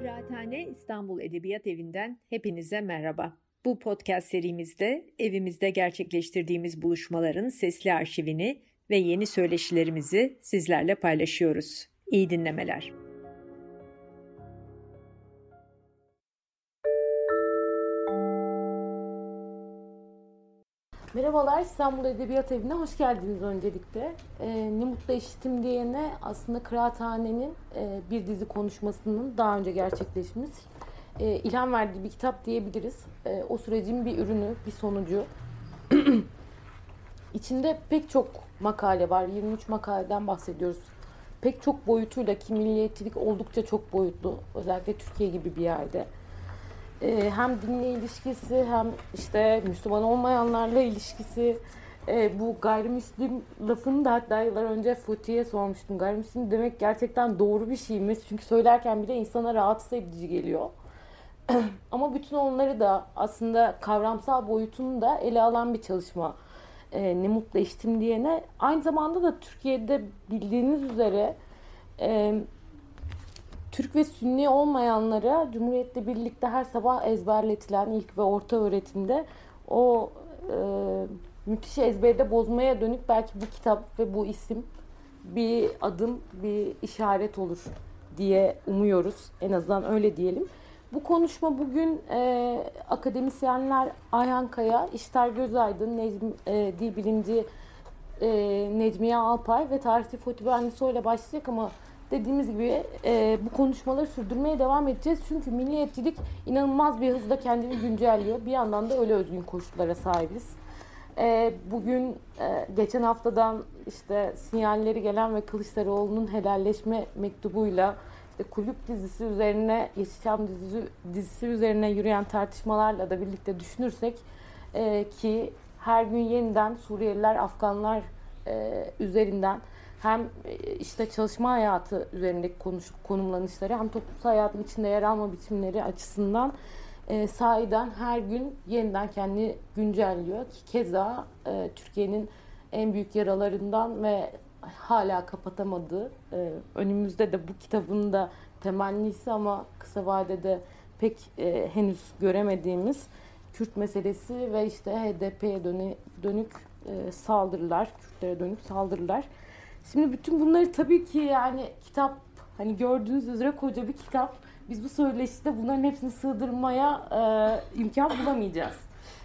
Kıraathane İstanbul Edebiyat Evi'nden hepinize merhaba. Bu podcast serimizde evimizde gerçekleştirdiğimiz buluşmaların sesli arşivini ve yeni söyleşilerimizi sizlerle paylaşıyoruz. İyi dinlemeler. Merhabalar, İstanbul Edebiyat Evi'ne hoş geldiniz öncelikle. Ne mutlu eşitim diyene aslında Kıraathane'nin bir dizi konuşmasının daha önce gerçekleşmiş, ilham verdiği bir kitap diyebiliriz. O sürecin bir ürünü, bir sonucu. İçinde pek çok makale var, 23 makaleden bahsediyoruz. Pek çok boyutuyla ki milliyetçilik oldukça çok boyutlu, özellikle Türkiye gibi bir yerde. Hem dinle ilişkisi hem işte Müslüman olmayanlarla ilişkisi, bu gayrimüslim lafını da hatta yıllar önce Futi'ye sormuştum. Gayrimüslim demek gerçekten doğru bir şey mi? Çünkü söylerken bile insana rahatsız edici geliyor. Ama bütün onları da aslında kavramsal boyutunu da ele alan bir çalışma. Ne mutlu eşitim diyene. Aynı zamanda da Türkiye'de bildiğiniz üzere Türk ve Sünni olmayanlara Cumhuriyet'le birlikte her sabah ezberletilen ilk ve orta öğretimde o müthiş ezberde bozmaya dönük belki bu kitap ve bu isim bir adım, bir işaret olur diye umuyoruz. En azından öyle diyelim. Bu konuşma bugün akademisyenler Ayhan Kaya, İştar Gözaydın, dil bilimci Necmiye Alpay ve tarihçi Fatih Benlisoy ile başlayacak ama dediğimiz gibi bu konuşmaları sürdürmeye devam edeceğiz. Çünkü milliyetçilik inanılmaz bir hızla kendini güncelliyor. Bir yandan da öyle özgün koşullara sahibiz. Bugün geçen haftadan işte sinyalleri gelen ve Kılıçdaroğlu'nun helalleşme mektubuyla işte Kulüp dizisi üzerine, Yeşilçam dizisi üzerine yürüyen tartışmalarla da birlikte düşünürsek ki her gün yeniden Suriyeliler, Afganlar üzerinden hem işte çalışma hayatı üzerindeki konumlanışları hem toplumsal hayatın içinde yer alma biçimleri açısından sahiden her gün yeniden kendini güncelliyor ki keza Türkiye'nin en büyük yaralarından ve hala kapatamadığı, önümüzde de bu kitabın da temennisi ama kısa vadede pek henüz göremediğimiz Kürt meselesi ve işte HDP'ye dönük saldırılar, Kürtlere dönük saldırılar. Şimdi bütün bunları tabii ki yani kitap, hani gördüğünüz üzere koca bir kitap. Biz bu söyleşide bunların hepsini sığdırmaya imkan bulamayacağız.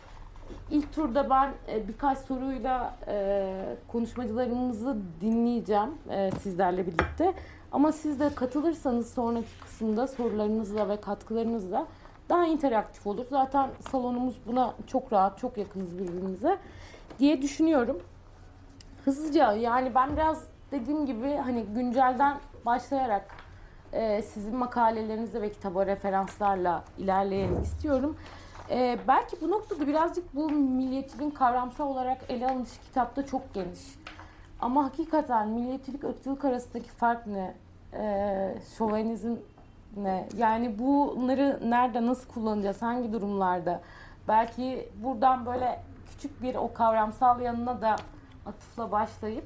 İlk turda ben birkaç soruyla konuşmacılarımızı dinleyeceğim sizlerle birlikte. Ama siz de katılırsanız sonraki kısımda sorularınızla ve katkılarınızla daha interaktif olur. Zaten salonumuz buna çok rahat, çok yakınız birbirimize diye düşünüyorum. Hızlıca yani ben biraz dediğim gibi hani güncelden başlayarak sizin makalelerinizle ve kitaba referanslarla ilerleyelim istiyorum. Belki bu noktada birazcık bu milliyetçiliğin kavramsal olarak ele alınışı kitapta çok geniş. Ama hakikaten milliyetçilik, ırkçılık arasındaki fark ne? Şovenizm ne? Yani bunları nerede, nasıl kullanacağız, hangi durumlarda? Belki buradan böyle küçük bir o kavramsal yanına da atıfla başlayıp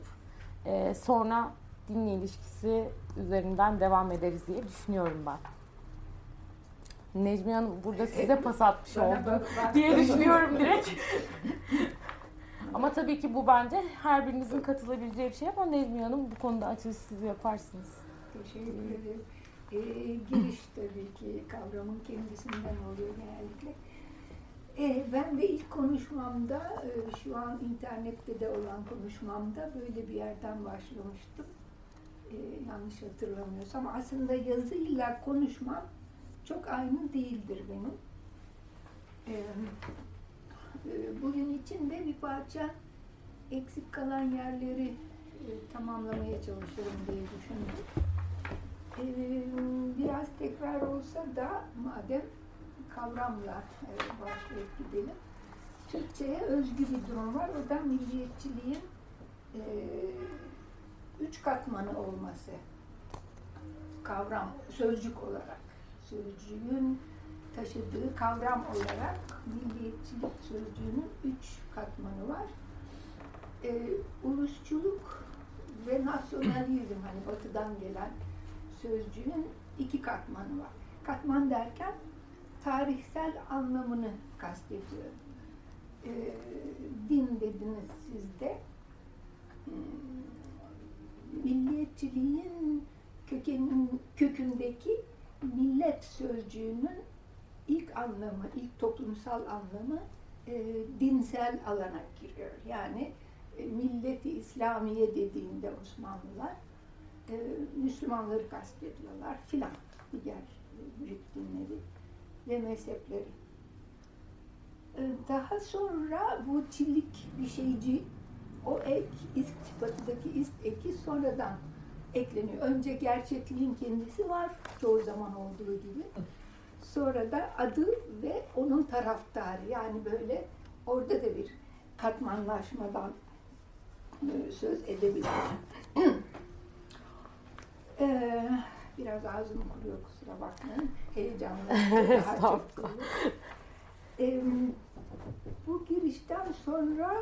sonra dinle ilişkisi üzerinden devam ederiz diye düşünüyorum ben. Necmiye Hanım burada size pas atmış oldum diye düşünüyorum direkt. Ama tabii ki bu bence her birinizin katılabileceği bir şey ama Necmiye Hanım bu konuda açılış siz yaparsınız. Teşekkür ederim. Giriş tabii ki kavramın kendisinden oluyor genellikle. Ben de ilk konuşmamda, şu an internette de olan konuşmamda böyle bir yerden başlamıştım. Yanlış hatırlamıyorsam. Aslında yazıyla konuşmam çok aynı değildir benim. Bugün için de bir parça eksik kalan yerleri tamamlamaya çalışıyorum diye düşündüm. Biraz tekrar olsa da madem kavramla başlayıp gidelim. Türkçe'ye özgü bir durum var. O da milliyetçiliğin 3 katmanı olması. Kavram, sözcük olarak. Sözcüğün taşıdığı kavram olarak milliyetçilik sözcüğünün 3 katmanı var. Ulusçuluk ve nasyonalizm, hani batıdan gelen sözcüğün 2 katmanı var. Katman derken tarihsel anlamını kastediyor. Din dediniz siz de. Milliyetçiliğin kökündeki millet sözcüğünün ilk anlamı, ilk toplumsal anlamı dinsel alana giriyor. Yani millet-i İslamiye dediğinde Osmanlılar Müslümanları kastediyorlar filan, diğer büyük dinleri ve mezhepleri. Daha sonra bu çillik bir şeyci, o ek, batıdaki ist eki sonradan ekleniyor. Önce gerçekliğin kendisi var, çoğu zaman olduğu gibi. Sonra da adı ve onun taraftarı, yani böyle orada da bir katmanlaşmadan söz edebiliriz. Biraz ağzım kuruyor, kusura bakmayın. Heyecanla daha çok kuruyor. Bu girişten sonra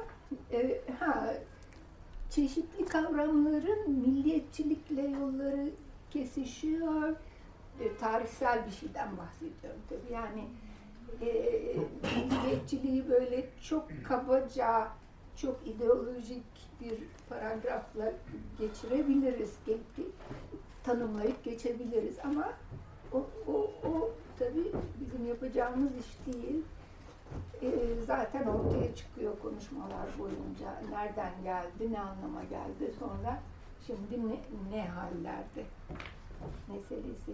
çeşitli kavramların milliyetçilikle yolları kesişiyor. Tarihsel bir şeyden bahsediyorum tabii. Yani milliyetçiliği böyle çok kabaca, çok ideolojik bir paragrafla geçirebiliriz, tanımlayıp geçebiliriz ama o tabii bizim yapacağımız iş değil. Zaten ortaya çıkıyor konuşmalar boyunca. Nereden geldi, ne anlama geldi, sonra şimdi ne hallerde meselesi.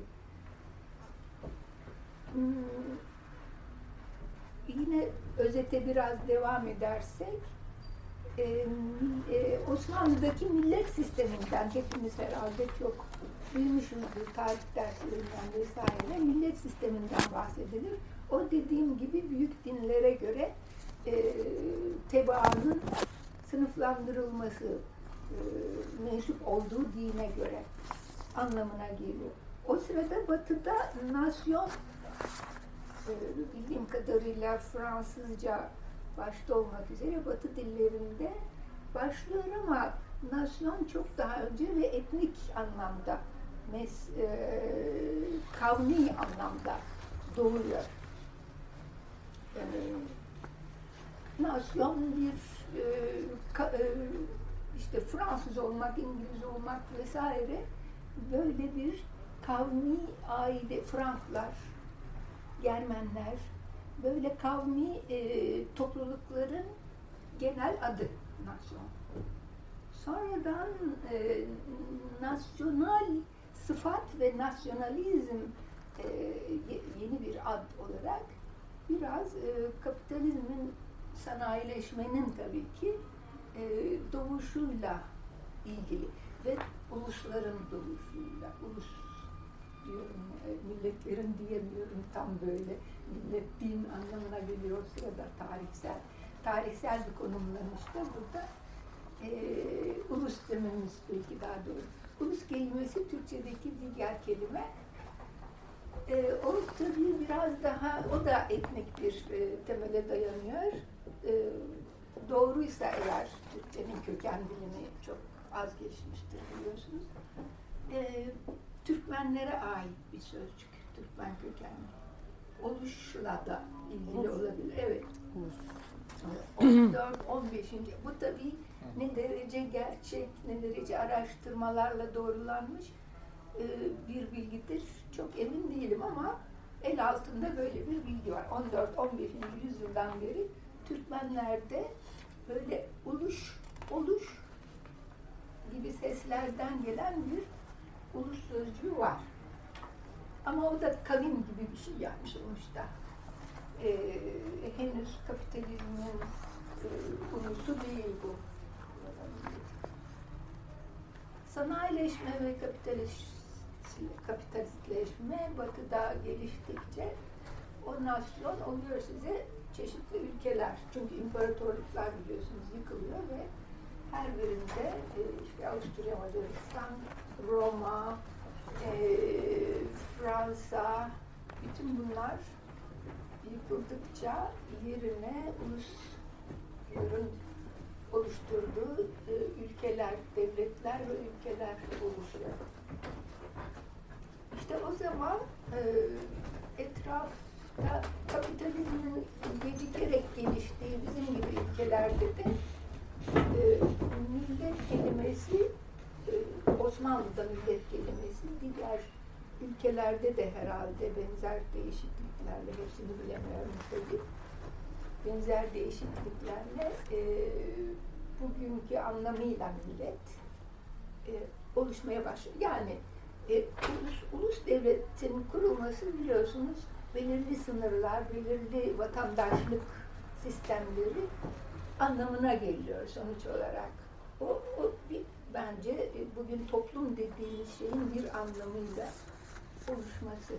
Yine özete biraz devam edersek, Osmanlı'daki millet sisteminden hepimiz herhalde çok duymuşuzdur tarih derslerinden vesaire, millet sisteminden bahsedilir. O dediğim gibi büyük dinlere göre tebaanın sınıflandırılması, mensup olduğu dine göre anlamına geliyor. O sırada Batı'da nasyon, bildiğim kadarıyla Fransızca başta olmak üzere Batı dillerinde başlıyor ama nasyon çok daha önce ve etnik anlamda, kavmi anlamda doğuyor. Nasyon bir işte Fransız olmak, İngiliz olmak vesaire böyle bir kavmi aile, Franklar, Germenler, böyle kavmi toplulukların genel adı nasyon. Sonradan nasyonal sıfat ve nasyonalizm yeni bir ad olarak biraz kapitalizmin, sanayileşmenin tabii ki doğuşuyla ilgili ve ulusların doğuşuyla, ulus diyorum, milletlerin diyemiyorum tam böyle, millet din anlamına geliyor sırada tarihsel bir konumlanışta burada ulus dememiz belki daha doğru. Ulus kelimesi Türkçedeki diğer kelime. O tabii biraz daha, o da etnik bir temele dayanıyor. Doğruysa eğer, Türkçenin köken bilimi çok az gelişmiştir biliyorsunuz. Türkmenlere ait bir sözcük, Türkmen kökenli. Oluşla da ilgili olabilir, evet. 14, 15. Bu tabii ne derece gerçek, ne derece araştırmalarla doğrulanmış bir bilgidir. Çok emin değilim ama el altında böyle bir bilgi var. 14-15. yüzyıldan beri Türkmenlerde böyle oluş gibi seslerden gelen bir ulus sözcüğü var. Ama o da kavim gibi bir şey yani sonuçta. Henüz kapitalizmin ulusu değil bu. Sanayileşme ve kapitalistleşme Batı'da geliştikçe o nasyon oluyor size çeşitli ülkeler. Çünkü imparatorluklar biliyorsunuz yıkılıyor ve her birinde işte Avusturya, Macaristan, Roma, Fransa, bütün bunlar yıkıldıkça yerine ulusların oluşturduğu ülkeler, devletler ve ülkeler oluşuyor. İşte o zaman etrafta kapitalizmin gecikerek geliştiği bizim gibi ülkelerde de millet kelimesi, Osmanlı'da millet kelimesi diğer ülkelerde de herhalde benzer değişikliklerle, hepsini bilemiyorum tabii, benzer değişikliklerle bugünkü anlamıyla millet oluşmaya başlıyor. Yani ulus devletin kurulması biliyorsunuz belirli sınırlar, belirli vatandaşlık sistemleri anlamına geliyor sonuç olarak. O bence bugün toplum dediğimiz şeyin bir anlamıyla oluşması.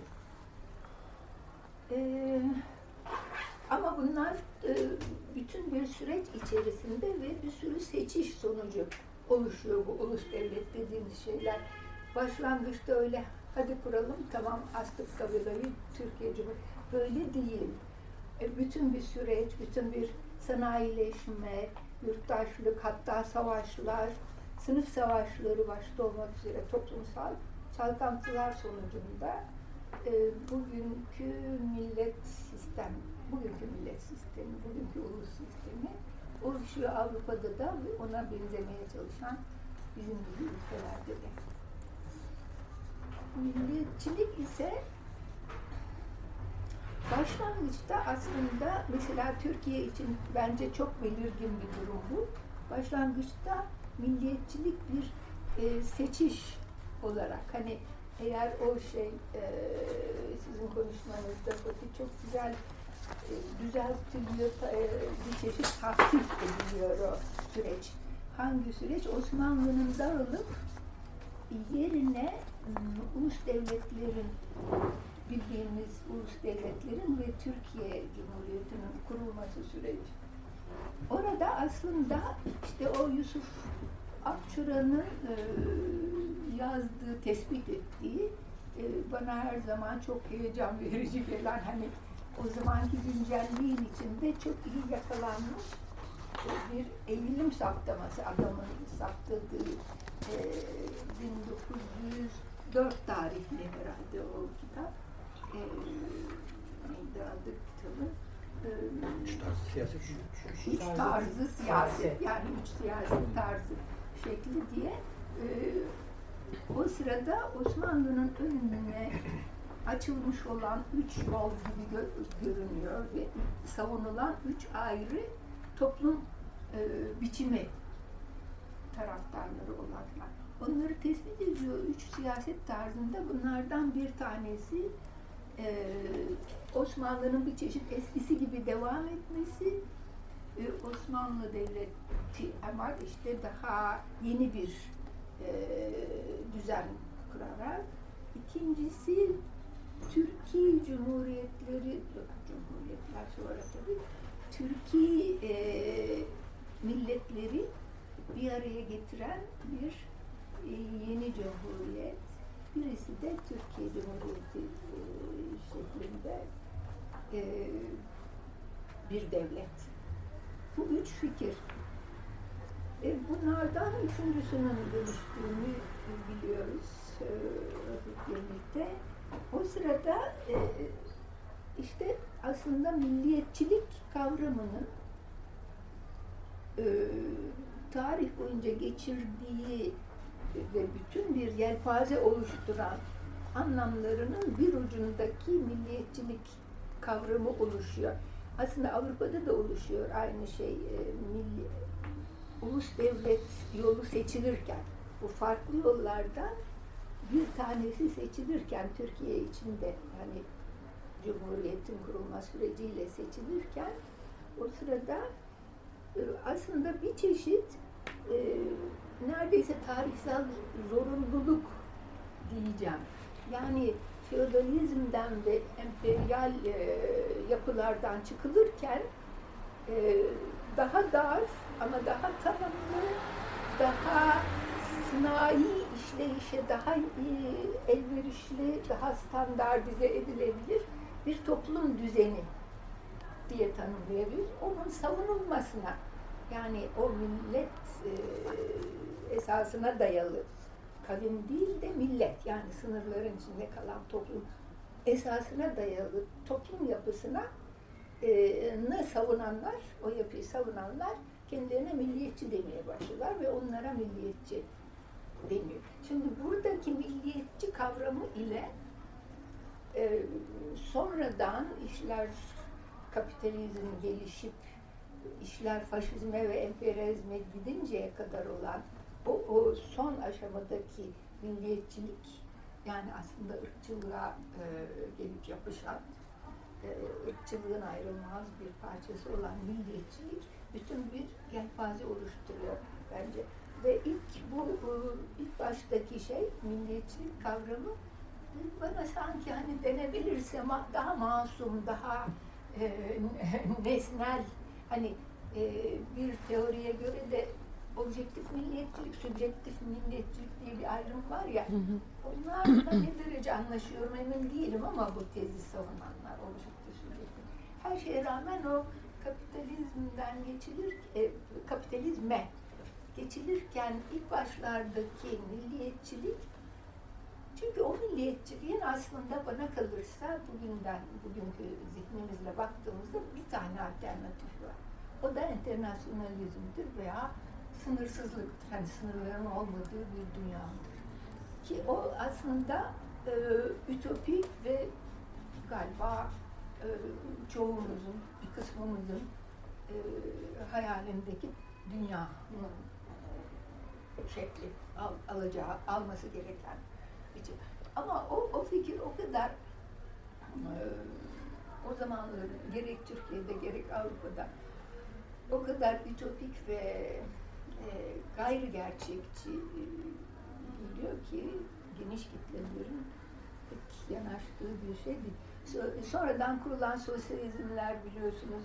Ama bunlar bütün bir süreç içerisinde ve bir sürü seçiş sonucu oluşuyor bu ulus devlet dediğimiz şeyler. Başlangıçta öyle hadi kuralım tamam astık tabelayı Türkiye Cumhuriyeti. Böyle değil. Bütün bir süreç, bütün bir sanayileşme, yurttaşlık, hatta savaşlar, sınıf savaşları başta olmak üzere toplumsal çalkantılar sonucunda bugünkü millet sistemi, bugünkü ulus sistemi oluşuyor Avrupa'da da ve ona benzemeye çalışan bizim gibi ülkelerde de. Milliyetçilik ise başlangıçta aslında mesela Türkiye için bence çok belirgin bir durum bu. Başlangıçta milliyetçilik bir seçiş olarak hani eğer o sizin konuşmanızda Fatih çok güzel düzeltiliyor, bir çeşit tahkik ediliyor o süreç. Hangi süreç? Osmanlı'nın dağılıp yerine ulus devletlerin, bildiğimiz ulus devletlerin ve Türkiye Cumhuriyeti'nin kurulması süreci. Orada aslında işte o Yusuf Akçura'nın yazdığı, tespit ettiği bana her zaman çok heyecan verici gelen hani o zamanki güncelliğin içinde çok iyi yakalanmış bir eğilim saptaması, adamın saptadığı 1904 tarihli herhalde o kitap. Neydi adı kitabın? Üç tarzı siyaset, yani üç siyaset tarzı şekli diye o sırada Osmanlı'nın önüne açılmış olan üç yol gibi görünüyor ve savunulan üç ayrı toplum biçimi taraftarları olanlar. Onları tespit ediyor. Üç siyaset tarzında bunlardan bir tanesi Osmanlı'nın bir çeşit eskisi gibi devam etmesi, Osmanlı Devleti ama işte daha yeni bir düzen kurarak. İkincisi Türkiye Cumhuriyetleri, Cumhuriyetler sonra tabii, Türkiye milletleri bir araya getiren bir yeni cumhuriyet. Birisi de Türkiye Cumhuriyeti şeklinde bir devlet. Bu üç fikir. Bunlardan üçüncüsünün dönüştüğünü biliyoruz birlikte. O sırada işte aslında milliyetçilik kavramının tarih boyunca geçirdiği ve bütün bir yelpaze oluşturan anlamlarının bir ucundaki milliyetçilik kavramı oluşuyor. Aslında Avrupa'da da oluşuyor aynı şey. Ulus devlet yolu seçilirken, bu farklı yollardan bir tanesi seçilirken Türkiye içinde yani Cumhuriyet'in kurulma süreciyle seçilirken o sırada aslında bir çeşit neredeyse tarihsel zorunluluk diyeceğim. Yani feodalizmden ve emperyal yapılardan çıkılırken daha dar ama daha tanımlı, daha sınai işleyişe daha elverişli, daha standartize edilebilir bir toplum düzeni diye tanımlayabiliriz. Onun savunulmasına, yani o millet esasına dayalı, kavim değil de millet, yani sınırların içinde kalan toplum esasına dayalı toplum yapısına savunanlar, o yapıyı savunanlar kendilerine milliyetçi demeye başlıyorlar ve onlara milliyetçi deniyor. Şimdi buradaki milliyetçi kavramı ile sonradan işler kapitalizm gelişip işler faşizme ve emperyalizme gidinceye kadar olan o son aşamadaki milliyetçilik, yani aslında ırkçılığa gelip yapışan, ırkçılığın ayrılmaz bir parçası olan milliyetçilik bütün bir yelpaze oluşturuyor bence. Ve ilk baştaki milliyetçilik kavramı bana sanki hani denebilirse daha masum, daha nesnel, hani bir teoriye göre de objektif milliyetçilik, sübjektif milliyetçilik diye bir ayrım var ya, onlarla ne derece anlaşıyorum emin değilim ama bu tezi savunanlar, objektif, sübjektif. Her şeye rağmen o kapitalizmden kapitalizme geçilirken ilk başlardaki milliyetçilik, çünkü o milliyetçiliğin aslında bana kalırsa bugünkü zihnimizle baktığımızda bir tane alternatifi var. O da internasyonalizmdir veya sınırsızlıktır. Hani sınırların olmadığı bir dünyadır. Ki o aslında ütopik ve galiba çoğumuzun, bir kısmımızın hayalindeki dünyanın şekli, alması gereken biçim. Ama o fikir o kadar o zamanlar gerek Türkiye'de gerek Avrupa'da o kadar ütopik ve gayri gerçekçi geliyor ki geniş kitlelerin pek yanaştığı bir şey değil. Sonradan kurulan sosyalizmler biliyorsunuz,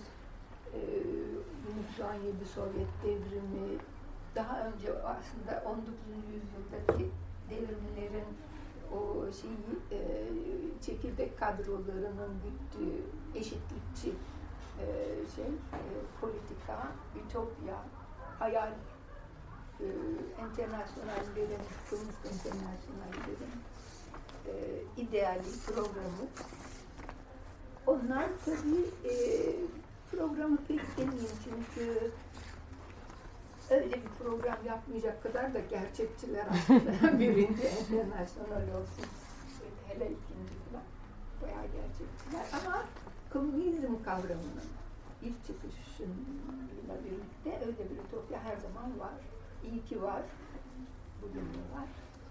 1917 Sovyet devrimi, daha önce aslında 19. yüzyıldaki devrimlerin o çekirdek kadrolarının güttüğü eşitlikçi politika, ütopya, hayal, internasyonallerin, komünist internasyonallerin ideali, programı. Onlar tabii programı pek demeyeyim çünkü öyle bir program yapmayacak kadar da gerçekçiler aslında. Birinci internasyonal olsun, hele ikinci falan bayağı gerçekçiler. Ama komünizm kavramının ilk çıkışıyla birlikte öyle bir ütopya her zaman var. İyi ki var, bugün de var.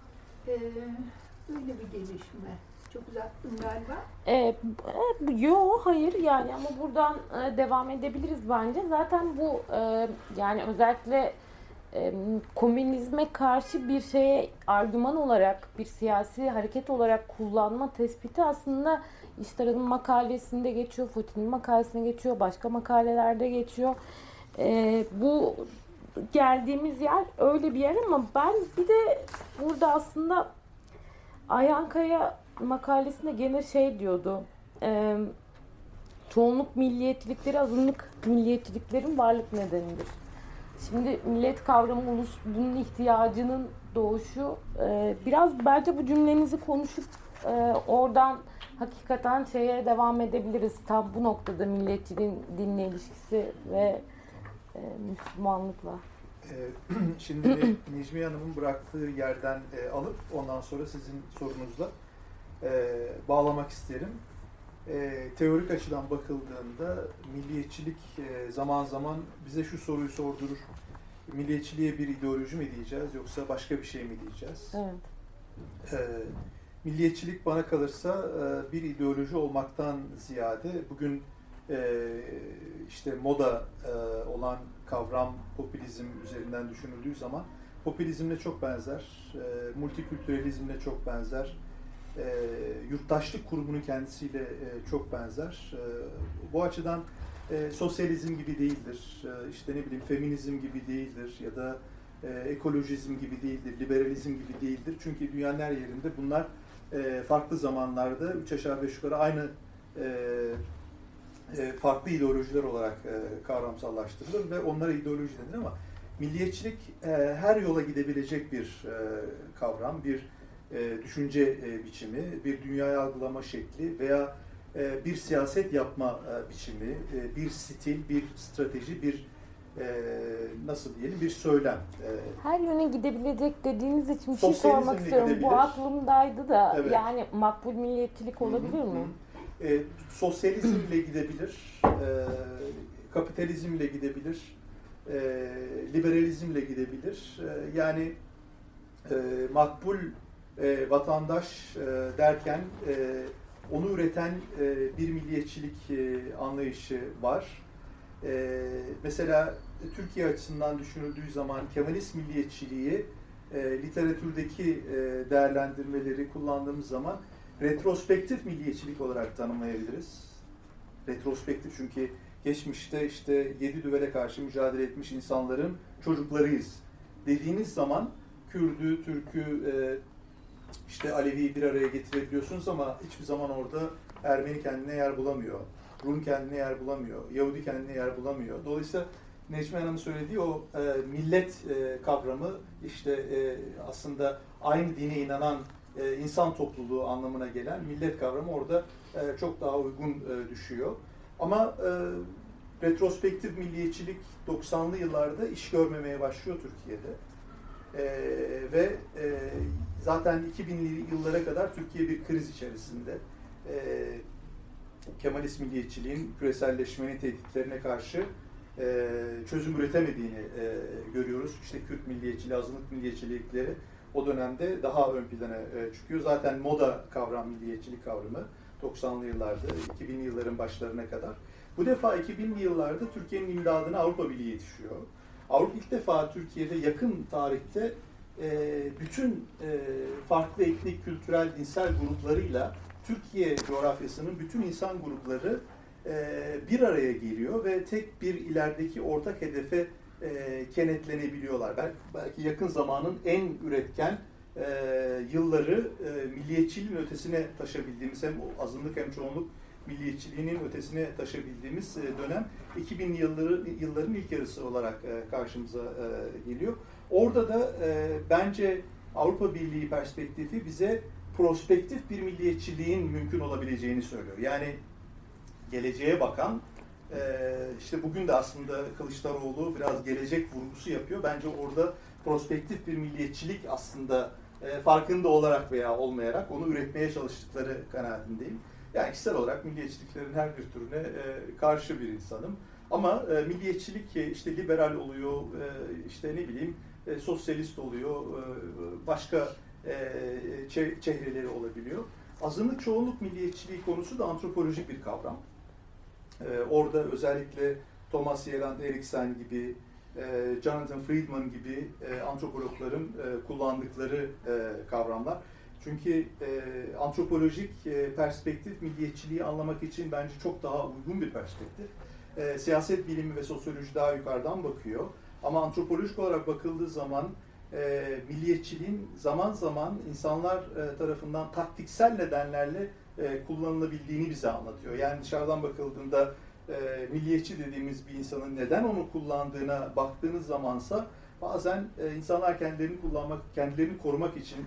Böyle bir gelişme. Çok uzattım galiba. Yok, hayır yani, ama buradan devam edebiliriz bence. Zaten bu yani özellikle komünizme karşı bir şeye argüman olarak, bir siyasi hareket olarak kullanma tespiti aslında İştar'ın makalesinde geçiyor, Foutin'in makalesinde geçiyor, başka makalelerde geçiyor. Bu geldiğimiz yer öyle bir yer, ama ben bir de burada aslında Ayhan Kaya makalesinde gene diyordu, çoğunluk milliyetçilikleri azınlık milliyetçiliklerin varlık nedenidir. Şimdi millet kavramı, bunun ihtiyacının doğuşu, biraz bence bu cümlenizi konuşup oradan hakikaten devam edebiliriz. Tam bu noktada milliyetçiliğin dinle ilişkisi ve Müslümanlıkla. Şimdi Necmiye Hanım'ın bıraktığı yerden alıp ondan sonra sizin sorunuzla bağlamak isterim. Teorik açıdan bakıldığında milliyetçilik zaman zaman bize şu soruyu sordurur. Milliyetçiliğe bir ideoloji mi diyeceğiz yoksa başka bir şey mi diyeceğiz? Evet. Milliyetçilik bana kalırsa bir ideoloji olmaktan ziyade bugün işte moda olan kavram popülizm üzerinden düşünüldüğü zaman popülizmle çok benzer, multikültürelizmle çok benzer, yurttaşlık kurumunun kendisiyle çok benzer. Bu açıdan sosyalizm gibi değildir, işte ne bileyim feminizm gibi değildir ya da ekolojizm gibi değildir, liberalizm gibi değildir. Çünkü dünyanın her yerinde bunlar farklı zamanlarda 3 aşağı 5 yukarı aynı farklı ideolojiler olarak kavramsallaştırılır ve onlara ideoloji denir, ama milliyetçilik her yola gidebilecek bir kavram, bir düşünce biçimi, bir dünyayı algılama şekli veya bir siyaset yapma biçimi, bir stil, bir strateji, bir nasıl diyelim, bir söylem. Her yöne gidebilecek dediğiniz için bir şey sormak istiyorum. Bu aklımdaydı da, evet. Yani makbul milliyetçilik olabilir mi? Sosyalizmle gidebilir, kapitalizmle gidebilir, liberalizmle gidebilir. Yani makbul vatandaş derken onu üreten bir milliyetçilik anlayışı var. Mesela Türkiye açısından düşünüldüğü zaman Kemalist milliyetçiliği literatürdeki değerlendirmeleri kullandığımız zaman retrospektif milliyetçilik olarak tanımlayabiliriz. Retrospektif çünkü geçmişte işte 7 düvele karşı mücadele etmiş insanların çocuklarıyız dediğiniz zaman Kürdü, Türk'ü, işte Alevi'yi bir araya getirebiliyorsunuz ama hiçbir zaman orada Ermeni kendine yer bulamıyor. Rum kendine yer bulamıyor. Yahudi kendine yer bulamıyor. Dolayısıyla Necmi Hanım'ın söylediği o millet kavramı işte aslında aynı dine inanan insan topluluğu anlamına gelen millet kavramı orada çok daha uygun düşüyor. Ama retrospektif milliyetçilik 90'lı yıllarda iş görmemeye başlıyor Türkiye'de. Ve zaten 2000'li yıllara kadar Türkiye bir kriz içerisinde. Kemalist milliyetçiliğin küreselleşmenin tehditlerine karşı çözüm üretemediğini görüyoruz. İşte Kürt milliyetçiliği, azınlık milliyetçilikleri o dönemde daha ön plana çıkıyor. Zaten moda kavram, milliyetçilik kavramı 90'lı yıllarda, 2000'li yılların başlarına kadar. Bu defa 2000'li yıllarda Türkiye'nin imdadına Avrupa Birliği yetişiyor. Avrupa ilk defa Türkiye'de yakın tarihte bütün farklı etnik, kültürel, dinsel gruplarıyla Türkiye coğrafyasının bütün insan grupları bir araya geliyor ve tek bir ilerideki ortak hedefe kenetlenebiliyorlar. Belki yakın zamanın en üretken yılları milliyetçiliğin ötesine taşabildiğimiz, hem azınlık hem çoğunluk milliyetçiliğinin ötesine taşabildiğimiz dönem 2000'li yılların ilk yarısı olarak karşımıza geliyor. Orada da bence Avrupa Birliği perspektifi bize prospektif bir milliyetçiliğin mümkün olabileceğini söylüyor. Yani geleceğe bakan, işte bugün de aslında Kılıçdaroğlu biraz gelecek vurgusu yapıyor. Bence orada prospektif bir milliyetçilik aslında farkında olarak veya olmayarak onu üretmeye çalıştıkları kanaatindeyim. Yani kişisel olarak milliyetçiliklerin her bir türüne karşı bir insanım. Ama milliyetçilik işte liberal oluyor, işte ne bileyim sosyalist oluyor, başka çehreleri olabiliyor. Azınlık çoğunluk milliyetçiliği konusu da antropolojik bir kavram. Orada özellikle Thomas Yeland Eriksen gibi, Jonathan Friedman gibi antropologların kullandıkları kavramlar. Çünkü antropolojik perspektif milliyetçiliği anlamak için bence çok daha uygun bir perspektif. Siyaset bilimi ve sosyoloji daha yukarıdan bakıyor. Ama antropolojik olarak bakıldığı zaman milliyetçiliğin zaman zaman insanlar tarafından taktiksel nedenlerle kullanılabildiğini bize anlatıyor. Yani dışarıdan bakıldığında milliyetçi dediğimiz bir insanın neden onu kullandığına baktığınız zamansa bazen insanlar kendilerini korumak için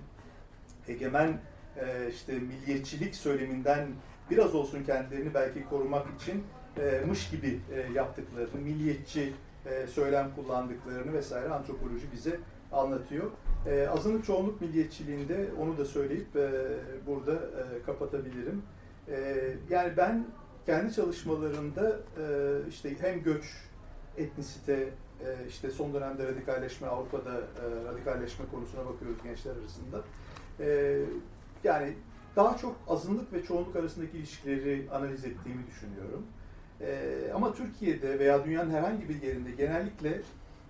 egemen işte milliyetçilik söyleminden biraz olsun kendilerini belki korumak için mış gibi yaptıklarını, milliyetçi söylem kullandıklarını vesaire antropoloji bize anlatıyor. Azınlık çoğunluk milliyetçiliğinde onu da söyleyip burada kapatabilirim. Yani ben kendi çalışmalarımda işte hem göç, etnisite, işte son dönemde radikalleşme, Avrupa'da radikalleşme konusuna bakıyoruz gençler arasında. Yani daha çok azınlık ve çoğunluk arasındaki ilişkileri analiz ettiğimi düşünüyorum. Ama Türkiye'de veya dünyanın herhangi bir yerinde genellikle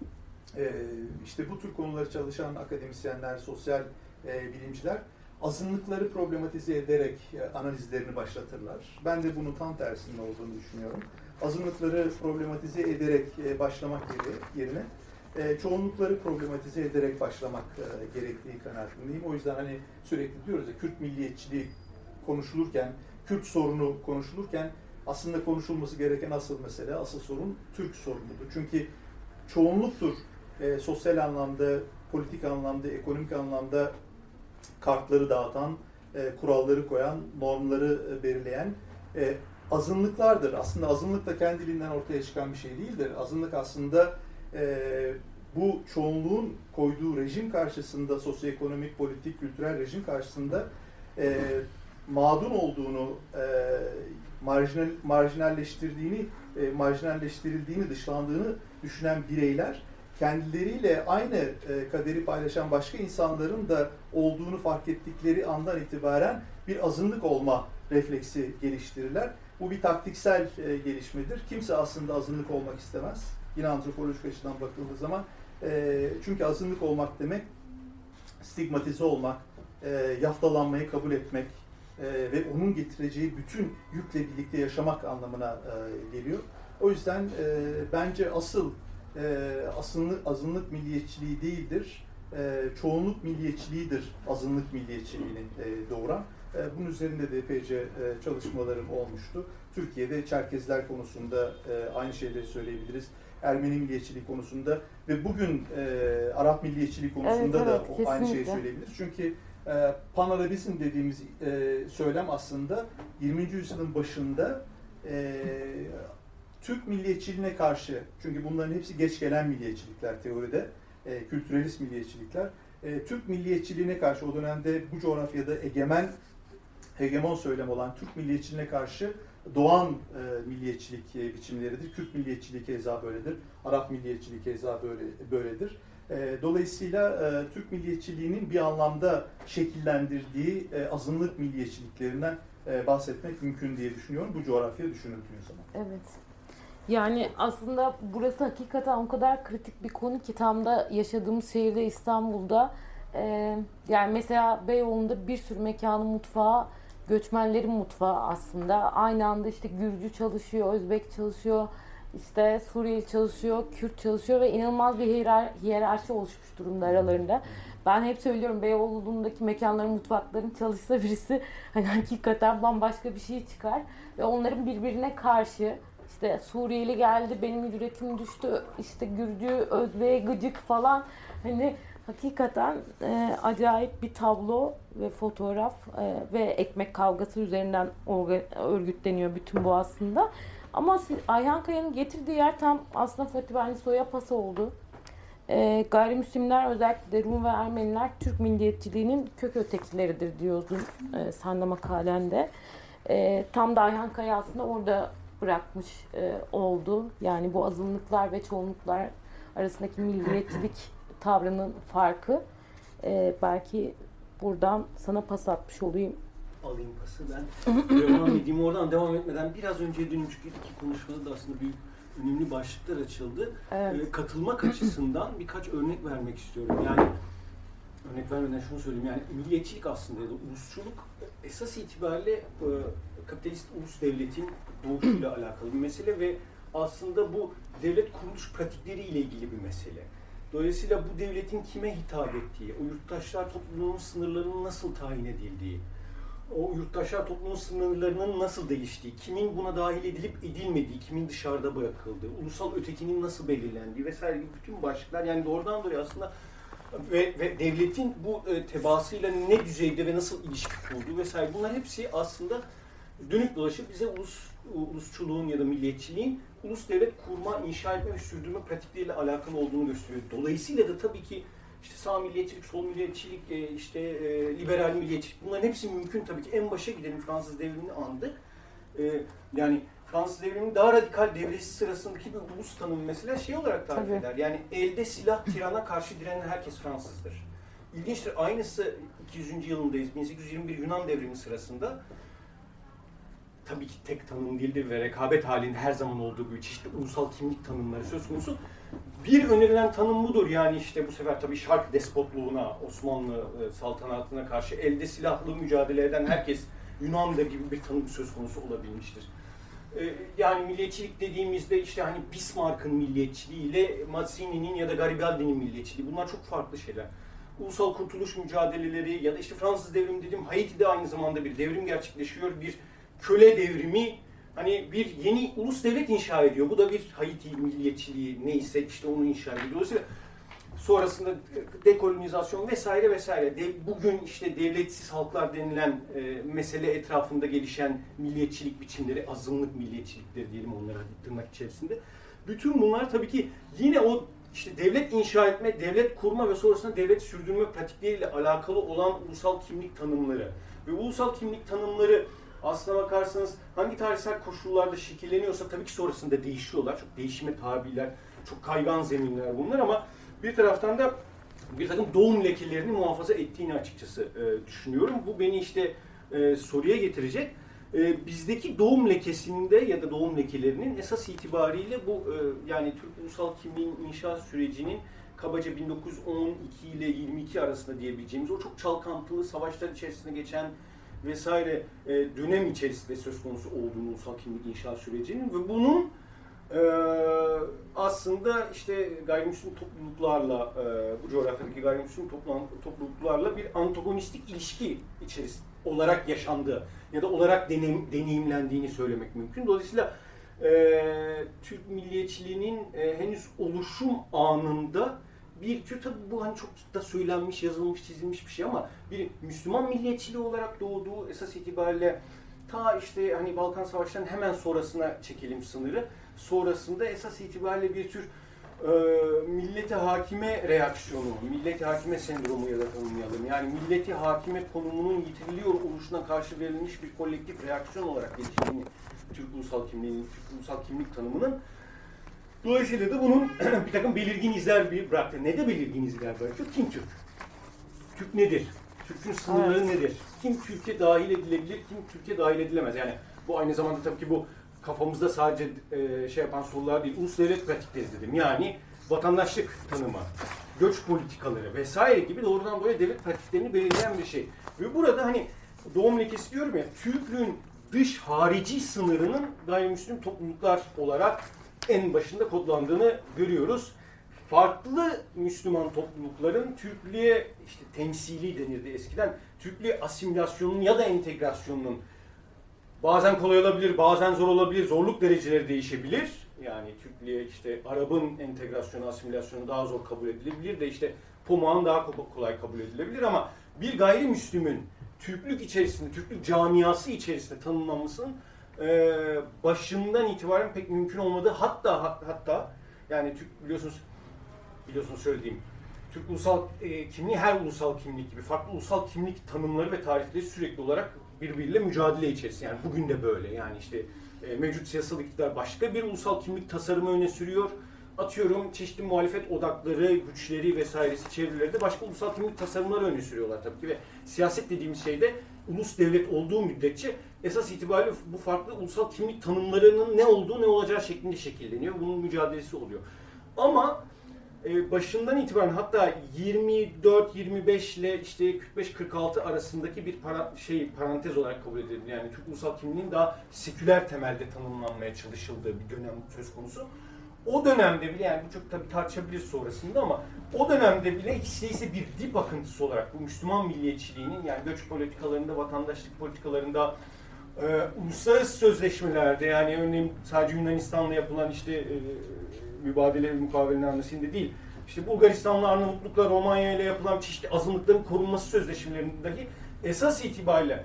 işte bu tür konuları çalışan akademisyenler, sosyal bilimciler azınlıkları problematize ederek analizlerini başlatırlar. Ben de bunun tam tersinin olduğunu düşünüyorum. Azınlıkları problematize ederek başlamak yerine çoğunlukları problematize ederek başlamak gerektiği kanaatindeyim. O yüzden hani sürekli diyoruz ya, Kürt milliyetçiliği konuşulurken, Kürt sorunu konuşulurken aslında konuşulması gereken asıl mesele, asıl sorun Türk sorunudur. Çünkü çoğunluktur sosyal anlamda, politik anlamda, ekonomik anlamda kartları dağıtan, kuralları koyan, normları belirleyen azınlıklardır. Aslında azınlık da kendiliğinden ortaya çıkan bir şey değildir. Azınlık aslında bu çoğunluğun koyduğu rejim karşısında, sosyoekonomik, politik, kültürel rejim karşısında mağdun olduğunu, marjinalleştirildiğini, dışlandığını düşünen bireyler, kendileriyle aynı kaderi paylaşan başka insanların da olduğunu fark ettikleri andan itibaren bir azınlık olma refleksi geliştirirler. Bu bir taktiksel gelişmedir. Kimse aslında azınlık olmak istemez. Yine antropolojik açıdan bakıldığı zaman. Çünkü azınlık olmak demek, stigmatize olmak, yaftalanmayı kabul etmek ve onun getireceği bütün yükle birlikte yaşamak anlamına geliyor. O yüzden bence asıl azınlık milliyetçiliği değildir, çoğunluk milliyetçiliğidir azınlık milliyetçiliğini doğuran. Bunun üzerinde de epeyce çalışmalarım olmuştu. Türkiye'de Çerkezler konusunda aynı şeyleri söyleyebiliriz. Ermeni milliyetçiliği konusunda ve bugün Arap milliyetçiliği konusunda da aynı şeyi söyleyebiliriz. Çünkü Pan-Arabizm dediğimiz söylem aslında 20. yüzyılın başında Türk milliyetçiliğine karşı, çünkü bunların hepsi geç gelen milliyetçilikler teoride, kültürelist milliyetçilikler, Türk milliyetçiliğine karşı o dönemde bu coğrafyada hegemon söylem olan Türk milliyetçiliğine karşı doğan milliyetçilik biçimleridir. Kürt milliyetçiliği keza böyledir. Arap milliyetçiliği keza böyledir. Dolayısıyla Türk milliyetçiliğinin bir anlamda şekillendirdiği azınlık milliyetçiliklerinden bahsetmek mümkün diye düşünüyorum. Bu coğrafya düşünüldüğü zaman. Evet. Yani aslında burası hakikaten o kadar kritik bir konu ki tam da yaşadığımız şehirde İstanbul'da yani mesela Beyoğlu'nda bir sürü mekanın mutfağı göçmenlerin mutfağı aslında. Aynı anda işte Gürcü çalışıyor, Özbek çalışıyor, işte Suriyeli çalışıyor, Kürt çalışıyor ve inanılmaz bir hiyerarşi oluşmuş durumda aralarında. Ben hep söylüyorum Beyoğlu'ndaki mekanların, mutfakların çalışsa birisi hani hakikaten bambaşka bir şey çıkar ve onların birbirine karşı işte Suriyeli geldi, benim ücretim düştü, işte Gürcü, Özbek'e gıcık falan, hani hakikaten acayip bir tablo ve fotoğraf ve ekmek kavgası üzerinden örgütleniyor bütün bu aslında. Ama Ayhan Kaya'nın getirdiği yer tam aslında Fatih bence soya pası oldu. Gayrimüslimler, özellikle Rum ve Ermeniler Türk milliyetçiliğinin kök ötekileridir diyordun sen de makalende. Tam da Ayhan Kaya aslında orada bırakmış oldu. Yani bu azınlıklar ve çoğunluklar arasındaki milliyetçilik tavrının farkı. Belki buradan sana pas atmış olayım. Alayım pası ben. Devam edeyim. Oradan devam etmeden biraz önce dün iki konuşmada da aslında büyük önemli başlıklar açıldı. Evet. Katılmak açısından birkaç örnek vermek istiyorum. Yani örnek vermeden şunu söyleyeyim. Yani milliyetçilik aslında ya da ulusçuluk esas itibariyle kapitalist ulus devletin doğuşuyla alakalı bir mesele ve aslında bu devlet kuruluş pratikleriyle ilgili bir mesele. Dolayısıyla bu devletin kime hitap ettiği, o yurttaşlar topluluğunun sınırlarının nasıl tayin edildiği, o yurttaşlar topluluğunun sınırlarının nasıl değiştiği, kimin buna dahil edilip edilmediği, kimin dışarıda bırakıldığı, ulusal ötekinin nasıl belirlendiği vesaire gibi bütün başlıklar yani doğrudan doğruya aslında ve devletin bu tebaasıyla ne düzeyde ve nasıl ilişki kurduğu vesaire bunlar hepsi aslında dönüp dolaşıp bize ulusçuluğun ya da milliyetçiliğin ulus devlet kurma, inşa etme ve sürdürme pratikleriyle alakalı olduğunu gösteriyor. Dolayısıyla da tabii ki işte sağ milliyetçilik, sol milliyetçilik, liberal milliyetçilik bunların hepsi mümkün tabii ki. En başa gidelim Fransız devrimini andık. Yani Fransız devriminin daha radikal devresi sırasındaki bir ulus tanımı mesela şey olarak tarif eder. Yani elde silah tirana karşı direnen herkes Fransızdır. İlginçtir. Aynısı 200. yılındayız. 1821 Yunan devrimi sırasında. Tabii ki tek tanım değildir ve rekabet halinde her zaman olduğu gibi çeşitli ulusal kimlik tanımları söz konusu. Bir önerilen tanım budur. Yani işte bu sefer tabii Şark despotluğuna, Osmanlı saltanatına karşı elde silahlı mücadele eden herkes Yunan'da gibi bir tanım söz konusu olabilmiştir. Yani milliyetçilik dediğimizde işte hani Bismarck'ın milliyetçiliği ile Mazzini'nin ya da Garibaldi'nin milliyetçiliği bunlar çok farklı şeyler. Ulusal kurtuluş mücadeleleri ya da işte Fransız devrimi dediğim Haiti'de aynı zamanda bir devrim gerçekleşiyor. Bir köle devrimi hani bir yeni ulus devlet inşa ediyor. Bu da bir Haiti milliyetçiliği neyse işte onu inşa ediyor. Dolayısıyla sonrasında dekolonizasyon vesaire vesaire. Bugün işte devletsiz halklar denilen mesele etrafında gelişen milliyetçilik biçimleri, azınlık milliyetçilikleri diyelim onlara tırnak içerisinde. Bütün bunlar tabii ki yine o işte devlet inşa etme, devlet kurma ve sonrasında devlet sürdürme pratikleriyle alakalı olan ulusal kimlik tanımları. Ve ulusal kimlik tanımları aslına bakarsanız hangi tarihsel koşullarda şekilleniyorsa tabii ki sonrasında değişiyorlar. Çok değişime tabiler, çok kaygan zeminler bunlar ama bir taraftan da bir takım doğum lekelerini muhafaza ettiğini açıkçası düşünüyorum. Bu beni işte soruya getirecek. Bizdeki doğum lekesinde ya da doğum lekelerinin esas itibariyle bu yani Türk ulusal kimliğin inşa sürecinin kabaca 1912 ile 22 arasında diyebileceğimiz o çok çalkantılı savaşlar içerisinde geçen vesaire dönem içerisinde söz konusu olduğunu ulusal kimlik inşa sürecinin ve bunun aslında işte gayrimüslim topluluklarla bu coğrafyadaki gayrimüslim topluluklarla bir antagonistik ilişki içerisinde olarak yaşandığı ya da olarak deneyimlendiğini söylemek mümkün. Dolayısıyla Türk milliyetçiliğinin henüz oluşum anında bir tür tabi bu hani çok da söylenmiş, yazılmış, çizilmiş bir şey ama bir Müslüman milliyetçiliği olarak doğduğu esas itibariyle ta işte hani Balkan Savaşları'nın hemen sonrasına çekelim sınırı. Sonrasında esas itibariyle bir tür milleti hakime reaksiyonu, milleti hakime sendromu ya da tanımlayalım. Yani milleti hakime konumunun yitiriliyor oluşuna karşı verilmiş bir kolektif reaksiyon olarak geliştiğini Türk ulusal kimliğinin, Türk ulusal kimlik tanımının. Dolayısıyla da bunun bir takım belirgin izler bıraktı. Ne de belirgin izler bırakıyor? Kim Türk? Türk nedir? Türk'ün sınırları nedir? Kim Türkiye dahil edilebilir, kim Türkiye dahil edilemez? Yani bu aynı zamanda tabii ki bu kafamızda sadece şey yapan sorular değil, ulus devlet pratikleri dedim. Yani vatandaşlık tanımı, göç politikaları vesaire gibi doğrudan doğruya devlet pratiklerini belirleyen bir şey. Ve burada hani doğum lekesi diyorum ya, Türklüğün dış harici sınırının gayrimüslim topluluklar olarak en başında kodlandığını görüyoruz. Farklı Müslüman toplulukların Türklüğe işte temsili denirdi eskiden. Türklüğe asimilasyonun ya da entegrasyonunun bazen kolay olabilir, bazen zor olabilir, zorluk dereceleri değişebilir. Yani Türklüğe işte Arap'ın entegrasyonu, asimilasyonu daha zor kabul edilebilir de işte Pomağ'ın daha kolay kabul edilebilir ama bir gayrimüslimin Türklük içerisinde, Türklük camiası içerisinde tanımlanmasının başından itibaren pek mümkün olmadığı hatta yani Türk biliyorsunuz söylediğim Türk ulusal kimliği her ulusal kimlik gibi farklı ulusal kimlik tanımları ve tarifleri sürekli olarak birbiriyle mücadele içerisinde. Yani bugün de böyle. Yani işte mevcut siyasal iktidar başka bir ulusal kimlik tasarımı öne sürüyor. Atıyorum çeşitli muhalefet odakları, güçleri vesairesi çevreleri de başka ulusal kimlik tasarımları öne sürüyorlar tabii ki ve siyaset dediğimiz şeyde ulus devlet olduğu müddetçe esas itibariyle bu farklı ulusal kimlik tanımlarının ne olduğu ne olacağı şeklinde şekilleniyor. Bunun mücadelesi oluyor. Ama başından itibaren hatta 24-25 ile işte 45-46 arasındaki bir parantez olarak kabul edilir. Yani Türk ulusal kimliğinin daha seküler temelde tanımlanmaya çalışıldığı bir dönem söz konusu. O dönemde bile yani bu çok tabii tartışabilir sonrasında ama o dönemde bile hiç değilse bir dip akıntısı olarak bu Müslüman milliyetçiliğinin yani göç politikalarında, vatandaşlık politikalarında, uluslararası sözleşmelerde yani örneğin sadece Yunanistan'la yapılan işte mübadele ve mukavelename'sinde değil, işte Bulgaristan'la, Arnavutluk'la, Romanya ile yapılan çeşitli azınlıkların korunması sözleşmelerindeki esas itibariyle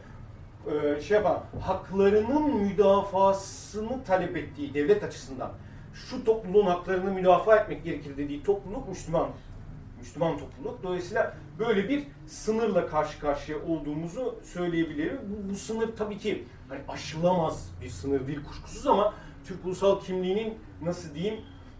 haklarının müdafasını talep ettiği devlet açısından şu topluluğun haklarını müdafaa etmek gerekir dediği topluluk Müslüman topluluk. Dolayısıyla böyle bir sınırla karşı karşıya olduğumuzu söyleyebilirim. Bu sınır tabii ki hani aşılamaz bir sınır değil kuşkusuz ama Türk ulusal kimliğinin nasıl diyeyim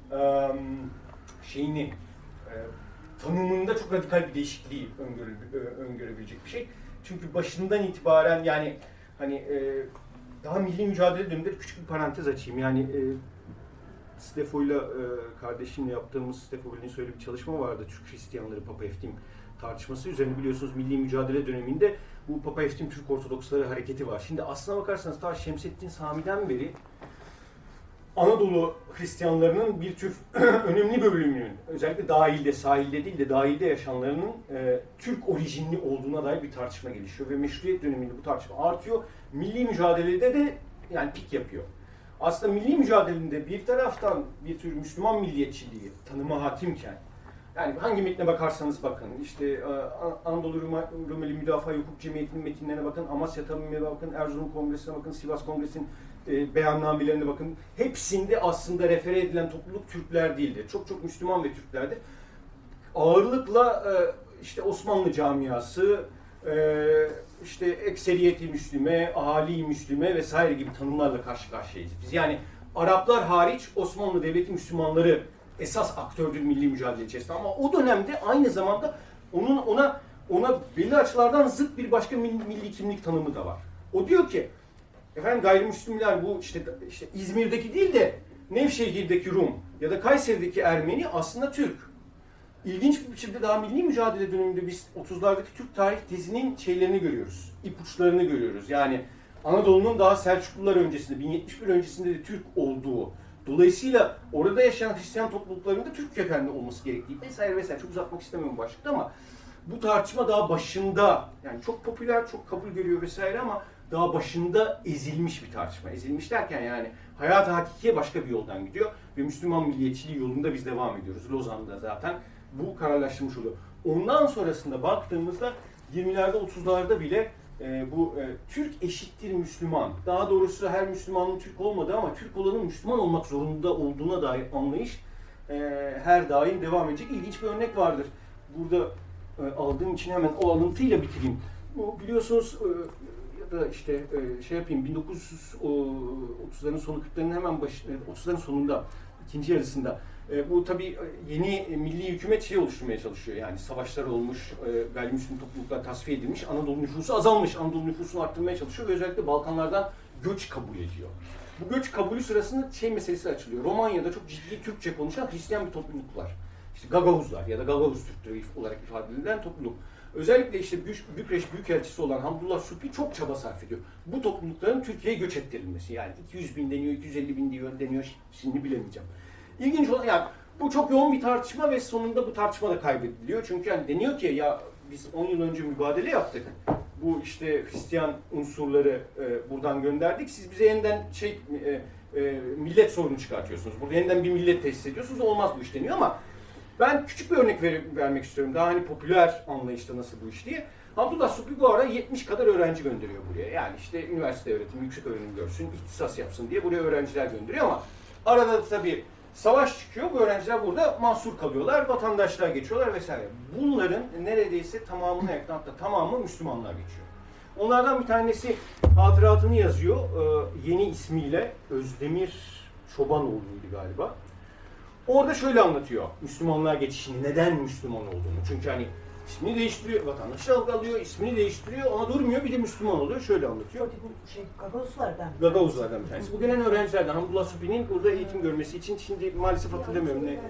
tanımında çok radikal bir değişikliği öngörebilecek bir şey. Çünkü başından itibaren yani hani daha milli mücadele döneminde küçük bir parantez açayım. Yani Stefo'yla kardeşimle yaptığımız Stefo'nun söylediği bir çalışma vardı. Türk Hristiyanları Papa Eftim tartışması üzerine biliyorsunuz milli mücadele döneminde bu Papa Eftim Türk Ortodoksları hareketi var. Şimdi aslına bakarsanız ta Şemsettin Sami'den beri Anadolu Hristiyanlarının bir tür önemli bölümünün özellikle dahilde, sahilde değil de dahilde yaşayanlarının Türk orijinli olduğuna dair bir tartışma gelişiyor ve meşruiyet döneminde bu tartışma artıyor. Milli mücadelede de yani pik yapıyor. Aslında milli mücadelede bir taraftan bir tür Müslüman milliyetçiliği tanıma hakimken Yani hangi metne bakarsanız bakın, işte Anadolu Rumeli Müdafaa Hukuk Cemiyeti'nin metinlerine bakın, Amasya Tabimi'ne bakın, Erzurum Kongresi'ne bakın, Sivas Kongresi'nin beyannamelerine bakın. Hepsinde aslında refere edilen topluluk Türkler değildir. Çok çok Müslüman ve Türklerdir. Ağırlıkla işte Osmanlı camiası, işte ekseriyeti Müslüme, ahali Müslüme vesaire gibi tanımlarla karşı karşıyayız biz. Yani Araplar hariç Osmanlı Devleti Müslümanları esas aktördür milli mücadele içerisinde. Ama o dönemde aynı zamanda ona belli açılardan zıt bir başka milli kimlik tanımı da var. O diyor ki, efendim gayrimüslimler bu işte İzmir'deki değil de Nevşehir'deki Rum ya da Kayseri'deki Ermeni aslında Türk. İlginç bir biçimde daha milli mücadele döneminde biz 30'lardaki Türk tarih tezinin şeylerini görüyoruz, ipuçlarını görüyoruz. Yani Anadolu'nun daha Selçuklular öncesinde, 1071 öncesinde de Türk olduğu, dolayısıyla orada yaşayan Hristiyan topluluklarında Türk kökenli olması gerektiği vesaire vesaire. Çok uzatmak istemiyorum başlıkta ama bu tartışma daha başında, yani çok popüler, çok kabul görüyor vesaire ama daha başında ezilmiş bir tartışma. Ezilmiş derken yani hayat-ı hakikiye başka bir yoldan gidiyor ve Müslüman milliyetçiliği yolunda biz devam ediyoruz. Lozan'da zaten bu kararlaştırmış oluyor. Ondan sonrasında baktığımızda 20'lerde 30'larda bile Türk eşittir Müslüman. Daha doğrusu her Müslümanın Türk olmadığı ama Türk olanın Müslüman olmak zorunda olduğuna dair anlayış her daim devam edecek. İlginç bir örnek vardır. Burada aldığım için hemen o alıntıyla bitireyim. Bu biliyorsunuz ya da işte şey yapayım 1930'ların sonu 40'ların hemen 30'ların sonunda ikinci yarısında bu tabii yeni milli hükümet oluşturmaya çalışıyor. Yani savaşlar olmuş, gayrimüslim topluluklar tasfiye edilmiş, Anadolu nüfusu azalmış. Anadolu nüfusunu arttırmaya çalışıyor ve özellikle Balkanlardan göç kabul ediyor. Bu göç kabulü sırasında meselesi açılıyor. Romanya'da çok ciddi Türkçe konuşan Hristiyan bir topluluk var. İşte Gagavuzlar ya da Gagavuz Türkleri olarak ifade edilen topluluk. Özellikle işte Bükreş Büyükelçisi olan Hamdullah Supi çok çaba sarf ediyor. Bu toplulukların Türkiye'ye göç ettirilmesi. Yani 200 bin deniyor, 250 bin deniyor, şimdi bilemeyeceğim. İlginç olan yani bu çok yoğun bir tartışma ve sonunda bu tartışma da kaybediliyor. Çünkü yani deniyor ki ya biz 10 yıl önce mübadele yaptık. Bu işte Hristiyan unsurları buradan gönderdik. Siz bize yeniden millet sorunu çıkartıyorsunuz. Burada yeniden bir millet tesis ediyorsunuz. Olmaz bu iş deniyor ama ben küçük bir örnek vermek istiyorum. Daha hani popüler anlayışta nasıl bu iş diye. Abdullah Supi bu ara 70 kadar öğrenci gönderiyor buraya. Yani işte üniversite öğretimi, yüksek öğrenim görsün, ihtisas yapsın diye buraya öğrenciler gönderiyor ama arada da tabii savaş çıkıyor. Bu öğrenciler burada mahsur kalıyorlar, vatandaşlığa geçiyorlar vesaire. Bunların neredeyse tamamına yakın, hatta tamamı Müslümanlar geçiyor. Onlardan bir tanesi hatıratını yazıyor. Yeni ismiyle Özdemir Çobanoğlu'ydu galiba. Orada şöyle anlatıyor Müslümanlığa geçişini, neden Müslüman olduğunu. Çünkü hani ismini değiştiriyor, vatandaşlık alıyor, ismini değiştiriyor, ona durmuyor, bir de Müslüman oluyor. Şöyle anlatıyor. Gagavuzlardan bir tanesi. Bu gelen öğrencilerden Hamdullah Supi'nin burada eğitim görmesi için şimdi maalesef hatırlamıyorum ne.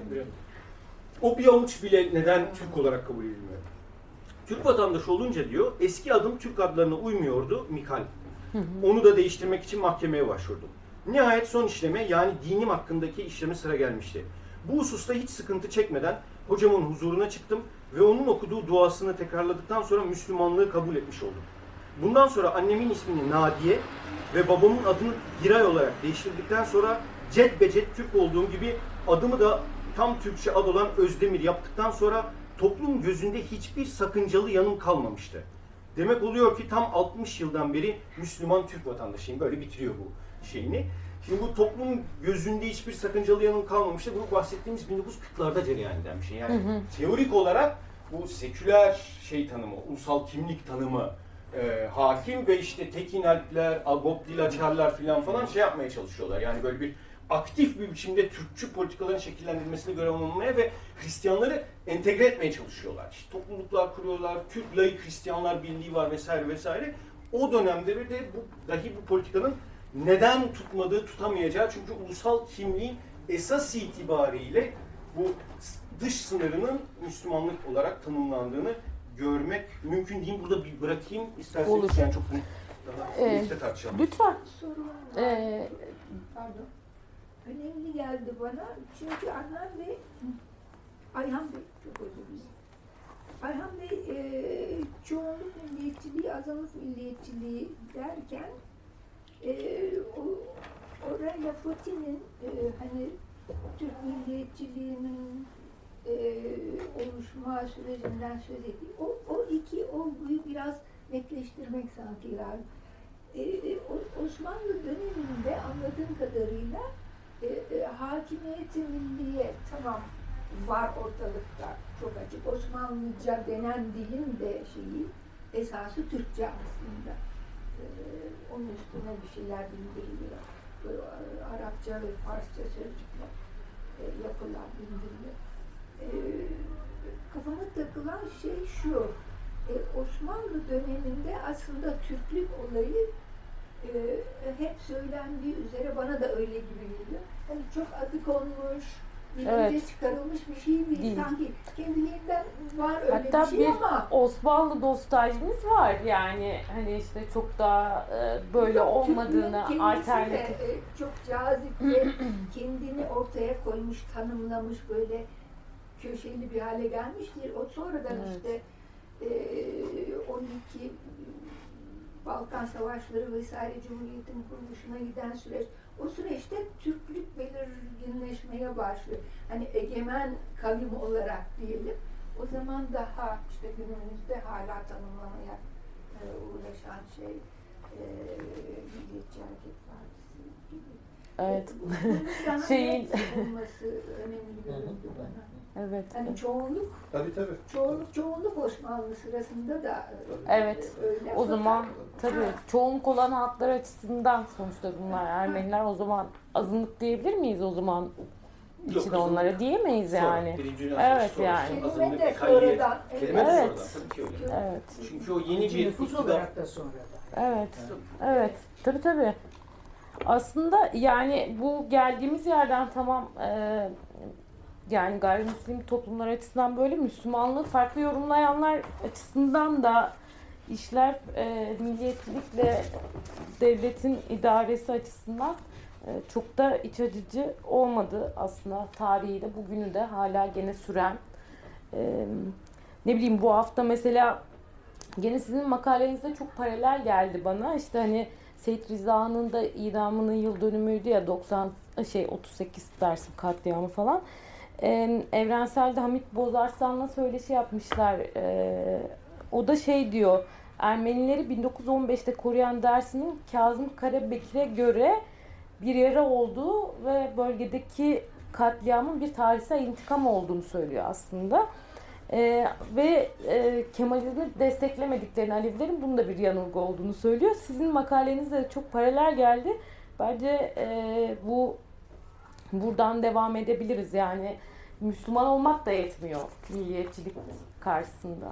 O bir avuç bile neden Türk olarak kabul edilmiyor. Türk vatandaşı olunca diyor, eski adım Türk adlarına uymuyordu Mikal. Onu da değiştirmek için mahkemeye başvurdum. Nihayet son işleme yani dinim hakkındaki işleme sıra gelmişti. Bu hususta hiç sıkıntı çekmeden hocamın huzuruna çıktım ve onun okuduğu duasını tekrarladıktan sonra Müslümanlığı kabul etmiş oldum. Bundan sonra annemin ismini Nadiye ve babamın adını Giray olarak değiştirdikten sonra cedbeced Türk olduğum gibi adımı da tam Türkçe ad olan Özdemir yaptıktan sonra toplum gözünde hiçbir sakıncalı yanım kalmamıştı. Demek oluyor ki tam 60 yıldan beri Müslüman Türk vatandaşıyım. Böyle bitiriyor bu şeyini. Şimdi bu toplumun gözünde hiçbir sakıncalı yanım kalmamıştı. Bu bahsettiğimiz 1940'larda cereyan eden bir şey. Yani teorik olarak bu seküler tanımı, ulusal kimlik tanımı hakim ve işte Tekinalpler, Agop Dilaçarlar falan yapmaya çalışıyorlar. Yani böyle bir aktif bir biçimde Türkçü politikaların şekillendirilmesine görev almaya ve Hristiyanları entegre etmeye çalışıyorlar. İşte topluluklar kuruyorlar, Türk Laik Hristiyanlar Birliği var vesaire vesaire. O dönemde de bu politikanın neden tutmadığı, tutamayacağı, çünkü ulusal kimliğin esas itibariyle bu dış sınırının Müslümanlık olarak tanımlandığını görmek mümkün değil. Burada bir bırakayım isterseniz. Yani çok daha birlikte tartışalım. Lütfen. Pardon. Önemli geldi bana çünkü Ayhan Bey çok özür dilerim. Ayhan Bey çoğunluk milliyetçiliği, azınlık milliyetçiliği derken Aurelio Fotti'nin hani Türk milliyetçiliğinin oluşma sürecinden söz ettik. O iki olguyu biraz netleştirmek sanki lazım. Osmanlı döneminde anladığım kadarıyla hakimiyeti milliye tamam var ortalıkta çok açık. Osmanlıca denen dilin de esası Türkçe aslında. Onun üstüne bir şeyler bildiriliyor. Arapça ve Farsça sözcükler yapılan bildiriliyor. Kafama takılan şey şu. Osmanlı döneminde aslında Türklük olayı hep söylendiği üzere bana da öyle gibi geliyor. Hani çok adı konmuş, bilince çıkarılmış bir şey değil. Sanki kendiliğinden var öyle hatta bir şey ama. Hatta bir Osmanlı nostaljimiz var yani hani işte çok daha böyle olmadığını alternatif. Çok cazip ve kendini ortaya koymuş, tanımlamış böyle köşeli bir hale gelmiştir. O sonradan işte 12 Balkan Savaşları vesaire Cumhuriyet'in kuruluşuna giden süreç. O süreçte Türklük belirginleşmeye başlıyor. Hani egemen kavim olarak diyelim. O zaman daha işte günümüzde hala tanımlamaya uğraşan Milliyetçi Hareket Partisi gibi. Evet. Şeyin olması önemli görüldü bana. Evet. Yani çoğunluk. Tabii. Çoğunluk Osmanlı sırasında da evet. öyle. O zaman tabii çoğunluk olan halklar açısından sonuçta bunlar Ermeniler o zaman azınlık diyebilir miyiz o zaman için onlara diyemeyiz yani. Evet yani. Kelime de sonradan. Evet. Evet. Çünkü o yeni bir nüfus olarak da sonradan. Evet. Evet. Tabii. Aslında yani bu geldiğimiz yerden tamam yani gayrimüslim toplumlar açısından böyle Müslümanlığı farklı yorumlayanlar açısından da işler milliyetçilikle devletin idaresi açısından çok da iç açıcı olmadı aslında tarihi de bugünü de hala gene süren ne bileyim bu hafta mesela gene sizin makalenizde çok paralel geldi bana işte hani Seyit Riza'nın da idamının yıl dönümüydü ya 38 dersim katliamı falan. Evrensel'de Hamit Bozarslan'la söyleşi yapmışlar. O da diyor Ermenileri 1915'te koruyan Dersim'in Kazım Karabekir'e göre bir yara olduğu ve bölgedeki katliamın bir tarihsel intikam olduğunu söylüyor aslında. Ve Kemalizmi desteklemediklerini Alevilerin bunun da bir yanılgı olduğunu söylüyor. Sizin makalenizle çok paralel geldi. Bence buradan devam edebiliriz. Yani Müslüman olmak da yetmiyor milliyetçilik karşısında.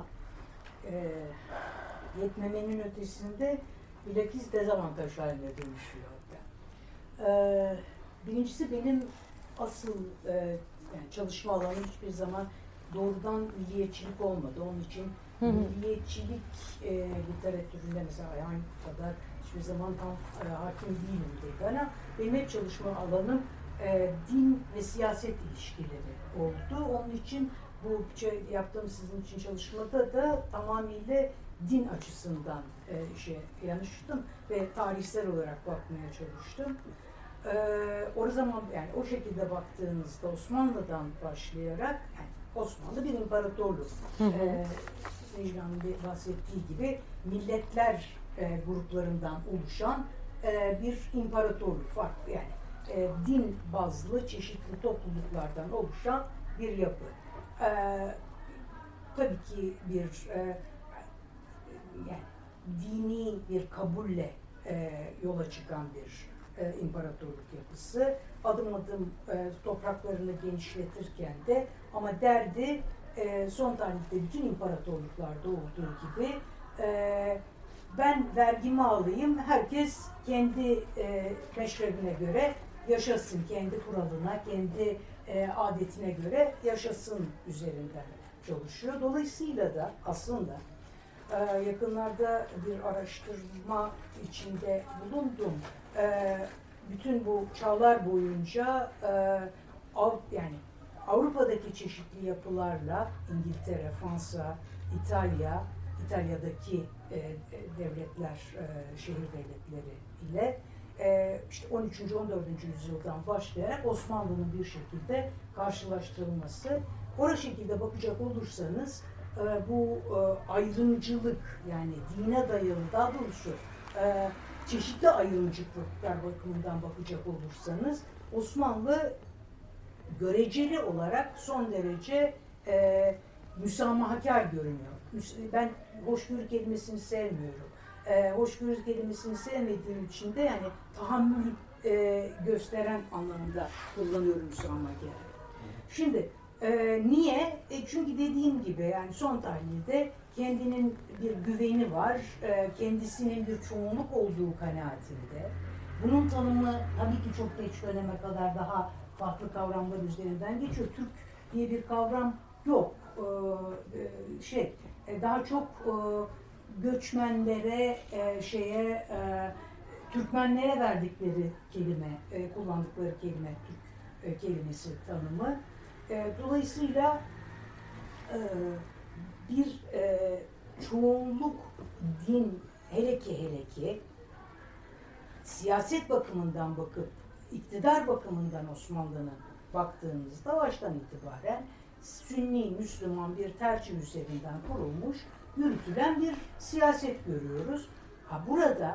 Yetmemenin ötesinde bilakis dezavantaj haline dönüşüyor hatta. Birincisi benim asıl yani çalışma alanım hiçbir zaman doğrudan milliyetçilik olmadı. Onun için milliyetçilik literatüründe mesela aynı kadar hiçbir zaman tam hakim değilim dedi. Ama benim hep çalışma alanım din ve siyaset ilişkileri oldu. Onun için bu yaptığım sizin için çalışmada da tamamıyla din açısından yanaştım ve tarihsel olarak bakmaya çalıştım. O zaman yani o şekilde baktığınızda Osmanlı'dan başlayarak yani Osmanlı bir imparatorluk. Necla'nın bahsettiği gibi milletler gruplarından oluşan bir imparatorluk farklı yani din bazlı çeşitli topluluklardan oluşan bir yapı. Tabii ki bir yani dini bir kabulle yola çıkan bir imparatorluk yapısı. Adım adım topraklarını genişletirken de ama derdi son tarihte bütün imparatorluklarda olduğu gibi ben vergimi alayım, herkes kendi meşrebine göre yaşasın, kendi kuralına, kendi adetine göre yaşasın üzerinden çalışıyor. Dolayısıyla da aslında yakınlarda bir araştırma içinde bulundum. Bütün bu çağlar boyunca yani Avrupa'daki çeşitli yapılarla İngiltere, Fransa, İtalya'daki devletler, şehir devletleri ile işte 13. 14. yüzyıldan başlayarak Osmanlı'nın bir şekilde karşılaştırılması O şekilde bakacak olursanız bu ayrımcılık, yani dine dayalı, daha doğrusu çeşitli ayrımcılıklar bakımından bakacak olursanız Osmanlı göreceli olarak son derece müsamahakar görünüyor. Ben hoşgörü kelimesini sevmiyorum. Hoşgörü kelimesini sevmediğim için de yani tahammül gösteren anlamında kullanıyorum müsamahakarı. Şimdi niye? Çünkü dediğim gibi yani son tahlilde kendinin bir güveni var, kendisinin bir çoğunluk olduğu kanaatinde. Bunun tanımı tabii ki çok geç döneme kadar daha farklı kavramlar üzerinden geçiyor. Türk diye bir kavram yok. Daha çok göçmenlere, Türkmenlere verdikleri kelime, kullandıkları kelime Türk kelimesi tanımı. Dolayısıyla bir çoğunluk din hele ki siyaset bakımından bakıp iktidar bakımından Osmanlı'nın baktığımızda baştan itibaren Sünni Müslüman bir tercih üzerinden kurulmuş, yürütülen bir siyaset görüyoruz. Burada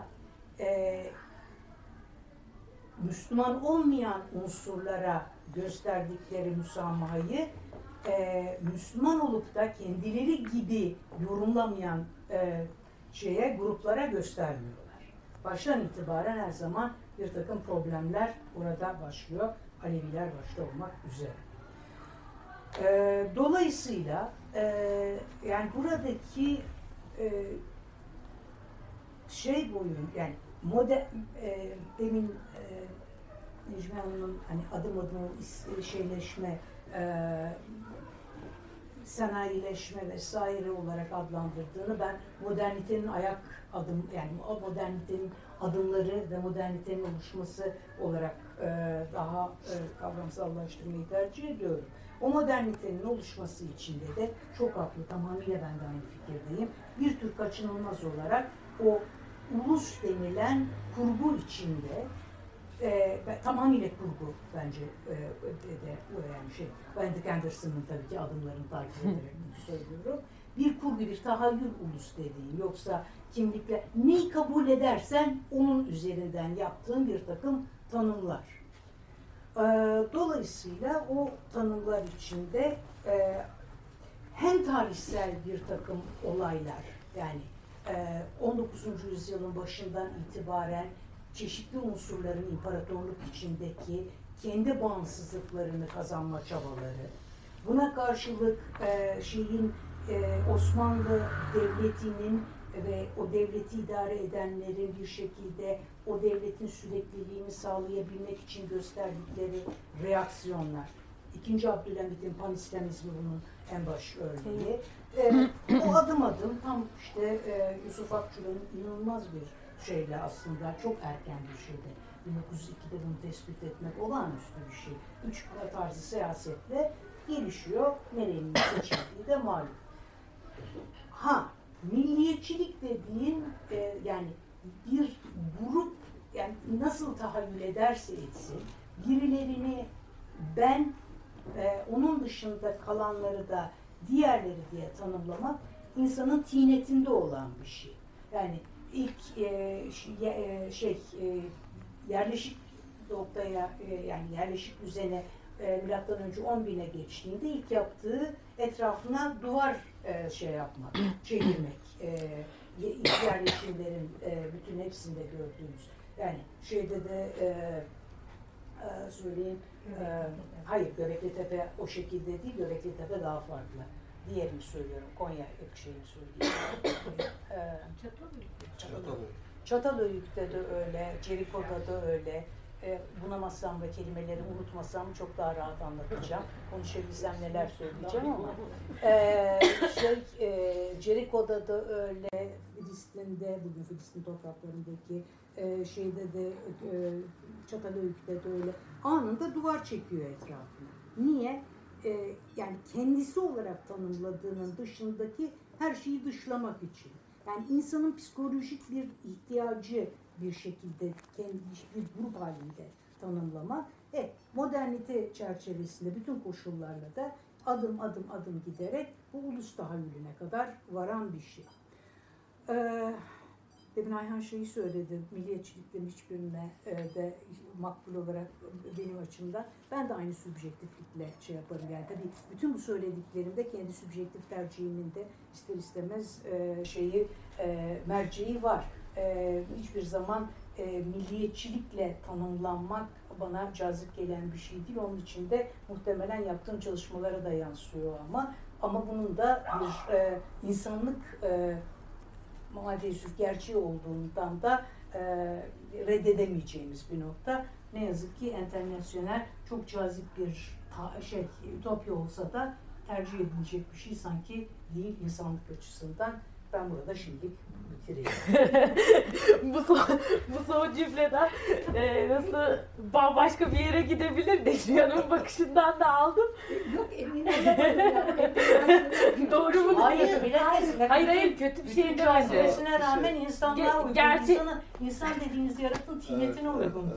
Müslüman olmayan unsurlara gösterdikleri müsamahayı Müslüman olup da kendileri gibi yorumlamayan gruplara göstermiyorlar. Baştan itibaren her zaman bir takım problemler orada başlıyor. Aleviler başta olmak üzere. Dolayısıyla yani buradaki yani demin Necmi Hanım'ın hani adım adım şeyleşme, sanayileşme vesaire olarak adlandırdığını ben modernitenin yani modernitenin adımları ve modernitenin oluşması olarak daha kavramsallaştırmayı tercih ediyorum. O modernitenin oluşması içinde de çok haklı, tamamıyla ben de aynı fikirdeyim. Bir tür kaçınılmaz olarak o ulus denilen kurgu içinde tamamıyla kurgu bence yani ben Dick Anderson'ın tabii ki adımlarını takip ederek söylüyorum. Bir kurgu, bir tahayyül ulus dediğim, yoksa kimlikle neyi kabul edersen onun üzerinden yaptığın bir takım tanımlar. Dolayısıyla o tanımlar içinde hem tarihsel bir takım olaylar, yani 19. yüzyılın başından itibaren çeşitli unsurların imparatorluk içindeki kendi bağımsızlıklarını kazanma çabaları, buna karşılık Osmanlı Devleti'nin ve o devleti idare edenlerin bir şekilde o devletin sürekliliğini sağlayabilmek için gösterdikleri reaksiyonlar. İkinci Abdülhamit'in pan-İslamizmi bunun en baş örneği. O adım adım tam Yusuf Akçur'un inanılmaz bir şeyle, aslında çok erken bir şeyde 1902'de bunu tespit etmek olağanüstü bir şey. 3 tarzı siyasetle gelişiyor. Nerenin seçildiği de malum. Milliyetçilik dediğin yani bir grup, yani nasıl tahayyül ederse etsin birilerini ben, onun dışında kalanları da diğerleri diye tanımlamak insanın tinetinde olan bir şey. Yani ilk yerleşik noktaya, yani yerleşik düzene milattan önce 10.000'e geçtiğinde ilk yaptığı etrafına duvar çevirmek. Yerleşimlerin bütün hepsinde gördüğümüz. Yani söyleyeyim, hayır, Göbeklitepe o şekilde değil, Göbeklitepe daha farklı. Diğerini söylüyorum, Konya şeyini söyleyeyim. Çatalhöyük'te de öyle, Ceriko'da da öyle. Bunamazsam ve kelimeleri unutmasam çok daha rahat anlatacağım. Konuşabilsem neler söyleyeceğim ama. Ceriko'da da öyle, Filistin'de, bugün Filistin topraklarındaki Çatalhöyük'te de öyle. Anında duvar çekiyor etrafına. Niye? Yani kendisi olarak tanımladığının dışındaki her şeyi dışlamak için. Yani insanın psikolojik bir ihtiyacı bir şekilde kendi bir grup halinde tanımlamak. Modernite çerçevesinde bütün koşullarla da adım adım giderek bu ulus tahayyülüne kadar varan bir şey. Demin Ayhan şeyi söyledi, milliyetçiliklerin hiçbirine de makbul olarak benim açımdan. Ben de aynı sübjektiflikle şey yaparım. Yani tabii bütün bu söylediklerimde kendi sübjektif tercihimin de ister istemez merceği var. Hiçbir zaman milliyetçilikle tanımlanmak bana cazip gelen bir şey değil. Onun için de muhtemelen yaptığım çalışmalara da yansıyor ama bunun da bir insanlık maalesef gerçeği olduğundan da reddedemeyeceğimiz bir nokta. Ne yazık ki internasyonel çok cazip bir ütopya olsa da tercih edilecek bir şey sanki değil insanlık açısından. Ben burada şimdilik bitireyim. bu son cümleden nasıl bambaşka bir yere gidebilir Necmiye'nin bakışından da aldım. Yok eminim. Doğru mu? Hayır, bilakis. Hayır kötü bir şey demedi. Cazibesine rağmen insanlığa uygun. Gerçek- İnsan dediğiniz yaratın tiniyetine uygun.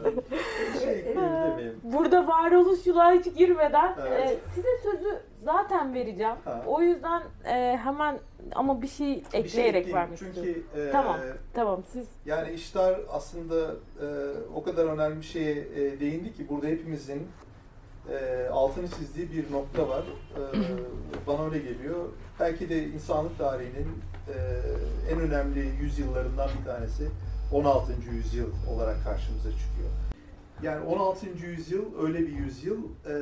Burada varoluşçuluğa hiç girmeden Evet. size sözü zaten vereceğim. Ha. O yüzden hemen ama bir şey ekleyerek vermek istiyorum. Çünkü Tamam siz. yani İştar aslında o kadar önemli bir şeye değindi ki burada hepimizin altını çizdiği bir nokta var. Bana öyle geliyor. Belki de insanlık tarihinin en önemli yüzyıllarından bir tanesi 16. yüzyıl olarak karşımıza çıkıyor. Yani 16. yüzyıl öyle bir yüzyıl.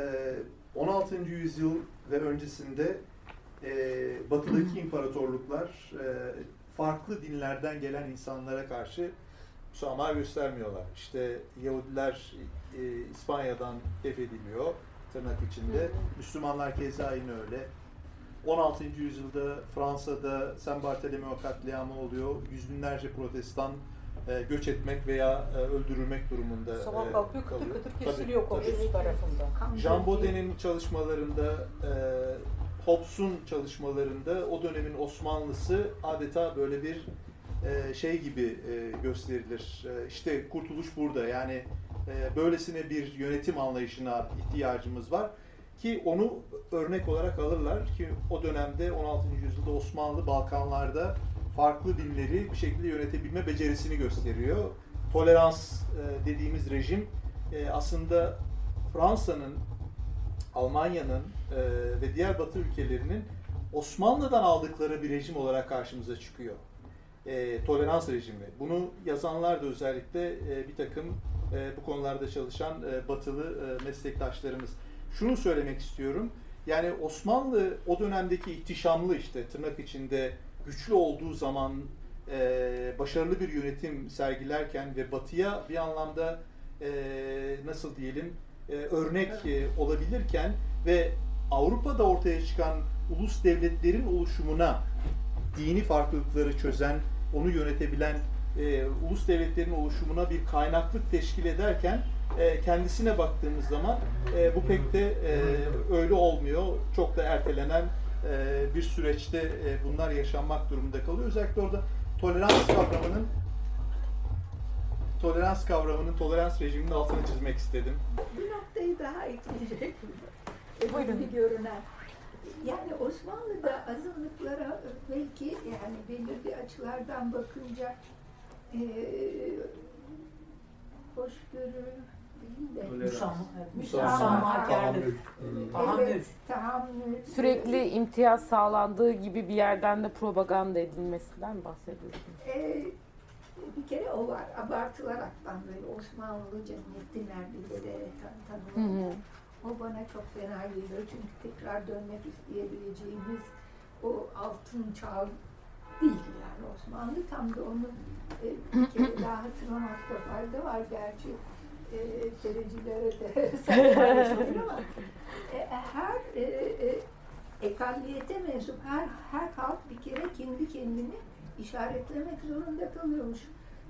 16. yüzyıl ve öncesinde batıdaki imparatorluklar farklı dinlerden gelen insanlara karşı müsamaha göstermiyorlar. İşte Yahudiler İspanya'dan def ediliyor tırnak içinde. Müslümanlar keza yine öyle. 16. yüzyılda Fransa'da Saint Barthélemy katliamı oluyor. Yüz binlerce protestan göç etmek veya öldürülmek durumunda Sabah kalkıyor kıtır kalıyor. kıtır kesiliyor komşusu tarafından. Jean Baudel'in çalışmalarında, Hobbes'un çalışmalarında o dönemin Osmanlısı adeta böyle bir şey gibi gösterilir. İşte kurtuluş burada. Yani böylesine bir yönetim anlayışına ihtiyacımız var ki onu örnek olarak alırlar ki o dönemde 16. yüzyılda Osmanlı Balkanlarda farklı dinleri bir şekilde yönetebilme becerisini gösteriyor. Tolerans dediğimiz rejim aslında Fransa'nın, Almanya'nın ve diğer Batı ülkelerinin Osmanlı'dan aldıkları bir rejim olarak karşımıza çıkıyor. Tolerans rejimi. Bunu yazanlar da özellikle bir takım bu konularda çalışan batılı meslektaşlarımız. Şunu söylemek istiyorum. Yani Osmanlı o dönemdeki ihtişamlı işte tırnak içinde güçlü olduğu zaman başarılı bir yönetim sergilerken ve batıya bir anlamda nasıl diyelim örnek olabilirken ve Avrupa'da ortaya çıkan ulus devletlerin oluşumuna dini farklılıkları çözen, onu yönetebilen ulus devletlerin oluşumuna bir kaynaklık teşkil ederken kendisine baktığımız zaman bu pek de öyle olmuyor. Çok da ertelenen bir süreçte bunlar yaşanmak durumunda kalıyor. Özellikle orada tolerans rejiminin altını çizmek istedim. Bir noktayı daha ekleyecek. Buyurun. Görünen. Yani Osmanlı'da azınlıklara belki yani belirli açılardan bakınca hoşgörü değil de Müsamahakarlık. evet, tahammül. Sürekli imtiyaz sağlandığı gibi bir yerden de propaganda edilmesinden bahsediyorsunuz. Bir kere o var. Abartılaraktan böyle Osmanlı cenneti neredeyse tanımlanıyor. O bana çok fena geliyor. Çünkü tekrar dönmek isteyebileceğimiz o altın çağ değil yani Osmanlı. Tam da onu bir kere daha hatırlamakta fayda var. Gerçi terecilere de saygı ama her ekalliyete mensup her halk bir kere kendi kendini işaretlemek zorunda kalıyormuş.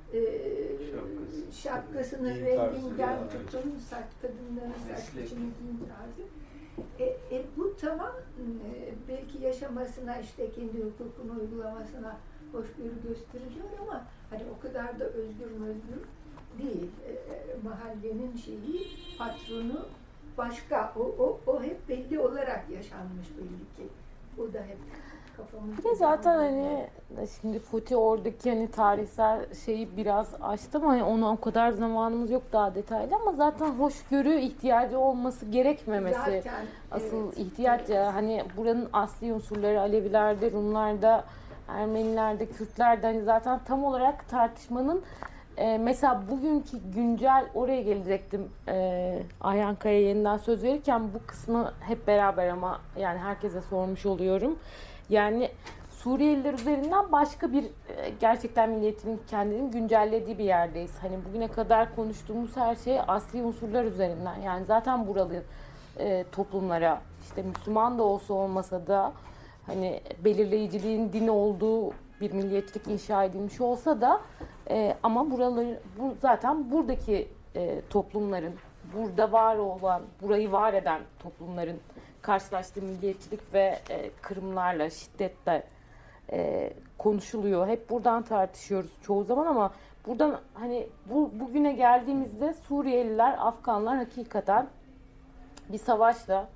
Şapkasının renginden tutun, kadınların saç biçiminin tarzı. Bu tamam belki yaşamasına işte kendi hukukunu uygulamasına hoşgörü gösteriliyor ama hani o kadar da özgür değil. Mahallenin şeyi, patronu başka. O hep belli olarak yaşanmış belli ki. O da hep kafamızda. Bir de zaten hani şimdi Foti oradaki hani tarihsel şeyi biraz açtım ama hani ona o kadar zamanımız yok daha detaylı, ama zaten hoşgörü ihtiyacı olması gerekmemesi Zaten, asıl evet, ihtiyaç evet. ya. Hani buranın asli unsurları Alevilerde, Rumlarda, Ermenilerde, Kürtlerde hani zaten tam olarak tartışmanın mesela bugünkü güncel, oraya gelecektim, Ayhan Kaya'ya yeniden söz verirken bu kısmı hep beraber, ama yani herkese sormuş oluyorum. Yani Suriyeliler üzerinden başka bir gerçekten milliyetin kendini güncellediği bir yerdeyiz. Hani bugüne kadar konuştuğumuz her şey asli unsurlar üzerinden. Yani zaten buralı toplumlara, işte Müslüman da olsa olmasa da, hani belirleyiciliğin din olduğu bir milliyetçilik inşa edilmiş olsa da ama buraları, bu zaten buradaki toplumların, burada var olan, burayı var eden toplumların karşılaştığı milliyetçilik ve kırımlarla, şiddetle konuşuluyor. Hep buradan tartışıyoruz çoğu zaman, ama buradan hani bugüne geldiğimizde Suriyeliler, Afganlar hakikaten bir savaşla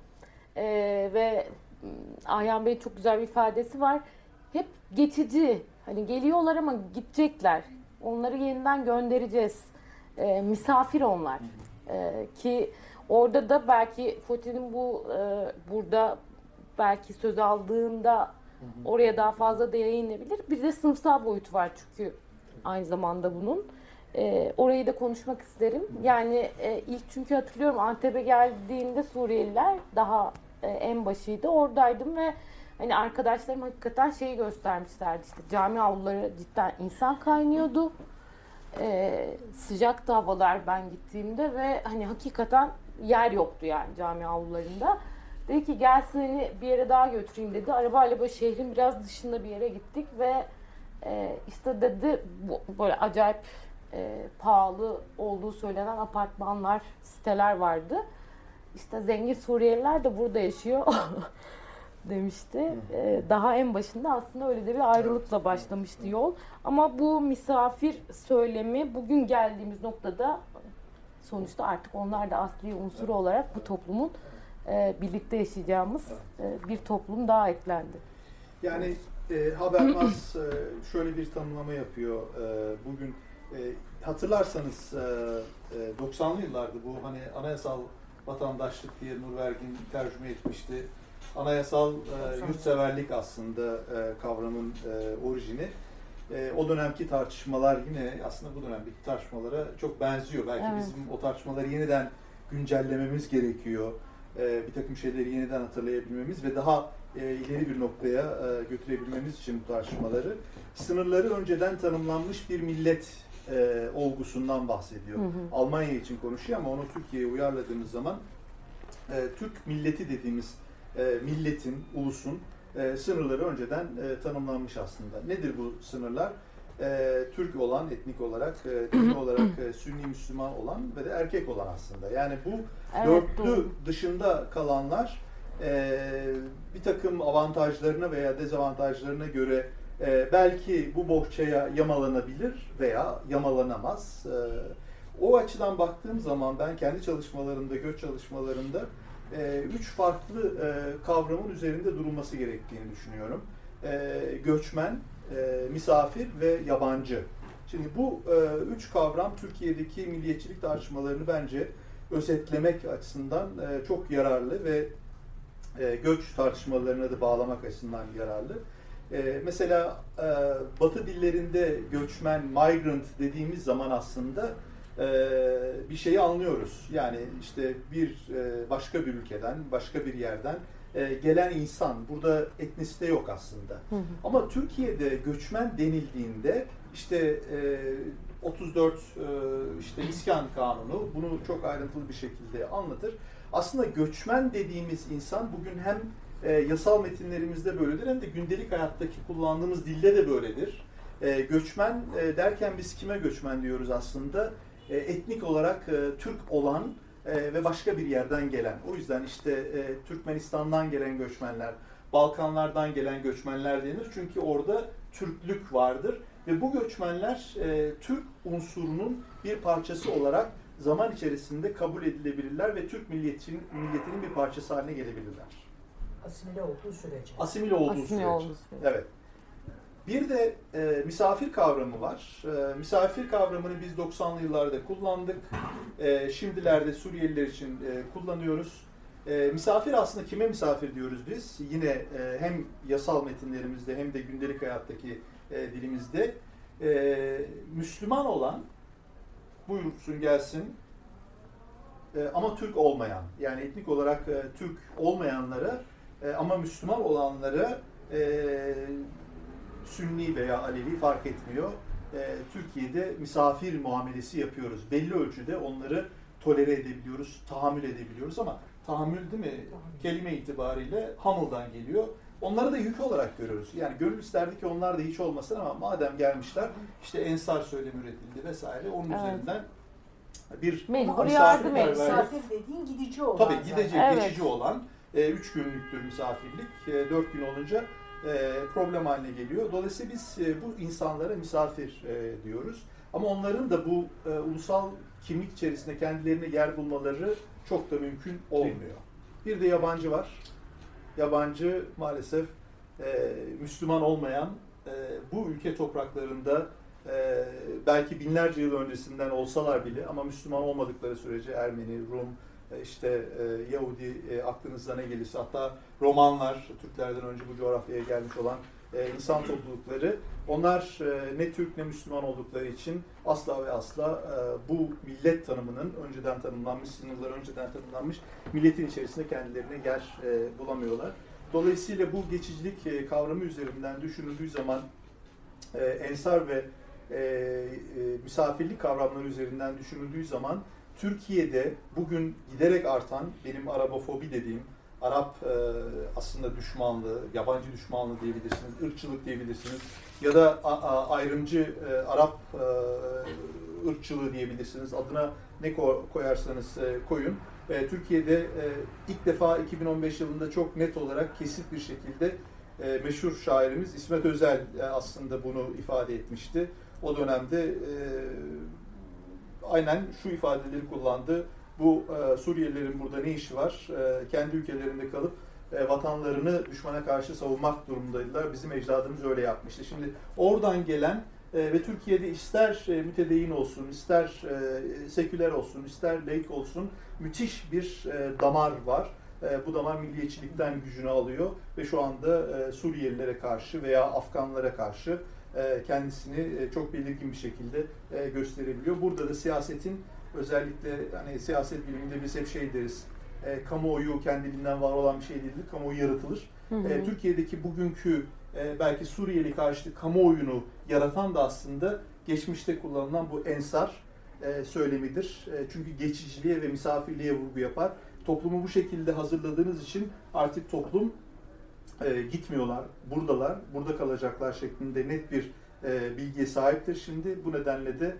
ve Ayhan Bey'in çok güzel bir ifadesi var. Hep geçici. Hani geliyorlar ama gidecekler. Onları yeniden göndereceğiz. Misafir onlar. Ki orada da belki Foti'nin burada belki söz aldığında oraya daha fazla değinebilir. Bir de sınıfsal boyutu var çünkü aynı zamanda bunun. Orayı da konuşmak isterim. Yani ilk, çünkü hatırlıyorum Antep'e geldiğinde Suriyeliler daha en başıydı. Oradaydım ve hani arkadaşlarım hakikaten şeyi göstermişlerdi, işte cami avluları cidden insan kaynıyordu. Sıcaktı havalar ben gittiğimde ve hani hakikaten yer yoktu yani cami avlularında. Dedi ki gel seni bir yere daha götüreyim dedi. Arabayla böyle şehrin biraz dışında bir yere gittik ve işte dedi böyle acayip pahalı olduğu söylenen apartmanlar, siteler vardı. İşte zengin Suriyeliler de burada yaşıyor demişti. Daha en başında aslında öyle de bir ayrılıkla başlamıştı yol. Ama bu misafir söylemi bugün geldiğimiz noktada sonuçta artık onlar da asli unsur olarak bu toplumun birlikte yaşayacağımız bir toplum daha eklendi. Yani Habermas şöyle bir tanımlama yapıyor. Bugün hatırlarsanız 90'lı yıllarda bu hani anayasal vatandaşlık diye Nurvergin tercüme etmişti. Anayasal yurtseverlik aslında kavramın orijini. O dönemki tartışmalar yine aslında bu dönemdeki tartışmalara çok benziyor. Belki evet, bizim o tartışmaları yeniden güncellememiz gerekiyor. Bir takım şeyleri yeniden hatırlayabilmemiz ve daha ileri bir noktaya götürebilmemiz için bu tartışmaları. Sınırları önceden tanımlanmış bir millet olgusundan bahsediyor. Almanya için konuşuyor ama onu Türkiye'ye uyarladığımız zaman Türk milleti dediğimiz milletin, ulusun sınırları önceden tanımlanmış aslında. Nedir bu sınırlar? Türk olan, etnik olarak, dini olarak Sünni Müslüman olan ve de erkek olan aslında. Yani bu dörtlü dışında kalanlar bir takım avantajlarına veya dezavantajlarına göre belki bu bohçaya yamalanabilir veya yamalanamaz. O açıdan baktığım zaman ben kendi çalışmalarımda, göç çalışmalarımda 3 farklı kavramın üzerinde durulması gerektiğini düşünüyorum. Göçmen, misafir ve yabancı. Şimdi bu 3 kavram Türkiye'deki milliyetçilik tartışmalarını bence özetlemek açısından çok yararlı ve göç tartışmalarına da bağlamak açısından yararlı. Mesela Batı dillerinde göçmen, migrant dediğimiz zaman aslında bir şeyi anlıyoruz. Yani işte bir başka bir ülkeden, başka bir yerden gelen insan. Burada etnisite yok aslında. Ama Türkiye'de göçmen denildiğinde işte 34 işte İskan Kanunu bunu çok ayrıntılı bir şekilde anlatır. Aslında göçmen dediğimiz insan bugün hem yasal metinlerimizde böyledir hem de gündelik hayattaki kullandığımız dilde de böyledir. Göçmen derken biz kime göçmen diyoruz aslında? Etnik olarak Türk olan ve başka bir yerden gelen. O yüzden işte Türkmenistan'dan gelen göçmenler, Balkanlardan gelen göçmenler denir. Çünkü orada Türklük vardır ve bu göçmenler Türk unsurunun bir parçası olarak zaman içerisinde kabul edilebilirler ve Türk milletinin bir parçası haline gelebilirler. Asimile olduğu sürece. Asimile olduğu sürece. Evet. Bir de misafir kavramı var. Misafir kavramını biz 90'lı yıllarda kullandık. Şimdilerde Suriyeliler için kullanıyoruz. Misafir aslında kime misafir diyoruz biz? Yine hem yasal metinlerimizde hem de gündelik hayattaki dilimizde Müslüman olan, buyursun gelsin, ama Türk olmayan, yani etnik olarak Türk olmayanlara ama Müslüman olanlara Sünni veya Alevi fark etmiyor. Türkiye'de misafir muamelesi yapıyoruz. Belli ölçüde onları tolere edebiliyoruz, tahammül edebiliyoruz ama tahammül değil mi? Kelime itibariyle Hamıl'dan geliyor. Onları da yük olarak görüyoruz. Yani gönül isterdi ki onlar da hiç olmasın ama madem gelmişler, işte ensar söylemi üretildi vesaire. Onun üzerinden bir mecbur yardım et. Misafir dediğin gidici olan. Tabii geçici olan 3 günlüktür misafirlik. 4 gün olunca problem haline geliyor. Dolayısıyla biz bu insanlara misafir diyoruz. Ama onların da bu ulusal kimlik içerisinde kendilerine yer bulmaları çok da mümkün olmuyor. Bir de yabancı var. Yabancı maalesef Müslüman olmayan, bu ülke topraklarında belki binlerce yıl öncesinden olsalar bile ama Müslüman olmadıkları sürece Ermeni, Rum, işte Yahudi, aklınızda ne gelirse, hatta Romanlar, Türklerden önce bu coğrafyaya gelmiş olan insan toplulukları, onlar ne Türk ne Müslüman oldukları için asla ve asla bu millet tanımının önceden tanımlanmış, sınırlar önceden tanımlanmış milletin içerisinde kendilerine yer bulamıyorlar. Dolayısıyla bu geçicilik kavramı üzerinden düşünüldüğü zaman ensar ve misafirlik kavramları üzerinden düşünüldüğü zaman Türkiye'de bugün giderek artan, benim Arabofobi dediğim, Arap aslında düşmanlığı, yabancı düşmanlığı diyebilirsiniz, ırkçılık diyebilirsiniz ya da ayrımcı Arap ırkçılığı diyebilirsiniz. Adına ne koyarsanız koyun. Türkiye'de ilk defa 2015 yılında çok net olarak, kesit bir şekilde meşhur şairimiz İsmet Özel aslında bunu ifade etmişti. O dönemde aynen şu ifadeleri kullandı. Bu Suriyelilerin burada ne işi var? Kendi ülkelerinde kalıp vatanlarını düşmana karşı savunmak durumundaydılar. Bizim ecdadımız öyle yapmıştı. Şimdi oradan gelen ve Türkiye'de ister mütedeyyin olsun, ister seküler olsun, ister laik olsun müthiş bir damar var. Bu damar milliyetçilikten gücünü alıyor ve şu anda Suriyelilere karşı veya Afganlara karşı kendisini çok belirgin bir şekilde gösterebiliyor. Burada da siyasetin, özellikle hani siyaset biliminde biz hep şey deriz, kamuoyu kendiliğinden var olan bir şey değildir, kamuoyu yaratılır. Türkiye'deki bugünkü belki Suriyeli karşıtı kamuoyunu yaratan da aslında geçmişte kullanılan bu ensar söylemidir. Çünkü geçiciliğe ve misafirliğe vurgu yapar. Toplumu bu şekilde hazırladığınız için artık toplum gitmiyorlar, buradalar, burada kalacaklar şeklinde net bir bilgiye sahiptir şimdi. Bu nedenle de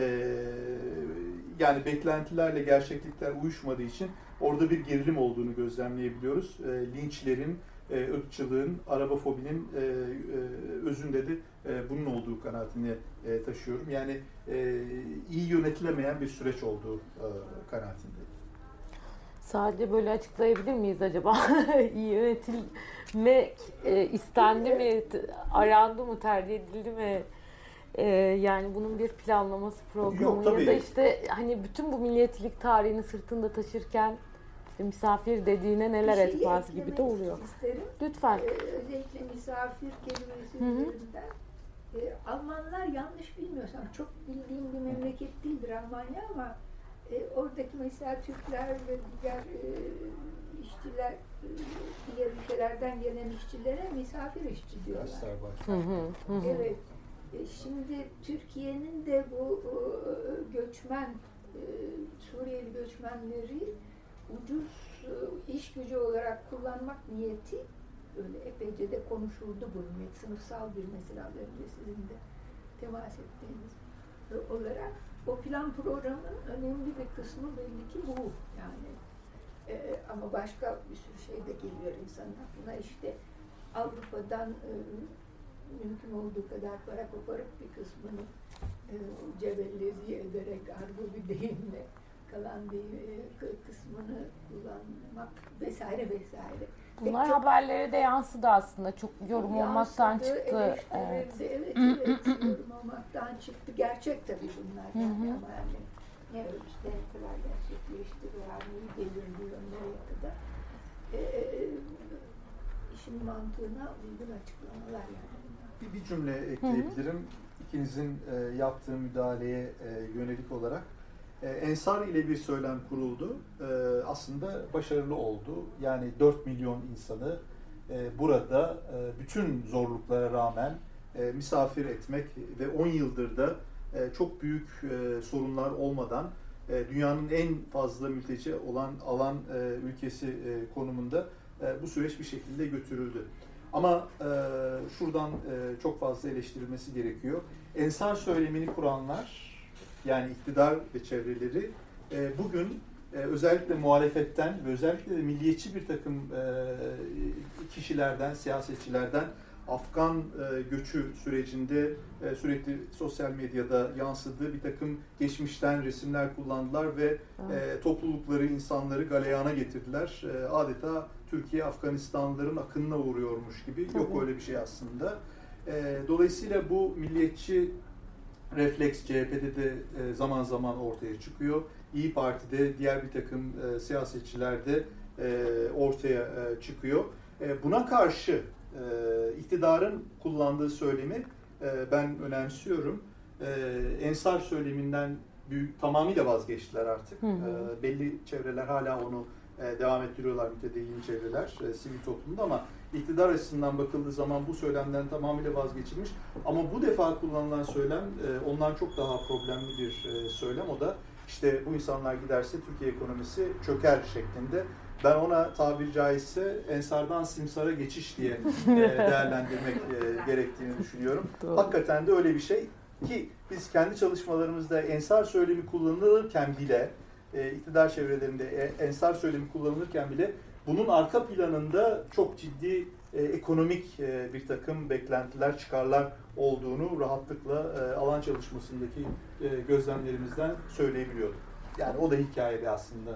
yani beklentilerle gerçeklikler uyuşmadığı için orada bir gerilim olduğunu gözlemleyebiliyoruz. Linçlerin, ırkçılığın, arabofobinin özünde de bunun olduğu kanaatini taşıyorum. Yani iyi yönetilemeyen bir süreç olduğu kanaatindeyim. Sadece böyle açıklayabilir miyiz acaba? İyi yönetilmek istendi mi, arandı mı, tercih edildi mi? Yani bunun bir planlaması, programı ya da işte hani bütün bu milliyetçilik tarihini sırtında taşırken işte misafir dediğine neler etmez gibi de oluyor. İsterim. Lütfen. Özellikle misafir kelimesi üzerinden. Almanlar, yanlış bilmiyorsam, çok bildiğim bir memleket değildir Almanya ama oradaki mesela Türkler ve diğer işçiler, diğer ülkelerden gelen işçilere misafir işçi diyorlar. Evet. Şimdi Türkiye'nin de bu göçmen, Suriyeli göçmenleri ucuz iş gücü olarak kullanmak niyeti öyle epeyce de konuşuldu bu niyet. Sınıfsal bir mesele, az önce sizin de temas ettiğiniz olarak. O plan programının önemli bir kısmı belli ki bu yani. Ama başka bir sürü şey de geliyor insanın aklına. İşte Avrupa'dan mümkün olduğu kadar para koparıp bir kısmını cebellezi ederek, argo bir deyimle kalan bir kısmını kullanmak vesaire vesaire. Bunlar haberlere de yansıdı aslında. Çok yorum olmaktan çıktı. Evet, yorum olmaktan çıktı. Gerçek tabii bunlar. Yani ama yani ne ölçüde ne kadar gerçekleşti veya neyi belirliyor, nereye kadar. İşin mantığına uygun açıklamalar yani. Bir cümle ekleyebilirim. İkinizin yaptığı müdahaleye yönelik olarak. Ensar ile bir söylem kuruldu. Aslında başarılı oldu. Yani 4 milyon insanı burada bütün zorluklara rağmen misafir etmek ve 10 yıldır da çok büyük sorunlar olmadan dünyanın en fazla mülteci olan alan ülkesi konumunda bu süreç bir şekilde götürüldü. Ama şuradan çok fazla eleştirilmesi gerekiyor. Ensar söylemini kuranlar, yani iktidar ve çevreleri bugün özellikle muhalefetten ve özellikle de milliyetçi bir takım kişilerden, siyasetçilerden Afgan göçü sürecinde sürekli sosyal medyada yansıdığı bir takım geçmişten resimler kullandılar ve toplulukları, insanları galeyana getirdiler. Adeta Türkiye Afganistanlıların akınına uğruyormuş gibi. Yok öyle bir şey aslında. Dolayısıyla bu milliyetçi refleks CHP'de de zaman zaman ortaya çıkıyor. İYİ Parti'de, diğer bir takım siyasetçilerde ortaya çıkıyor. Buna karşı iktidarın kullandığı söylemi ben önemsiyorum. Ensar söyleminden tamamıyla vazgeçtiler artık. Belli çevreler hala onu devam ettiriyorlar, mütedeyyin çevreler, sivil toplumda, ama iktidar açısından bakıldığı zaman bu söylemden tamamıyla vazgeçilmiş. Ama bu defa kullanılan söylem ondan çok daha problemli bir söylem. O da işte bu insanlar giderse Türkiye ekonomisi çöker şeklinde. Ben ona tabiri caizse Ensar'dan Simsar'a geçiş diye değerlendirmek gerektiğini düşünüyorum. Hakikaten de öyle bir şey ki biz kendi çalışmalarımızda Ensar söylemi kullanılırken bile, iktidar çevrelerinde Ensar söylemi kullanılırken bile bunun arka planında çok ciddi ekonomik bir takım beklentiler, çıkarlar olduğunu rahatlıkla alan çalışmasındaki gözlemlerimizden söyleyebiliyorduk. Yani o da hikayede aslında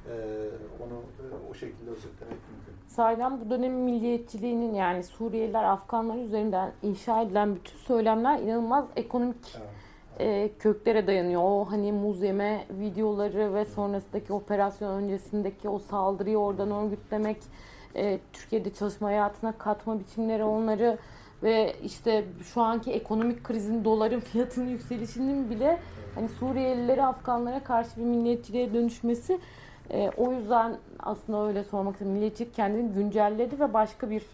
onu o şekilde özetlemek mümkün. Sahiden bu dönemin milliyetçiliğinin, yani Suriyeliler, Afganlar üzerinden inşa edilen bütün söylemler inanılmaz ekonomik köklere dayanıyor. O hani muz yeme videoları ve sonrasındaki operasyon öncesindeki o saldırıyı oradan örgütlemek, Türkiye'de çalışma hayatına katma biçimleri, onları ve işte şu anki ekonomik krizin, doların fiyatının yükselişinin bile hani Suriyelilere, Afganlara karşı bir milliyetçiliğe dönüşmesi. O yüzden aslında öyle sormak istedim. Milliyetçilik kendini güncelledi ve başka bir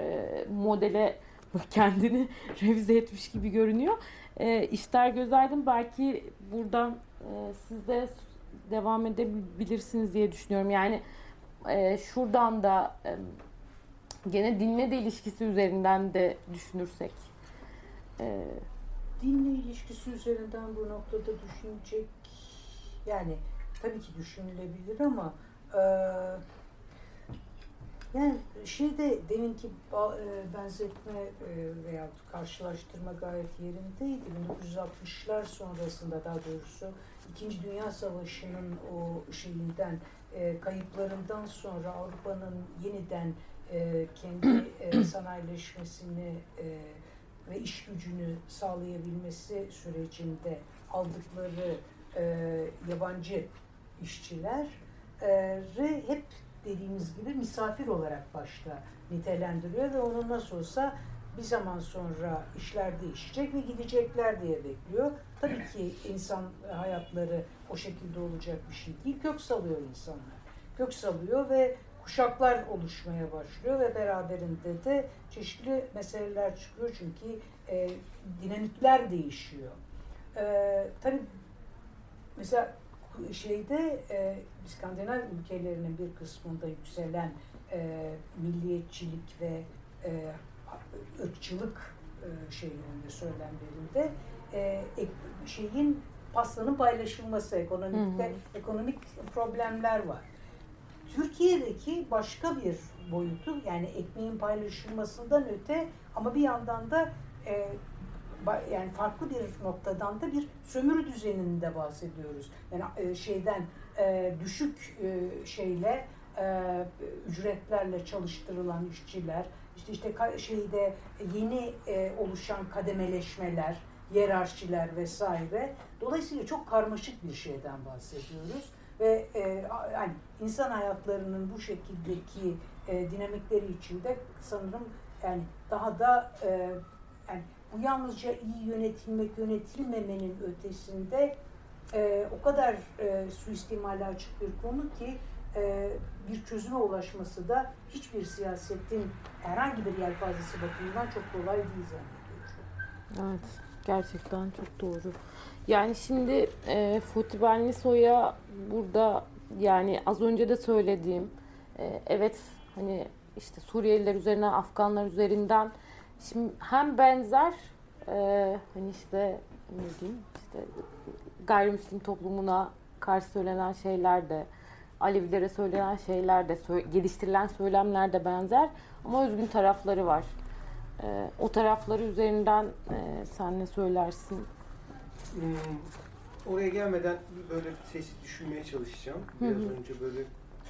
modele kendini revize etmiş gibi görünüyor. İşler Gözaydın, belki buradan siz de devam edebilirsiniz diye düşünüyorum. Yani şuradan da gene dinle de ilişkisi üzerinden de düşünürsek. Dinle ilişkisi üzerinden bu noktada düşünecek, yani tabii ki düşünülebilir ama yani şeyde deminki benzetme veya karşılaştırma gayet yerindeydi. 1960'lar sonrasında, daha doğrusu İkinci Dünya Savaşı'nın o şeyinden, kayıplarından sonra Avrupa'nın yeniden kendi sanayileşmesini ve iş gücünü sağlayabilmesi sürecinde aldıkları yabancı işçiler hep dediğimiz gibi misafir olarak başta nitelendiriyor ve onu nasıl olsa bir zaman sonra işler değişecek ve gidecekler diye bekliyor. Tabii ki insan hayatları o şekilde olacak bir şey değil. Kök salıyor insanlar. Kök salıyor ve kuşaklar oluşmaya başlıyor ve beraberinde de çeşitli meseleler çıkıyor çünkü dinamikler değişiyor. Tabii mesela şeyde İskandinav ülkelerinin bir kısmında yükselen milliyetçilik ve ırkçılık şeylerinde, söylemlerinde şeyin, pastanın paylaşılması, ekonomik problemler var. Türkiye'deki başka bir boyutu, yani ekmeğin paylaşılmasından öte, ama bir yandan da yani farklı bir noktadan da bir sömürü düzeninde bahsediyoruz. Yani düşük ücretlerle çalıştırılan işçiler, işte yeni oluşan kademeleşmeler, hiyerarşiler vesaire. Dolayısıyla çok karmaşık bir şeyden bahsediyoruz ve yani insan hayatlarının bu şekildeki dinamikleri içinde sanırım yani daha da yani bu yalnızca iyi yönetilmemenin ötesinde o kadar suistimale açık bir konu ki bir çözüme ulaşması da hiçbir siyasetin herhangi bir yelpazesi bakımından çok kolay değil zannediyorum. Evet, gerçekten çok doğru. Yani şimdi Futhi Benlisoy'a burada yani az önce de söylediğim evet hani işte Suriyeliler üzerinden, Afganlar üzerinden şimdi hem benzer hani işte ne diyeyim işte gayrimüslim toplumuna karşı söylenen şeyler de Alevilere söylenen şeyler de geliştirilen söylemler de benzer ama özgün tarafları var. O tarafları üzerinden sen ne söylersin? Oraya gelmeden böyle sesi düşünmeye çalışacağım. Biraz önce böyle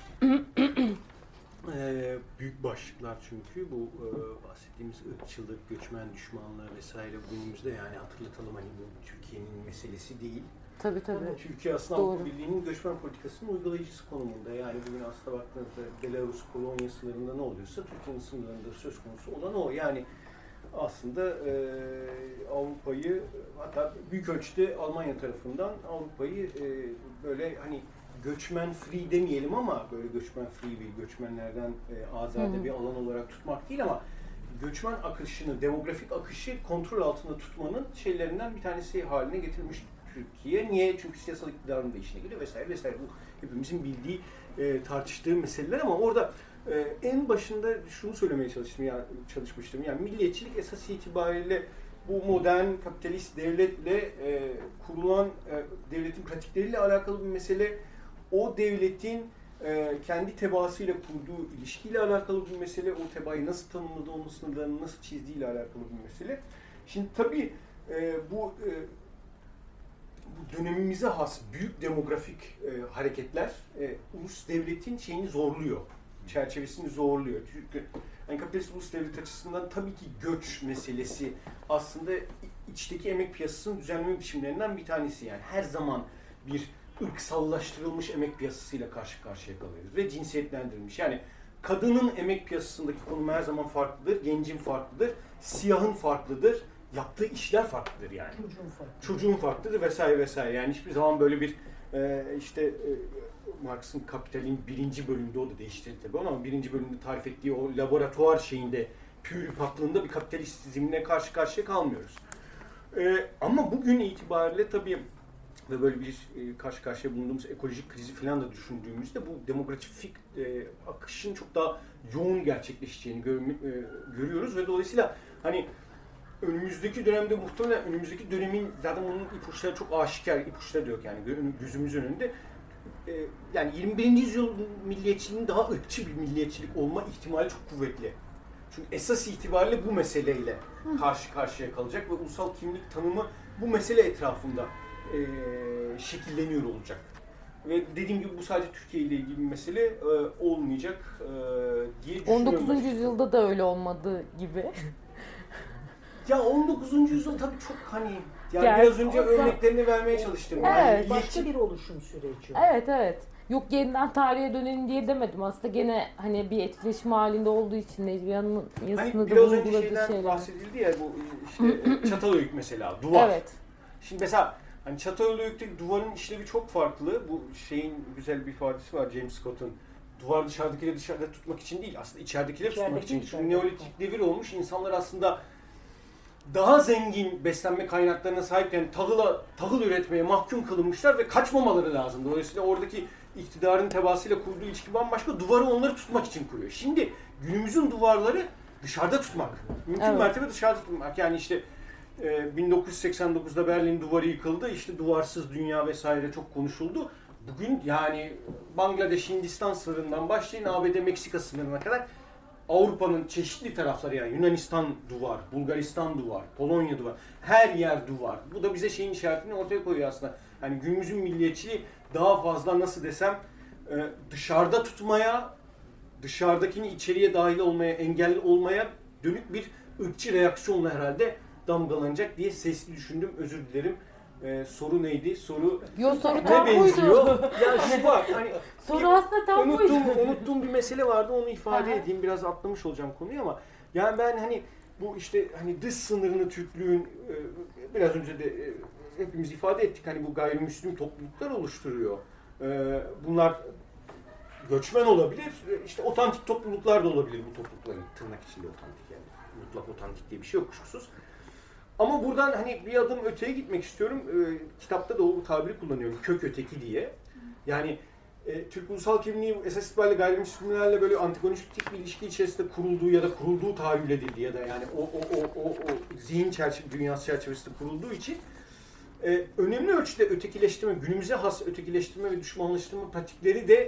büyük başlıklar çünkü bu bahsettiğimiz ırkçılık, göçmen düşmanlığı vesaire günümüzde yani hatırlatalım hani bu Türkiye'nin meselesi değil. Tabii. Türkiye aslında Avrupa Birliği'nin göçmen politikasının uygulayıcısı konumunda. Yani bugün aslında baktığınızda Belarus, Polonya sınırında ne oluyorsa Türkiye'nin sınırlarında söz konusu olan o. Yani aslında Avrupa'yı hatta büyük ölçüde Almanya tarafından Avrupa'yı böyle hani göçmen free demeyelim ama böyle göçmen free bir göçmenlerden azade bir alan olarak tutmak değil ama göçmen akışını, demografik akışı kontrol altında tutmanın şeylerinden bir tanesi haline getirmiş Türkiye. Niye? Çünkü siyasal iktidarın da işine giriyor vesaire vesaire. Bu hepimizin bildiği, tartıştığı meseleler ama orada en başında şunu söylemeye çalışmıştım. Yani milliyetçilik esas itibariyle bu modern kapitalist devletle kurulan devletin pratikleriyle alakalı bir mesele. O devletin kendi tebaasıyla kurduğu ilişkiyle alakalı bir mesele. O tebaayı nasıl tanımladığı, onun sınırlarını nasıl çizdiğiyle alakalı bir mesele. Şimdi tabii bu dönemimize has büyük demografik hareketler ulus devletin şeyini zorluyor. Çerçevesini zorluyor. Çünkü yani kapitalist ulus devlet açısından tabii ki göç meselesi aslında içteki emek piyasasının düzenleme biçimlerinden bir tanesi. Yani her zaman bir ırksallaştırılmış emek piyasasıyla karşı karşıya kalıyoruz ve cinsiyetlendirilmiş. Yani kadının emek piyasasındaki konumu her zaman farklıdır, gencin farklıdır, siyahın farklıdır, yaptığı işler farklıdır yani. Çocuğun farklıdır vesaire vesaire. Yani hiçbir zaman böyle bir Marx'ın Kapital'in 1. bölümünde o da değiştirdi tabii ama 1. bölümde tarif ettiği o laboratuvar şeyinde, pürüpaklığında bir kapitalizmle karşı karşıya kalmıyoruz. Ama bugün itibariyle tabii ve böyle bir karşı karşıya bulunduğumuz ekolojik krizi falan da düşündüğümüzde bu demografik akışın çok daha yoğun gerçekleşeceğini görüyoruz ve dolayısıyla hani önümüzdeki dönemde muhtemelen önümüzdeki dönemin zaten onun ipuçları çok aşikar, ipuçları da yok yani gözümüzün önünde. Yani 21. yüzyıl milliyetçiliğinin daha ırkçı bir milliyetçilik olma ihtimali çok kuvvetli. Çünkü esas itibariyle bu meseleyle karşı karşıya kalacak ve ulusal kimlik tanımı bu mesele etrafında şekilleniyor olacak. Ve dediğim gibi bu sadece Türkiye ile ilgili bir mesele olmayacak diye düşünüyorum. 19. yüzyılda da öyle olmadığı gibi. Ya 19. yüzyıl tabii çok hani yani biraz önce örneklerini vermeye çalıştım. Evet. Yani Başka bir oluşum süreci. Evet. Yok yeniden tarihe dönelim diye demedim. Aslında gene hani bir etkileşim halinde olduğu için Necmiye'nin yazısını hani da biraz önce vurguladığı şeyden şeyler. bahsedildi ya bu işte Çatalhöyük mesela duvar. Evet. Şimdi mesela hani Çatalhöyük'teki duvarın işlevi çok farklı. Bu şeyin güzel bir ifadesi var James Scott'un. Duvar dışarıdakileri dışarıda tutmak için değil aslında içeridekileri tutmak için. Çünkü Neolitik devir olmuş insanlar aslında daha zengin beslenme kaynaklarına sahipken tahıl üretmeye mahkum kılınmışlar ve kaçmamaları lazım. Dolayısıyla oradaki iktidarın tebaasıyla kurduğu ilişki bambaşka. Duvarı onları tutmak için kuruyor. Şimdi günümüzün duvarları dışarıda tutmak. Mümkün mertebe dışarıda tutmak. Yani işte 1989'da Berlin duvarı yıkıldı. İşte duvarsız dünya vesaire çok konuşuldu. Bugün yani Bangladeş, Hindistan sınırından başlayın ABD, Meksika sınırına kadar Avrupa'nın çeşitli tarafları, yani Yunanistan duvar, Bulgaristan duvar, Polonya duvar, her yer duvar. Bu da bize şeyin işaretini ortaya koyuyor aslında. Yani günümüzün milliyetçiliği daha fazla, nasıl desem, dışarıda tutmaya, dışarıdakini içeriye dahil olmaya, engel olmaya dönük bir ırkçı reaksiyonla herhalde damgalanacak diye sesli düşündüm. Özür dilerim. Soru neydi? Soru tam benziyor? buydu. Ya şu var. Hani Soru aslında tam buydu. Unuttuğum bir mesele vardı. Onu ifade edeyim. Biraz atlamış olacağım konuyu ama yani ben hani bu işte hani dış sınırını Türklüğün biraz önce de hepimiz ifade ettik. Hani bu gayrimüslim topluluklar oluşturuyor. Bunlar göçmen olabilir. İşte otantik topluluklar da olabilir bu toplulukların. Tırnak içinde otantik yani. Mutlak otantik diye bir şey yok kuşkusuz. Ama buradan hani bir adım öteye gitmek istiyorum. Kitapta da o tabiri kullanıyorum. Kök öteki diye. Yani Türk ulusal kimliği esas itibariyle gayrimüslimlerle böyle antagonistik bir ilişki içerisinde kurulduğu ya da kurulduğu tahayyül edildi ya da yani o zihin dünyası çerçevesinde kurulduğu için önemli ölçüde ötekileştirme, günümüze has ötekileştirme ve düşmanlaştırma pratikleri de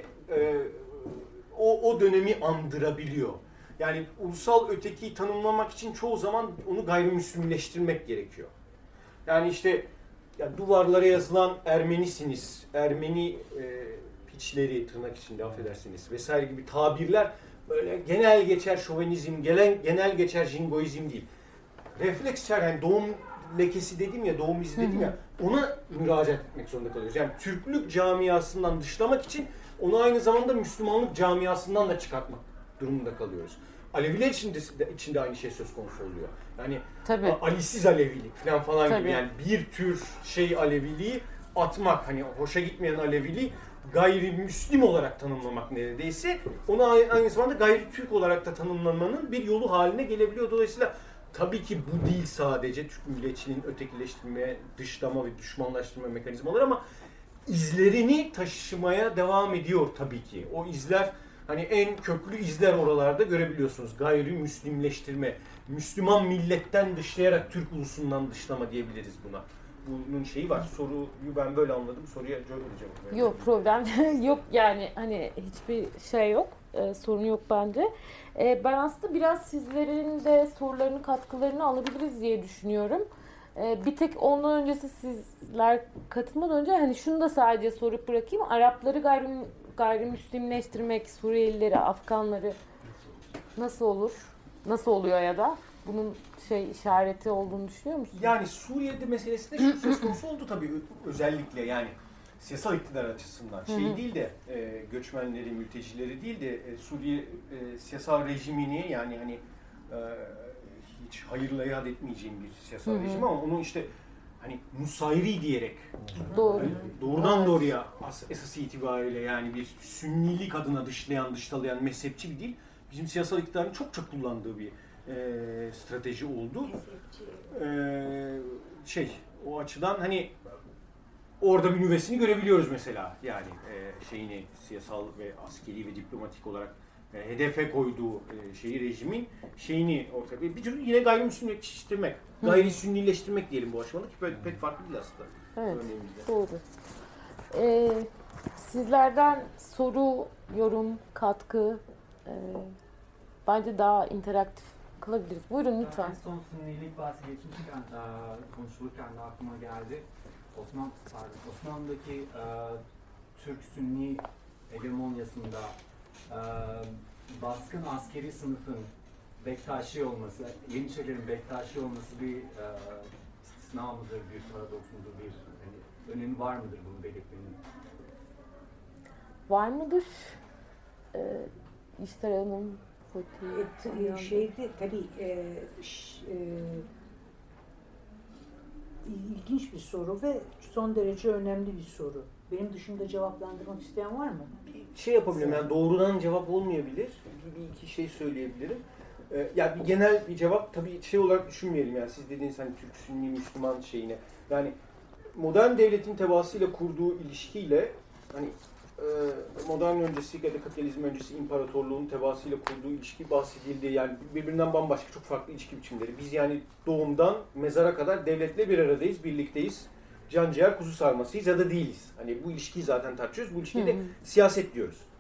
o dönemi andırabiliyor. Yani ulusal ötekiyi tanımlamak için çoğu zaman onu gayrimüslimleştirmek gerekiyor. Yani işte ya duvarlara yazılan Ermenisiniz, Ermeni piçleri tırnak içinde affedersiniz vesaire gibi tabirler böyle genel geçer şovenizm, genel geçer jingoizm değil. Refleksler, yani doğum lekesi dedim ya, doğum izi dedim ya, ona müracaat etmek zorunda kalıyoruz. Yani Türklük camiasından dışlamak için onu aynı zamanda Müslümanlık camiasından da çıkartmak durumunda kalıyoruz. Aleviler içinde aynı şey söz konusu oluyor. Yani Alisiz Alevilik falan gibi, yani bir tür Aleviliği atmak, hani hoşa gitmeyen Aleviliği gayrimüslim olarak tanımlamak neredeyse, onu aynı zamanda gayri Türk olarak da tanımlamanın bir yolu haline gelebiliyor. Dolayısıyla tabii ki bu değil sadece Türk milliyetçiliğinin ötekileştirme, dışlama ve düşmanlaştırma mekanizmaları, ama izlerini taşımaya devam ediyor tabii ki. O izler, hani en köklü izler oralarda görebiliyorsunuz. Gayrimüslimleştirme, Müslüman milletten dışlayarak Türk ulusundan dışlama diyebiliriz buna. Bunun şeyi var. Soruyu ben böyle anladım. Soruya cevap. Yok, problem yok, yani hani hiçbir şey yok. Sorun yok bence. Ben aslında biraz sizlerin de sorularını, katkılarını alabiliriz diye düşünüyorum. Bir tek ondan öncesi, sizler katılmadan önce hani şunu da sadece sorup bırakayım. Arapları gayrimüslimleştirmek, Suriyelileri, Afganları nasıl olur? Nasıl oluyor ya da bunun işareti olduğunu düşünüyor musunuz? Yani Suriye'de meselesinde şu söz konusu oldu tabii, özellikle yani siyasal iktidar açısından. Değil de göçmenleri, mültecileri değil de Suriye siyasal rejimini, yani hani hiç hayırla yad etmeyeceğim bir siyasal rejim, ama onu işte hani Nusayri diyerek doğrudan doğruya esas itibariyle yani bir sünnilik adına dışlayan, mezhepçi bir dil bizim siyasal iktidarın çok kullandığı bir strateji oldu. O açıdan hani orada bir nüvesini görebiliyoruz mesela, yani siyasal ve askeri ve diplomatik olarak hedefe koyduğu rejimin ortaya bir tür yine gayrimüslimleştirmek, gayri sünnileştirmek diyelim bu aşamada, ki pek farklı değil aslında. Evet, doğru. Sizlerden soru, yorum, katkı bence daha interaktif kılabiliriz. Buyurun lütfen. En son sünnilik bahsi geçmişken, konuşulurken de aklıma geldi. Osmanlı'daki Türk Sünni hegemonyasında baskın askeri sınıfın Bektaşi olması, Yeniçerilerin Bektaşi olması bir istisna mıdır, bir paradoks mudur, bir önemi var mıdır bunu belirtmenin? Var mıdır? İşte Hanım tabii ilginç bir soru ve son derece önemli bir soru. Benim dışında cevaplandırmak isteyen var mı? Yapabilirim, yani doğrudan cevap olmayabilir. Bir iki şey söyleyebilirim. Yani bir genel bir cevap tabii olarak düşünmeyelim, yani siz dediğiniz hani Türk Sünni Müslüman şeyine. Yani modern devletin tebaasıyla kurduğu ilişkiyle hani modern öncesi ya da kapitalizm öncesi imparatorluğun tebaasıyla kurduğu ilişki bahsedildi. Yani birbirinden bambaşka çok farklı ilişki biçimleri. Biz yani doğumdan mezara kadar devletle bir aradayız, birlikteyiz. Can ciğer kuzu sarmasıyız ya da değiliz. Hani bu ilişkiyi zaten tartışıyoruz. Bu ilişkiyi de siyaset diyoruz.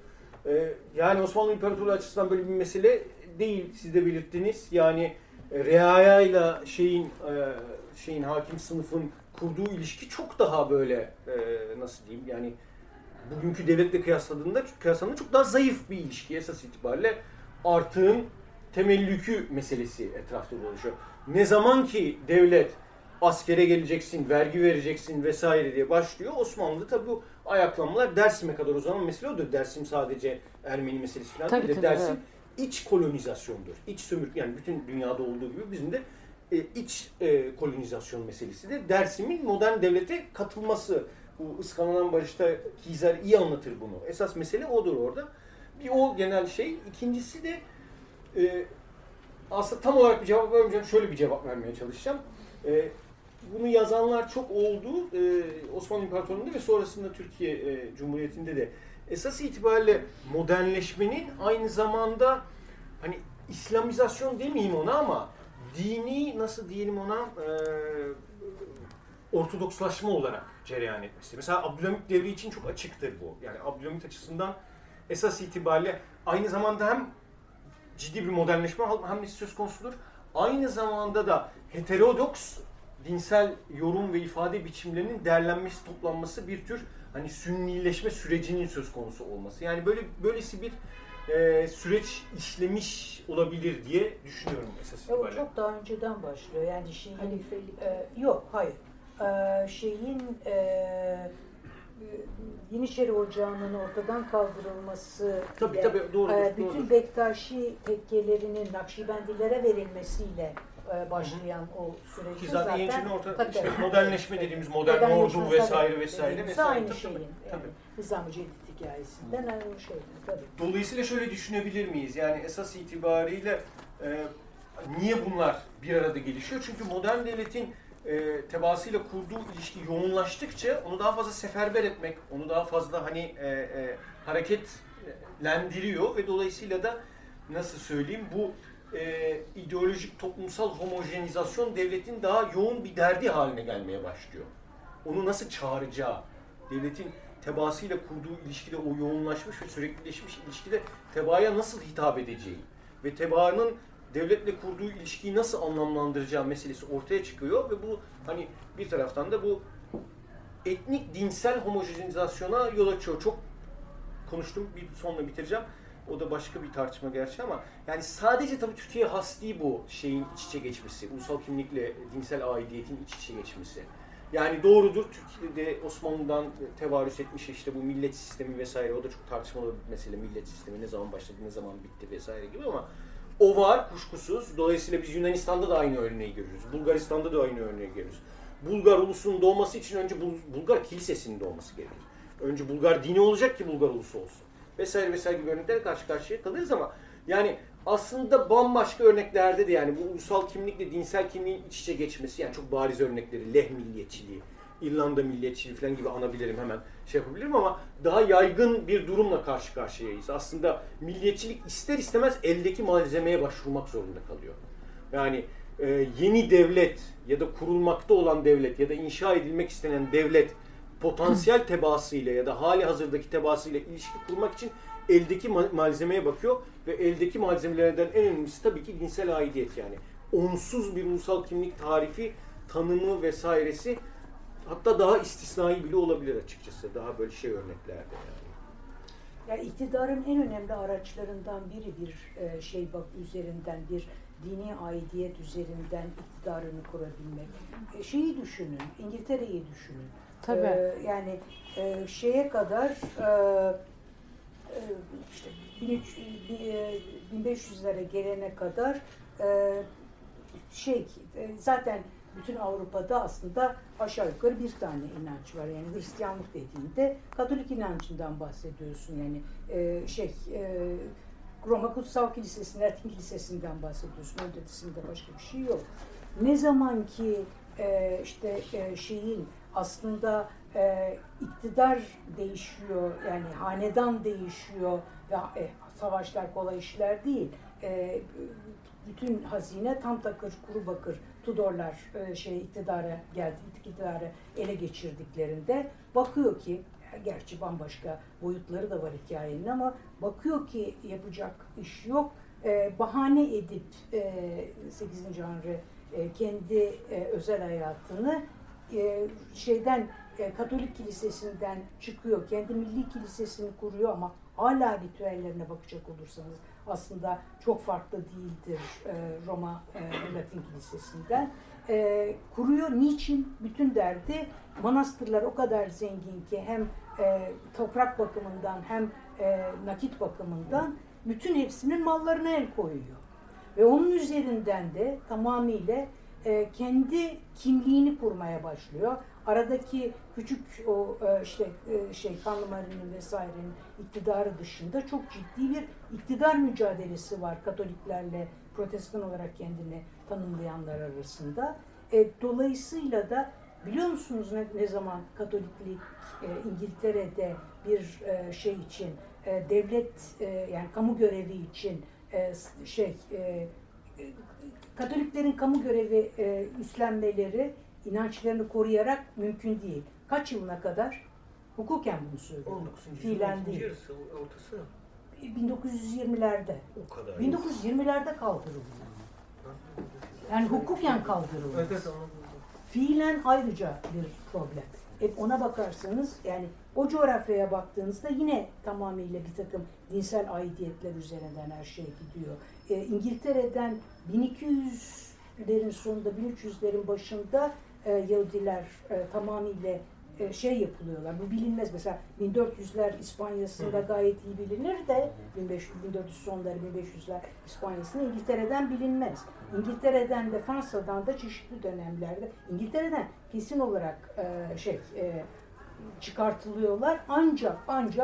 Yani Osmanlı İmparatorluğu açısından böyle bir mesele değil, siz de belirttiniz. Yani reayayla şeyin hakim sınıfın kurduğu ilişki çok daha böyle nasıl diyeyim yani bugünkü devletle kıyaslandığında çok daha zayıf bir ilişki esas itibariyle artığın temellükü meselesi etrafta dolaşıyor. Ne zaman ki devlet askere geleceksin, vergi vereceksin vesaire diye başlıyor. Osmanlı'da tabii bu ayaklanmalar Dersim'e kadar uzanan mesele odur. Dersim sadece Ermeni meselesi falan değil. Dersim iç kolonizasyondur. İç sömürge yani bütün dünyada olduğu gibi bizim de iç kolonizasyon meselesidir. Dersim'in modern devlete katılması. Bu ıskalanan barışta Kizer iyi anlatır bunu. Esas mesele odur orada. Bir o genel şey. İkincisi de aslında tam olarak bir cevap vermeyeceğim. Şöyle bir cevap vermeye çalışacağım. Bunu yazanlar çok oldu. Osmanlı İmparatorluğu'nda ve sonrasında Türkiye Cumhuriyeti'nde de. Esas itibariyle modernleşmenin aynı zamanda hani İslamizasyon demeyeyim ona ama dini nasıl diyelim ona ortodokslaşma olarak cereyan etmesi. Mesela Abdülhamit devri için çok açıktır bu. Yani Abdülhamit açısından esas itibariyle aynı zamanda hem ciddi bir modernleşme hamlesi söz konusudur. Aynı zamanda da heterodoks dinsel yorum ve ifade biçimlerinin değerlenmesi, toplanması bir tür hani sünnileşme sürecinin söz konusu olması. Yani böylesi bir süreç işlemiş olabilir diye düşünüyorum esas itibariyle. O çok daha önceden başlıyor. Yani şeyin halifelik. Yok, hayır. Yeniçeri Ocağı'nın ortadan kaldırılması tabii doğrudur. Bütün Bektaşi tekkelerinin Nakşibendilere verilmesiyle başlayan o süreç. Ki zaten Yeniçeri'nin modernleşme dediğimiz modern ordu vesaire. Aynı şeyin. Nizam-ı Cedid hikayesinden aynı şeydir tabii. Dolayısıyla şöyle düşünebilir miyiz? Yani esas itibariyle niye bunlar bir arada gelişiyor? Çünkü modern devletin tebaasıyla kurduğu ilişki yoğunlaştıkça onu daha fazla seferber etmek, onu daha fazla hani hareketlendiriyor ve dolayısıyla da nasıl söyleyeyim bu ideolojik toplumsal homojenizasyon devletin daha yoğun bir derdi haline gelmeye başlıyor. Onu nasıl çağıracağı, devletin tebaasıyla kurduğu ilişkide o yoğunlaşmış ve süreklileşmiş ilişkide tebaaya nasıl hitap edeceği ve tebaanın devletle kurduğu ilişkiyi nasıl anlamlandıracağı meselesi ortaya çıkıyor ve bu hani bir taraftan da bu etnik dinsel homojenizasyona yol açıyor. Çok konuştum, bir sonla bitireceğim. O da başka bir tartışma gerçi ama yani sadece tabii Türkiye'ye has değil bu şeyin iç içe geçmesi, ulusal kimlikle dinsel aidiyetin iç içe geçmesi. Yani doğrudur, Türkiye'de Osmanlı'dan tevarüs etmiş işte bu millet sistemi vesaire, o da çok tartışmalı bir mesele, millet sistemi ne zaman başladı, ne zaman bitti vesaire gibi ama o var kuşkusuz. Dolayısıyla biz Yunanistan'da da aynı örneği görüyoruz, Bulgaristan'da da aynı örneği görüyoruz. Bulgar ulusunun doğması için önce Bulgar kilisesinin doğması gerekir. Önce Bulgar dini olacak ki Bulgar ulusu olsun. Vesaire gibi örneklerle karşı karşıya kalırız ama yani aslında bambaşka örneklerde de yani bu ulusal kimlikle dinsel kimliğin iç içe geçmesi yani çok bariz örnekleri Leh milliyetçiliği, İrlanda milliyetçiliği falan gibi anabilirim hemen yapabilirim ama daha yaygın bir durumla karşı karşıyayız. Aslında milliyetçilik ister istemez eldeki malzemeye başvurmak zorunda kalıyor. Yani yeni devlet ya da kurulmakta olan devlet ya da inşa edilmek istenen devlet potansiyel tebaasıyla ya da hali hazırdaki tebaasıyla ilişki kurmak için eldeki malzemeye bakıyor ve eldeki malzemelerden en önemlisi tabii ki dinsel aidiyet yani. Onsuz bir ulusal kimlik tarifi, tanımı vesairesi hatta daha istisnai bile olabilir açıkçası. Daha böyle örneklerde yani. Yani iktidarın en önemli araçlarından biri bir üzerinden bir dini aidiyet üzerinden iktidarını kurabilmek. Şeyi düşünün, İngiltere'yi düşünün. Tabii. Yani şeye kadar işte 1500'lere gelene kadar zaten bütün Avrupa'da aslında aşağı yukarı bir tane inanç var. Yani Hristiyanlık dediğinde Katolik inancından bahsediyorsun. Yani Roma Kutsal Kilisesi'nden, Latin Kilisesi'nden bahsediyorsun. Onun ötesinde başka bir şey yok. Ne zaman ki aslında iktidar değişiyor, yani hanedan değişiyor ve savaşlar kolay işler değil. Bütün hazine tam takır kuru bakır Tudorlar iktidara geldi, iktidarı ele geçirdiklerinde bakıyor ki gerçi bambaşka boyutları da var hikayenin ama bakıyor ki yapacak iş yok. Bahane edip 8. Henry kendi özel hayatını Katolik kilisesinden çıkıyor, kendi milli kilisesini kuruyor ama hala ritüellerine bakacak olursanız aslında çok farklı değildir Roma Latin kilisesinden. Kuruyor. Niçin? Bütün derdi manastırlar o kadar zengin ki hem toprak bakımından hem nakit bakımından bütün hepsinin mallarına el koyuyor. Ve onun üzerinden de tamamıyla kendi kimliğini kurmaya başlıyor. Aradaki küçük Kanlı Mari'nin vesairenin iktidarı dışında çok ciddi bir iktidar mücadelesi var Katoliklerle Protestan olarak kendini tanımlayanlar arasında. Dolayısıyla da biliyor musunuz ne zaman Katoliklik İngiltere'de bir için devlet yani kamu görevi için Katoliklerin kamu görevi üstlenmeleri inançlarını koruyarak mümkün değil. Kaç yılına kadar? Hukuken bunu söylüyorum. Fiilen değil. 1920'lerde. O kadar. 1920'lerde kaldırıldı. Yani hukuken kaldırıldı. Evet, Fiilen ayrıca bir problem. Ona bakarsanız yani o coğrafyaya baktığınızda yine tamamıyla bir takım dinsel aidiyetler üzerinden her şey gidiyor. İngiltere'den 1200'lerin sonunda 1300'lerin başında Yahudiler tamamıyla yapılıyorlar. Bu bilinmez. Mesela 1400'ler İspanya'sında gayet iyi bilinir de 1400 sonları 1500'ler İspanya'sında İngiltere'den bilinmez. İngiltere'den de Fransa'dan da çeşitli dönemlerde İngiltere'den kesin olarak çıkartılıyorlar. Ancak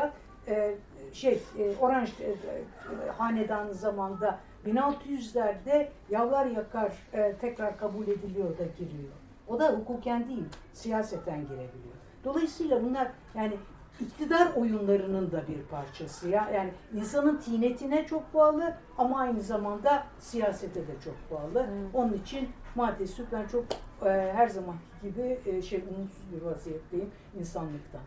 Orange hanedanı zamanında 1600'lerde Yavlar Yakar tekrar kabul ediliyor da giriyor. O da hukuken değil, siyaseten girebiliyor. Dolayısıyla bunlar yani iktidar oyunlarının da bir parçası. Yani insanın tinetine çok bağlı ama aynı zamanda siyasete de çok bağlı. Onun için maalesef ben çok her zamanki gibi umutsuz bir vaziyetteyim insanlıktan.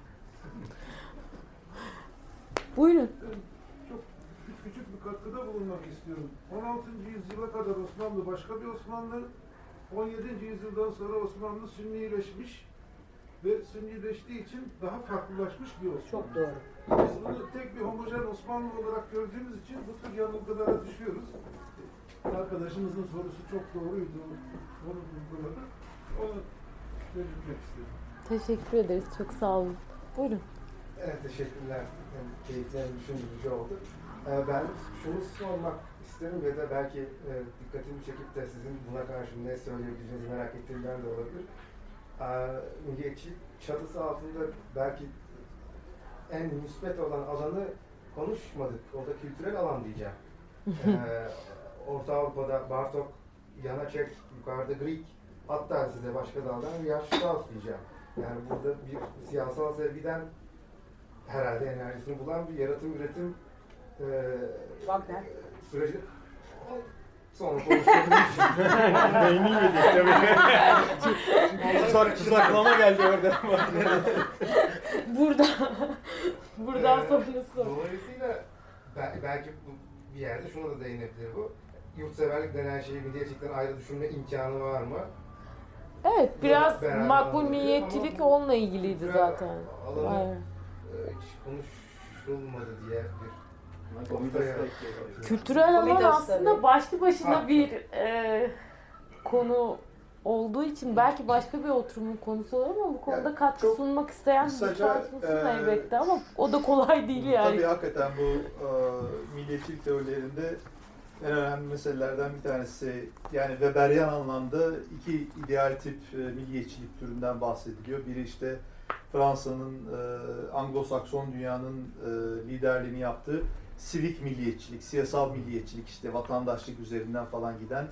Buyurun. Çok küçük bir katkıda bulunmak istiyorum. 16. yüzyıla kadar Osmanlı başka bir Osmanlı, 17. yüzyıldan sonra Osmanlı Sünnileşmiş ve Sünnileştiği için daha farklılaşmış bir Osmanlı. Çok doğru. Biz bunu tek bir homojen Osmanlı olarak gördüğümüz için bu tür yanılgılara düşüyoruz. Arkadaşımızın sorusu çok doğruydu. Onu vurguladı. Onu belirtmek istedim. Teşekkür ederiz. Çok sağ olun. Buyurun. Evet, teşekkürler. Keyifli, düşündürücü oldu. Ben şunu sormak isterim ve de belki dikkatimi çekip de sizin buna karşı ne söyleyebileceğinizi merak ettiğimden de olabilir. Milliyetçilik çatısı altında belki en müspet olan alanı konuşmadık. O da kültürel alan diyeceğim. Orta Avrupa'da Bartok, Janacek, yukarıda Grieg, hatta size başka daldan Richard Strauss diyeceğim. Yani burada bir siyasal sevgiden herhalde enerjisini bulan bir yaratım üretim süreci. Sonra konuşabiliriz. Beyni yedik tabii. Tuzaklama geldi orada. Buradan sonrası. Dolayısıyla belki bir yerde şuna da değinebilir bu. Yurtseverlik denen şeyi milliyetçilikten ayrı düşünme imkanı var mı? Evet, biraz Beraber makbul olabilir. milliyetçilik onunla ilgiliydi zaten. Alanı hiç konuşulmadı diye bir kültürel alan Komedi aslında tabii. başlı başına bir konu olduğu için belki başka bir oturumun konusu olur ama bu konuda Yani katkı çok sunmak isteyen bir kısaca, çalışmasın elbette ama o da kolay değil yani. Tabii hakikaten bu milliyetçilik teorilerinde en önemli meselelerden bir tanesi, yani Weberyan anlamda iki ideal tip milliyetçilik türünden bahsediliyor. Biri işte Fransa'nın Anglo-Sakson dünyanın liderliğini yaptığı sivik milliyetçilik, siyasal milliyetçilik, işte vatandaşlık üzerinden falan giden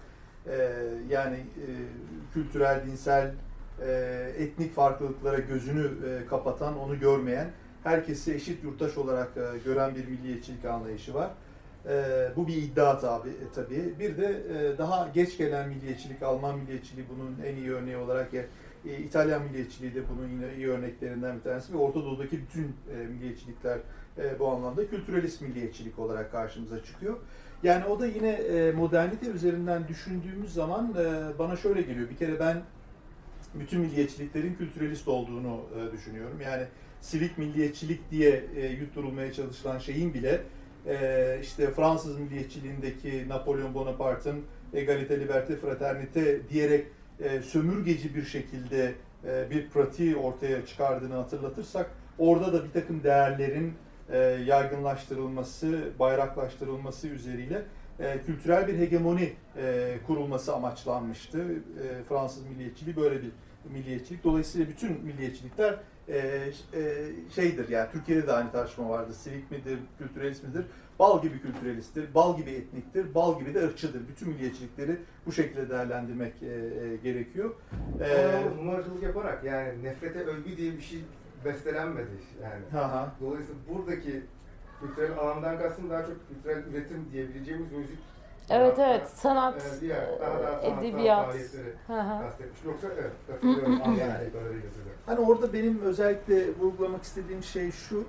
kültürel, dinsel, etnik farklılıklara gözünü kapatan, onu görmeyen, herkesi eşit yurttaş olarak gören bir milliyetçilik anlayışı var. Bu bir iddia tabii. Bir de daha geç gelen milliyetçilik, Alman milliyetçiliği bunun en iyi örneği olarak İtalyan milliyetçiliği de bunun yine iyi örneklerinden bir tanesi ve Orta Doğu'daki bütün milliyetçilikler bu anlamda kültüralist milliyetçilik olarak karşımıza çıkıyor. Yani o da yine modernite üzerinden düşündüğümüz zaman bana şöyle geliyor. Bir kere ben bütün milliyetçiliklerin kültüralist olduğunu düşünüyorum. Yani sivik milliyetçilik diye yutturulmaya çalışılan şeyin bile işte Fransız milliyetçiliğindeki Napolyon Bonaparte'ın egalite, liberté, fraternité diyerek sömürgeci bir şekilde bir pratiği ortaya çıkardığını hatırlatırsak orada da bir takım değerlerin yaygınlaştırılması, bayraklaştırılması üzeriyle kültürel bir hegemoni kurulması amaçlanmıştı. Fransız milliyetçiliği böyle bir milliyetçilik. Dolayısıyla bütün milliyetçilikler şeydir, yani Türkiye'de de aynı tartışma vardır. Sivik midir, kültürelist midir? Bal gibi kültürelisttir, bal gibi etniktir, bal gibi de ırkçıdır. Bütün milliyetçilikleri bu şekilde değerlendirmek gerekiyor. Numaracılık yaparak, yani nefrete övgü diye bir şey bestelenmedi yani. Dolayısıyla buradaki kültürel alandan kastım daha çok kültürel üretim diyebileceğimiz müzik. Evet, sanat, daha edebiyat. Faaliyetleri kastetmiş. Yoksa evet, katılıyorum. Hani orada benim özellikle vurgulamak istediğim şey şu.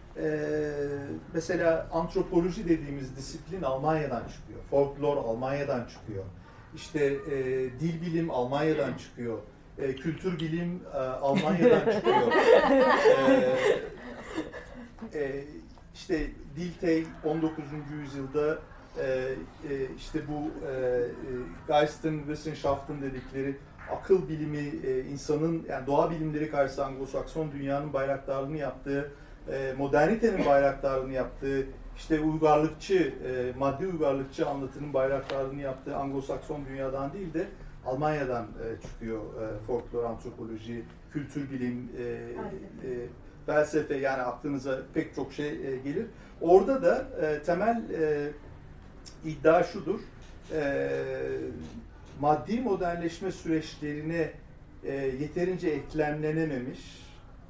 Mesela antropoloji dediğimiz disiplin Almanya'dan çıkıyor. Folklor Almanya'dan çıkıyor. İşte dil bilim Almanya'dan çıkıyor. Kültür bilim Almanya'dan çıkıyor. İşte Dilthey 19. yüzyılda işte bu Geisteswissenschaften dedikleri akıl bilimi insanın, yani doğa bilimleri karşısında Anglo-Sakson dünyanın bayraktarlığını yaptığı, modernitenin bayraktarlığını yaptığı, işte uygarlıkçı, maddi uygarlıkçı anlatının bayraktarlığını yaptığı Anglo-Sakson dünyadan değil de Almanya'dan çıkıyor folklor, antropoloji, kültür bilim, felsefe, yani aklınıza pek çok şey gelir. Orada da temel iddia şudur, maddi modernleşme süreçlerine yeterince eklemlenememiş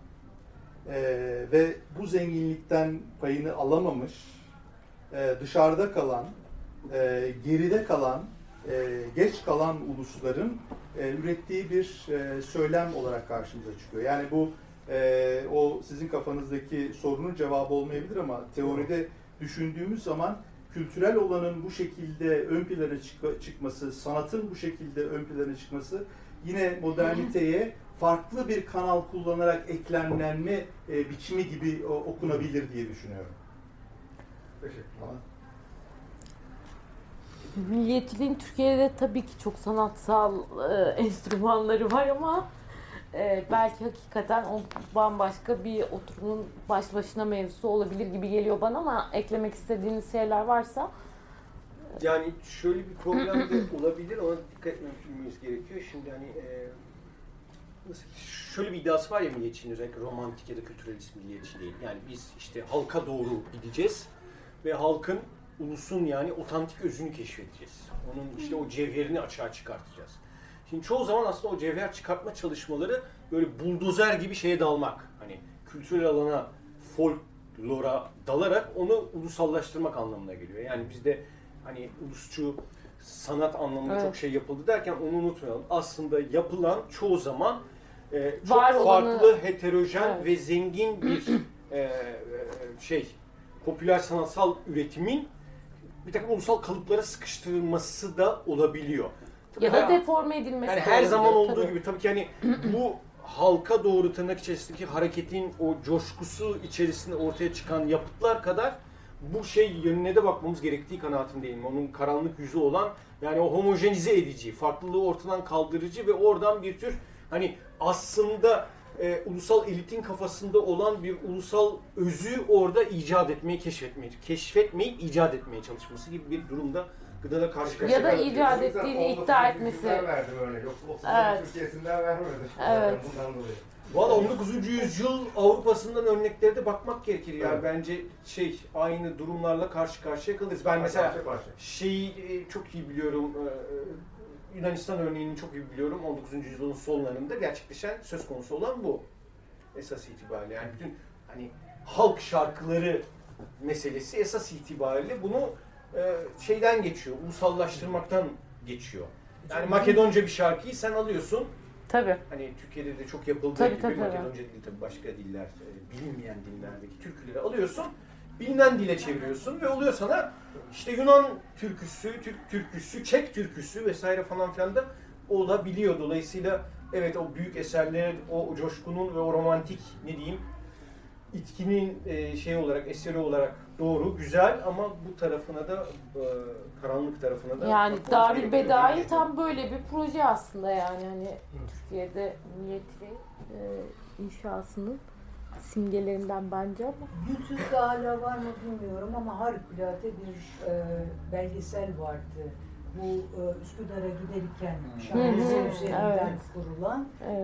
ve bu zenginlikten payını alamamış, dışarıda kalan, geride kalan, geç kalan ulusların ürettiği bir söylem olarak karşımıza çıkıyor. Yani bu o sizin kafanızdaki sorunun cevabı olmayabilir ama teoride düşündüğümüz zaman kültürel olanın bu şekilde ön plana çıkması, sanatın bu şekilde ön plana çıkması yine moderniteye farklı bir kanal kullanarak eklemlenme biçimi gibi okunabilir diye düşünüyorum. Teşekkürler. Milliyetçiliğin Türkiye'de tabii ki çok sanatsal enstrümanları var ama belki hakikaten o bambaşka bir oturumun baş başına mevzusu olabilir gibi geliyor bana, ama eklemek istediğiniz şeyler varsa. Yani şöyle bir problem de olabilir, ona dikkat etmemiz gerekiyor. Şimdi hani şöyle bir iddiası var ya milliyetçiliğin, özellikle romantik ya da kültüralist milliyetçiliğin. Yani biz işte halka doğru gideceğiz ve halkın, ulusun yani otantik özünü keşfedeceğiz. Onun işte o cevherini açığa çıkartacağız. Şimdi çoğu zaman aslında o cevher çıkartma çalışmaları böyle buldozer gibi şeye dalmak. Hani kültürel alana, folklora dalarak onu ulusallaştırmak anlamına geliyor. Yani bizde hani ulusçu sanat anlamında çok şey yapıldı derken onu unutmayalım. Aslında yapılan çoğu zaman çok farklı, heterojen ve zengin bir popüler sanatsal üretimin bir takım ulusal kalıplara sıkıştırılması da olabiliyor. Tabii ya da deforme edilmesi. Yani her zaman olduğu gibi tabii ki hani bu halka doğru tırnak içerisindeki hareketin o coşkusu içerisinde ortaya çıkan yapıtlar kadar bu şey yönüne de bakmamız gerektiği kanaatindeyim. Onun karanlık yüzü olan, yani o homojenize edici, farklılığı ortadan kaldırıcı ve oradan bir tür hani aslında ulusal elitin kafasında olan bir ulusal özü orada icat etmeyi, keşfetmeyip icat etmeye çalışması gibi bir durumda gıdada karşı karşıya. Ya da icat ettiğini iddia etmesi. Verdim örnek. Yoksa Türkiye'sinden vermedi. Evet. Bundan dolayı. Valla 19. yüzyıl Avrupa'sından örneklere de bakmak gerekir ya. Evet. Bence aynı durumlarla karşı karşıya kalırız. Ben mesela şeyi çok iyi biliyorum. Yunanistan örneğini çok iyi biliyorum. 19. yüzyılın sonlarında gerçekleşen, söz konusu olan bu. Esas itibariyle yani bütün hani halk şarkıları meselesi esas itibariyle bunu şeyden geçiyor, ulusallaştırmaktan geçiyor. Yani Makedonca bir şarkıyı sen alıyorsun, Tabii. Hani Türkiye'de de çok yapıldığı Tabii, gibi tabii. Makedonca dili tabii başka diller, bilinmeyen dillerdeki türküleri alıyorsun, bilinen dile çeviriyorsun ve oluyor sana işte Yunan türküsü, Türk türküsü, Çek türküsü vesaire falan filan da olabiliyor. Dolayısıyla evet o büyük eserlerin, o coşkunun ve o romantik ne diyeyim itkinin şey olarak, eseri olarak doğru, güzel ama bu tarafına da karanlık tarafına da Yani bakmamız Darül gerekiyor. Bedai tam böyle bir proje aslında yani hani Türkiye'de milliyetçi inşasının simgelerinden bence ama. YouTube'da hala var mı bilmiyorum ama harikulade bir belgesel vardı. Bu Üsküdar'a giderken şarkısı üzerinden kurulan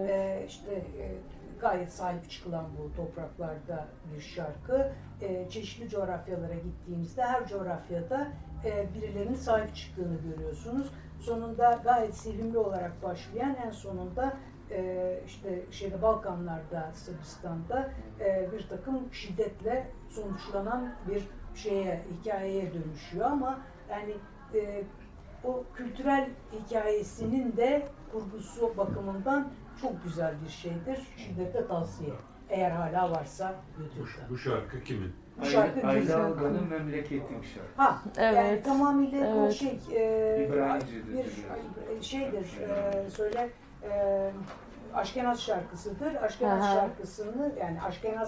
gayet sahip çıkılan bu topraklarda bir şarkı. Çeşitli coğrafyalara gittiğimizde her coğrafyada birilerinin sahip çıktığını görüyorsunuz. Sonunda gayet sevimli olarak başlayan en sonunda Balkanlarda, Sırbistan'da bir takım şiddetle sonuçlanan bir hikayeye dönüşüyor ama yani o kültürel hikayesinin de kurgusu bakımından çok güzel bir şeydir. Şiddetle tavsiye. Eğer hala varsa YouTube'da. Bu şarkı kimin? Bu şarkı Ayla Algan'ın memleketi bir şarkı. Ha, evet. Yani tamamıyla o Aşkenaz şarkısıdır. Aşkenaz şarkısını yani Aşkenaz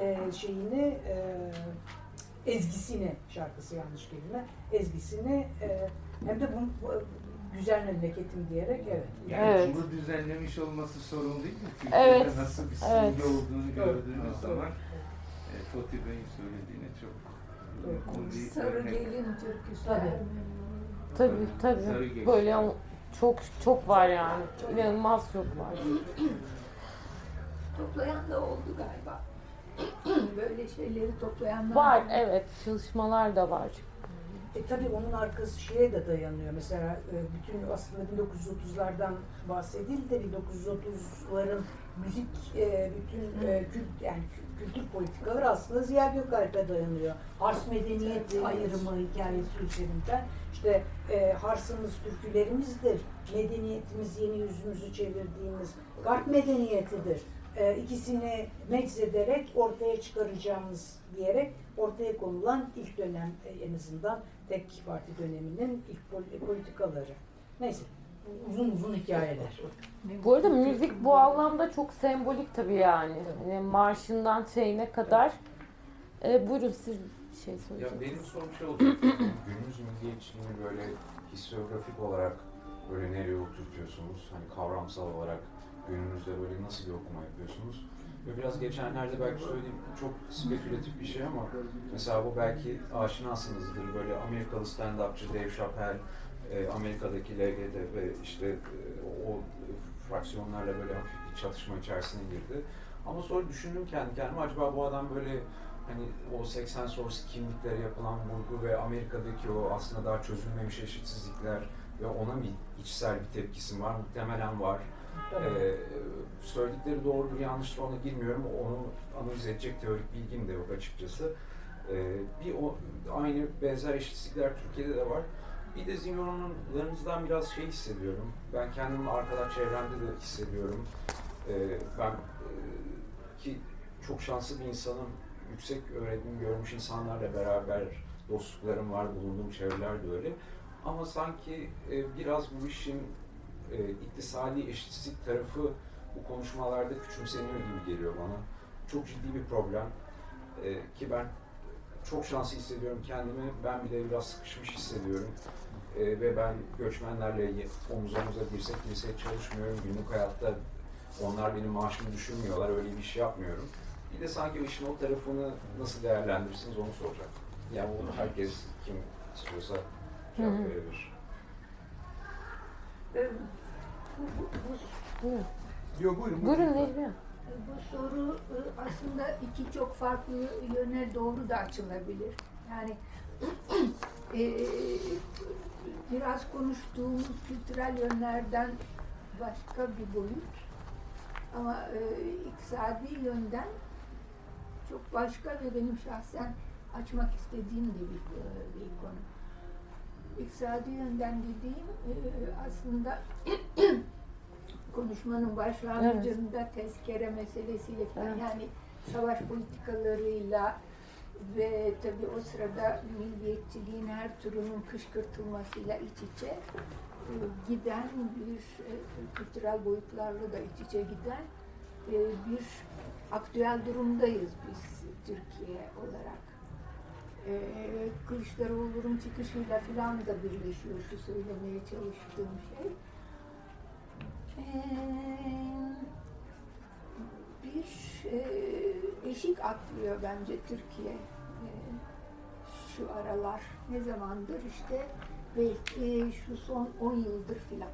ezgisini, şarkısı yanlış kelime, ezgisini hem de bu güzel memleketim diyerek Yani bunu düzenlemiş olması sorun değil mi? Türkiye'de nasıl bir simge olduğunu gördüğünüz zaman Fatih Bey'in söylediğine çok Sarı Gelin türküsü. Tabii. Böyle çok var yani. İnanılmaz çok var. Toplayan da oldu galiba. Böyle şeyleri toplayanlar var. Evet, çalışmalar da var. Tabii onun arkası şeye de dayanıyor. Mesela bütün aslında 1930'lardan bahsedildi de 1930'ların müzik kültür politikaları aslında Ziya Gökalp'e dayanıyor. Hars medeniyet ayrımı hikayesi üzerinden. İşte Hars'ımız türkülerimizdir. Medeniyetimiz yeni yüzümüzü çevirdiğimiz Garp medeniyetidir. İkisini meczederek ortaya çıkaracağımız diyerek ortaya konulan ilk dönem en azından tek parti döneminin ilk politikaları. Neyse uzun hikayeler. Bu arada müzik bu anlamda çok sembolik tabii yani. Yani marşından şeyine kadar. Buyurun siz bir şey söyleyeceksiniz. Ya benim sorum şey olacak. Günümüz milliyetçiliğini böyle historiografik olarak böyle nereye oturtuyorsunuz? Hani kavramsal olarak günümüzde böyle nasıl bir okuma yapıyorsunuz? Ve biraz geçenlerde belki söylediğim çok spekülatif bir şey ama mesela bu belki aşinasınızdır. Böyle Amerikalı stand-upçı Dave Chappelle, Amerika'daki LGBT ve işte o fraksiyonlarla böyle hafif bir çatışma içerisine girdi. Ama sonra düşündüm kendi kendime, acaba bu adam böyle hani o 80 sonrası kimliklere yapılan vurgu ve Amerika'daki o aslında daha çözülmemiş eşitsizlikler ve ona mı içsel bir tepkisi var? Muhtemelen var. Söyledikleri doğrudur, yanlıştır ona girmiyorum. Onu analiz edecek teorik bilgim de yok açıkçası. Aynı benzer eşitsizlikler Türkiye'de de var. Bir de sizin yorumlarınızdan biraz şey hissediyorum. Ben kendimi arkadaş çevremde de hissediyorum. Ben ki çok şanslı bir insanım. Yüksek öğrenim görmüş insanlarla beraber dostluklarım var, bulunduğum çevreler de öyle. Ama sanki biraz bu işin iktisadi eşitsizlik tarafı bu konuşmalarda küçümseniyor gibi geliyor bana. Çok ciddi bir problem. Ki ben çok şanslı hissediyorum kendimi. Ben bile biraz sıkışmış hissediyorum. Ve ben göçmenlerle omuz omuza dirsek çalışmıyorum. Günlük hayatta onlar benim maaşımı düşürmüyorlar. Öyle bir iş yapmıyorum. Bir de sanki işin o tarafını nasıl değerlendirirsiniz onu soracağım. Yani bunu herkes kim istiyorsa cevap verebilir. Buyurun Necmi. Bu soru aslında iki çok farklı yöne doğru da açılabilir. Yani biraz konuştuğumuz kültürel yönlerden başka bir boyut ama iktisadi yönden çok başka ve benim şahsen açmak istediğim de bir konu. İktisadi yönden dediğim aslında konuşmanın başlangıcında tezkere meselesiyle falan, yani savaş politikalarıyla ve tabii o sırada milliyetçiliğin her türünün kışkırtılmasıyla iç içe giden bir kültürel boyutlarla da iç içe giden bir aktüel durumdayız biz Türkiye olarak. Kılıçdaroğlu'nun çıkışıyla filan da birleşiyor şu söylemeye çalıştığım şey. Bir eşik atlıyor bence Türkiye şu aralar. Ne zamandır işte belki şu son 10 yıldır filan.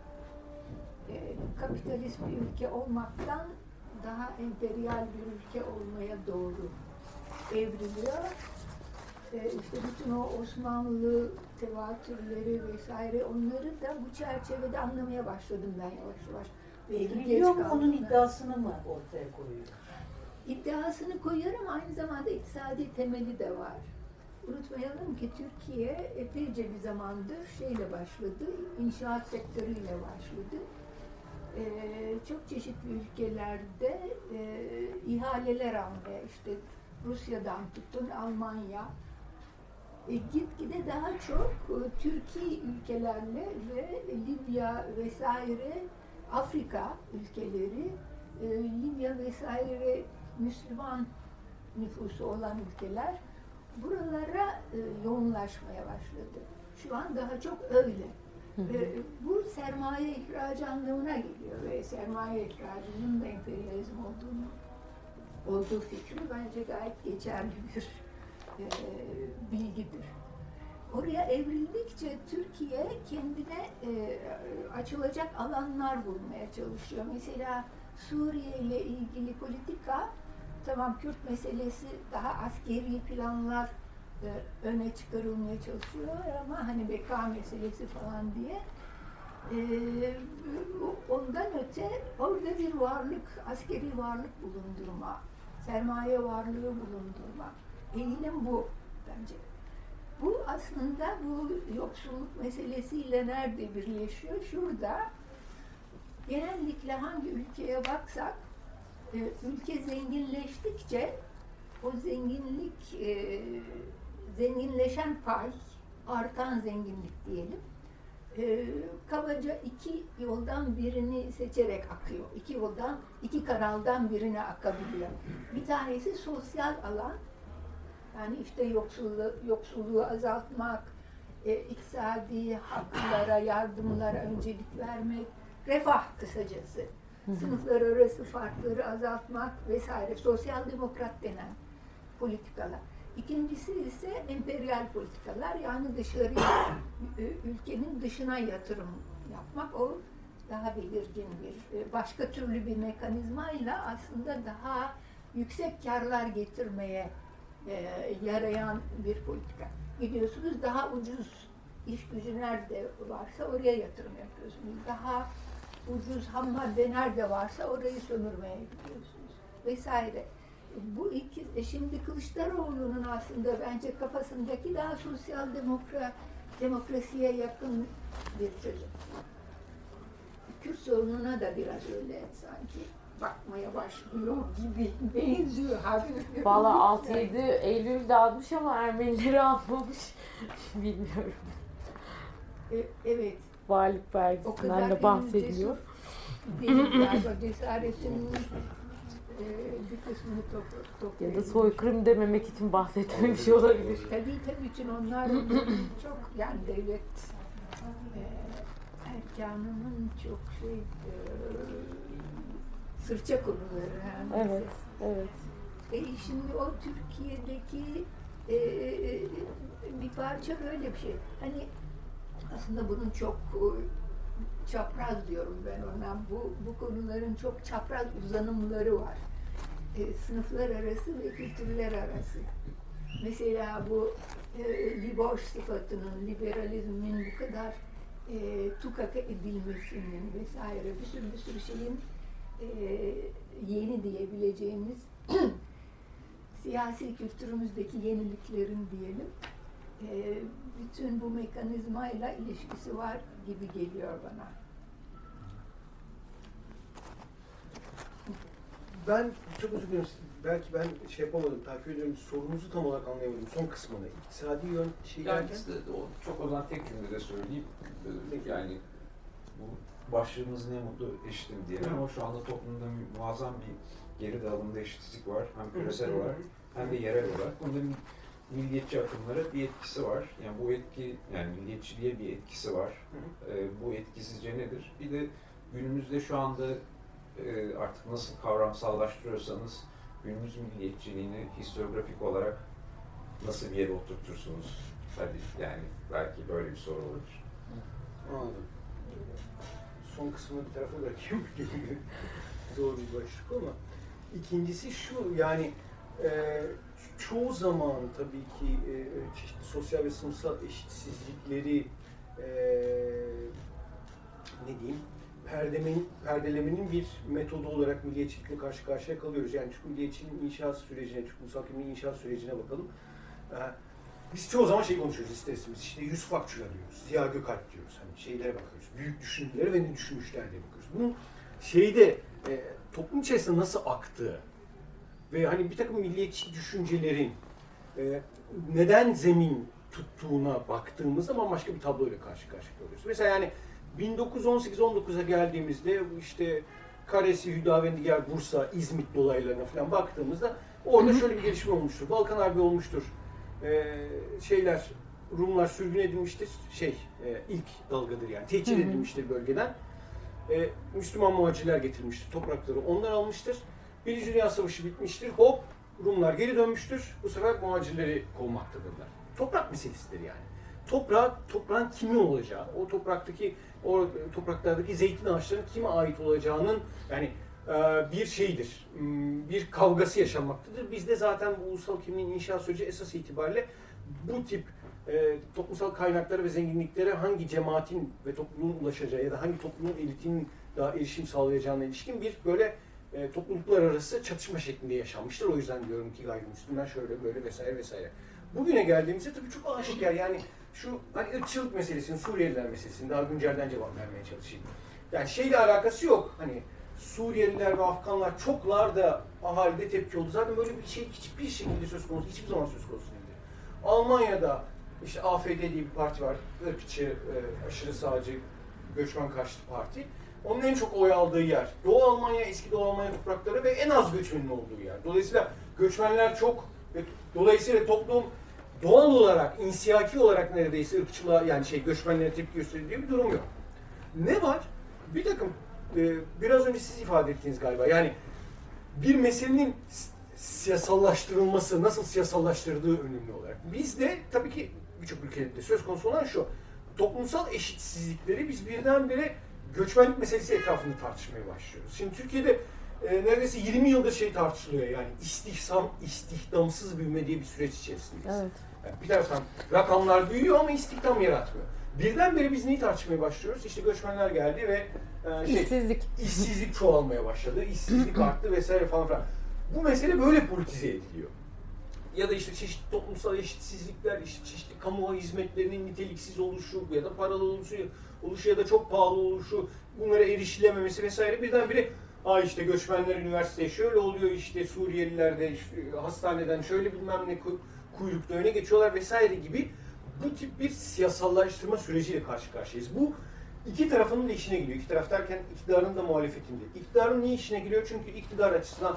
Kapitalist bir ülke olmaktan daha emperyal bir ülke olmaya doğru evriliyor. İşte bütün o Osmanlı tevatürleri vesaire, onları da bu çerçevede anlamaya başladım ben yavaş yavaş. Evriliyor mu, onun iddiasını mı ortaya koyuyor? İddiasını koyuyor ama aynı zamanda iktisadi temeli de var. Unutmayalım ki Türkiye epeyce bir zamandır şeyle başladı, inşaat sektörüyle başladı. Çok çeşitli ülkelerde ihaleler almaya, işte Rusya'dan tutun Almanya, gitgide daha çok Türkiye ülkelerle ve Libya vesaire, Afrika ülkeleri, Libya vesaire Müslüman nüfusu olan ülkeler buralara yoğunlaşmaya başladı. Şu an daha çok öyle. Bu sermaye ihracı anlamına geliyor ve sermaye ihracının da emperyalizm olduğu fikri bence gayet geçerli bir bilgidir. Oraya evrildikçe Türkiye kendine açılacak alanlar bulmaya çalışıyor. Mesela Suriye ile ilgili politika, tamam Kürt meselesi daha askeri planlar öne çıkarılmaya çalışıyor ama hani beka meselesi falan diye ondan öte orada bir varlık, askeri varlık bulundurma, sermaye varlığı bulundurma eğilim bu bence. Bu aslında bu yoksulluk meselesiyle nerede birleşiyor? Şurada genellikle hangi ülkeye baksak ülke zenginleştikçe o zenginleşen pay, artan zenginlik diyelim, kabaca iki yoldan birini seçerek akıyor. İki kanaldan birine akabiliyor. Bir tanesi sosyal alan, yani işte yoksulluğu azaltmak, iktisadi haklara, yardımlara öncelik vermek, refah kısacası. Sınıflar arası farkları azaltmak vesaire, sosyal demokrat denen politikalar. İkincisi ise emperyal politikalar, yani dışarıya, ülkenin dışına yatırım yapmak. O daha belirgin bir, başka türlü bir mekanizmayla aslında daha yüksek karlar getirmeye yarayan bir politika. Gidiyorsunuz daha ucuz iş gücü nerede varsa oraya yatırım yapıyorsunuz. Daha ucuz ham madde nerede varsa orayı sömürmeye gidiyorsunuz vesaire. Bu iki, şimdi Kılıçdaroğlu'nun aslında bence kafasındaki daha sosyal demokrasiye yakın bir çözüm. Kürt sorununa da biraz öyle sanki bakmaya başlıyor gibi benziyor hafif. Valla 6-7 Eylül'de almış ama Ermenileri almamış. Bilmiyorum. Evet. Varlık vergisinden de bahsediyor. Benim galiba cesaretinin bir kısmını ya da soykırım dememek için bahsetmemiş olabilir. Tabii bütün onlar çok, yani devlet erkanının çok sırça konuları. Yani. Evet, evet. Şimdi o Türkiye'deki bir parça böyle bir şey. Hani aslında bunun çok çapraz diyorum ben ona. Bu konuların çok çapraz uzanımları var. Sınıflar arası ve kültürler arası. Mesela bu liboş sıfatının, liberalizmin bu kadar tukaka edilmesinin vesaire bir sürü şeyin yeni diyebileceğimiz siyasi kültürümüzdeki yeniliklerin diyelim bütün bu mekanizmayla ilişkisi var gibi geliyor bana. Ben çok özür dilerim. Belki ben şey yapamadım, takip ediyorum. Sorunuzu tam olarak anlayamadım. Son kısmını. İktisadi yön şey Yani derken... o çok o zaman tek cümlede söyleyeyim. Yani bu başlığımız ne mutlu eşitim diye. Ama şu anda toplumda muazzam bir geri dağılımda eşitsizlik var. Hem küresel olarak hem de yerel olarak. Bunda milliyetçi akımlara bir etkisi var. Yani bu etki, yani milliyetçiliğe bir etkisi var. Bu etki sizce nedir? Bir de günümüzde şu anda artık nasıl kavramsallaştırıyorsanız günümüz milliyetçiliğini historiografik olarak nasıl bir yere oturtursunuz? Hadi yani belki böyle bir soru olabilir. Anladım. Son kısmını bir tarafa bırakayım. Zor bir başlık ama. İkincisi şu, yani çoğu zaman tabii ki çeşitli sosyal ve sınıfsal eşitsizlikleri ne diyeyim, perdelemenin bir metodu olarak milliyetçilikle karşı karşıya kalıyoruz. Yani Türk milliyetçiliğinin inşaat sürecine, Türk ulusal kimliğin inşaat sürecine bakalım. Biz çoğu zaman şey konuşuyoruz isterseniz, işte Yusuf Akçura diyoruz, Ziya Gökalp diyoruz, hani şeylere bakıyoruz, büyük düşünürlere ve ne düşünmüşler diye bakıyoruz. Bunun şeyde toplum içerisinde nasıl aktığı ve hani bir takım milliyetçi düşüncelerin neden zemin tuttuğuna baktığımız zaman başka bir tabloyla karşı karşıya kalıyoruz. Mesela yani 1918-19'a geldiğimizde işte Karesi, Hüdavendigar, Bursa, İzmit dolaylarına falan baktığımızda orada şöyle bir gelişme olmuştur. Balkan Harbi olmuştur. Rumlar sürgün edilmiştir. İlk dalgadır yani. Tehcir edilmiştir bölgeden. Müslüman muhacirler getirilmiştir. Toprakları onlar almıştır. Birinci Dünya Savaşı bitmiştir. Hop! Rumlar geri dönmüştür. Bu sefer muhacirleri kovmaktadırlar. Toprak meselesidir yani. Toprağın kimin olacağı, o topraklardaki zeytin ağaçlarının kime ait olacağının yani bir şeydir, bir kavgası yaşanmaktadır. Bizde zaten bu ulusal kimliğin inşa süreci esas itibariyle bu tip toplumsal kaynaklara ve zenginliklere hangi cemaatin ve topluluğun ulaşacağı ya da hangi toplumun elitinin daha erişim sağlayacağına ilişkin bir böyle topluluklar arası çatışma şeklinde yaşanmıştır. O yüzden diyorum ki gayrimüslimler şöyle böyle vesaire vesaire. Bugüne geldiğimizde tabii çok aşikar yani şu hani ırkçılık meselesini, Suriyeliler meselesini daha güncelden cevap vermeye çalışayım. Yani şeyle alakası yok. Hani Suriyeliler ve Afganlar çoklar da ahalide tepki oldu. Zaten böyle bir şey hiçbir şekilde söz konusu, hiçbir zaman söz konusu değildi. Almanya'da işte AfD diye bir parti var. Irkçı, aşırı sağcı, göçmen karşıtı parti. Onun en çok oy aldığı yer Doğu Almanya, eski Doğu Almanya toprakları ve en az göçmenin olduğu yer. Dolayısıyla göçmenler çok ve dolayısıyla toplum doğal olarak, insiyaki olarak neredeyse ırkçılığa yani göçmenlere tepki gösterdiği bir durum yok. Ne var? Bir takım biraz önce siz ifade ettiğiniz galiba yani bir meselenin siyasallaştırılması, nasıl siyasallaştırdığı önemli olarak. Bizde tabii ki birçok ülkede söz konusu olan şu, toplumsal eşitsizlikleri biz birdenbire göçmenlik meselesi etrafında tartışmaya başlıyoruz. Şimdi Türkiye'de neredeyse 20 yıldır tartışılıyor yani istihdamsız büyüme diye bir süreç içerisindeyiz. Evet. Yani bir taraftan rakamlar büyüyor ama istihdam yaratmıyor. Birdenbire biz neyi tartışmaya başlıyoruz? İşte göçmenler geldi ve işsizlik çoğalmaya başladı, işsizlik arttı vesaire falan filan. Bu mesele böyle politize ediliyor. Ya da işte çeşitli toplumsal eşitsizlikler, işte çeşitli kamu hizmetlerinin niteliksiz oluşu ya da paralı oluşu ya da çok pahalı oluşu, bunlara erişilememesi vesaire birdenbire işte göçmenler üniversiteye şöyle oluyor, işte Suriyeliler de işte hastaneden şöyle bilmem ne kuyrukta öne geçiyorlar vesaire gibi bu tip bir siyasallaştırma süreciyle karşı karşıyayız. Bu iki tarafının da işine geliyor. İki taraf derken iktidarın da muhalefetinde. İktidarın niye işine geliyor? Çünkü iktidar açısından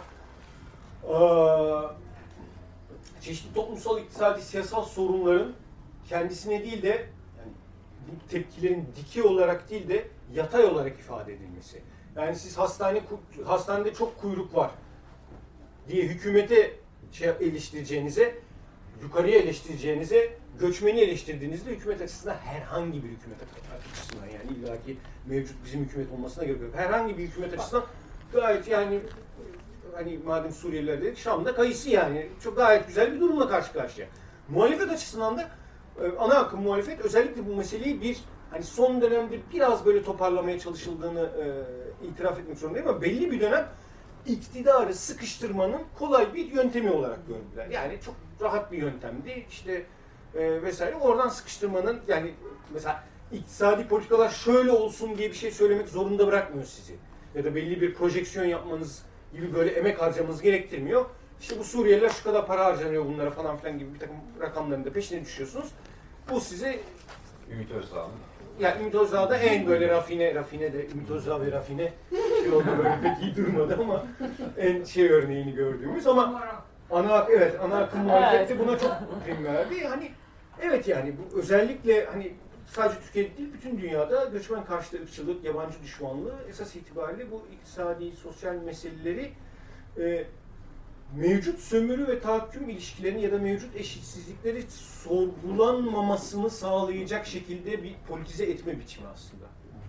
çeşitli toplumsal, iktisadi, siyasal sorunların kendisine değil de yani bu tepkilerin dikey olarak değil de yatay olarak ifade edilmesi. Yani siz hastanede çok kuyruk var diye hükümete eleştireceğinize, yukarıya eleştireceğinize, göçmeni eleştirdiğinizde hükümet açısından herhangi bir hükümet açısından yani illaki mevcut bizim hükümet olmasına gerek yok. Herhangi bir hükümet açısından gayet yani hani madem Suriyeliler dedik Şam'da kayısı yani çok gayet güzel bir durumla karşı karşıya. Muhalefet açısından da ana akım muhalefet özellikle bu meseleyi bir hani son dönemde biraz böyle toparlamaya çalışıldığını itiraf etmek zorundayım ama belli bir dönem iktidarı sıkıştırmanın kolay bir yöntemi olarak gördüler. Yani çok rahat bir yöntemdi işte vesaire. Oradan sıkıştırmanın yani mesela iktisadi politikalar şöyle olsun diye bir şey söylemek zorunda bırakmıyor sizi. Ya da belli bir projeksiyon yapmanız gibi böyle emek harcamanızı gerektirmiyor. İşte bu Suriyeliler şu kadar para harcanıyor bunlara falan filan gibi bir takım rakamların da peşine düşüyorsunuz. Bu size Ümit Özdağ'ın. Yani Ümit Özdağ'da en böyle rafine de Ümit Özdağ ve rafine şey oldu, böyle pek iyi durmadı ama en şey örneğini gördüğümüz ama ana akım muhalefeti buna çok prim verdi. Hani evet, yani bu özellikle hani sadece Türkiye'de değil, bütün dünyada göçmen karşıtı ırkçılık, yabancı düşmanlığı esas itibariyle bu iktisadi, sosyal meseleleri mevcut sömürü ve tahakküm ilişkilerini ya da mevcut eşitsizlikleri sorgulanmamasını sağlayacak şekilde bir politize etme biçimi aslında.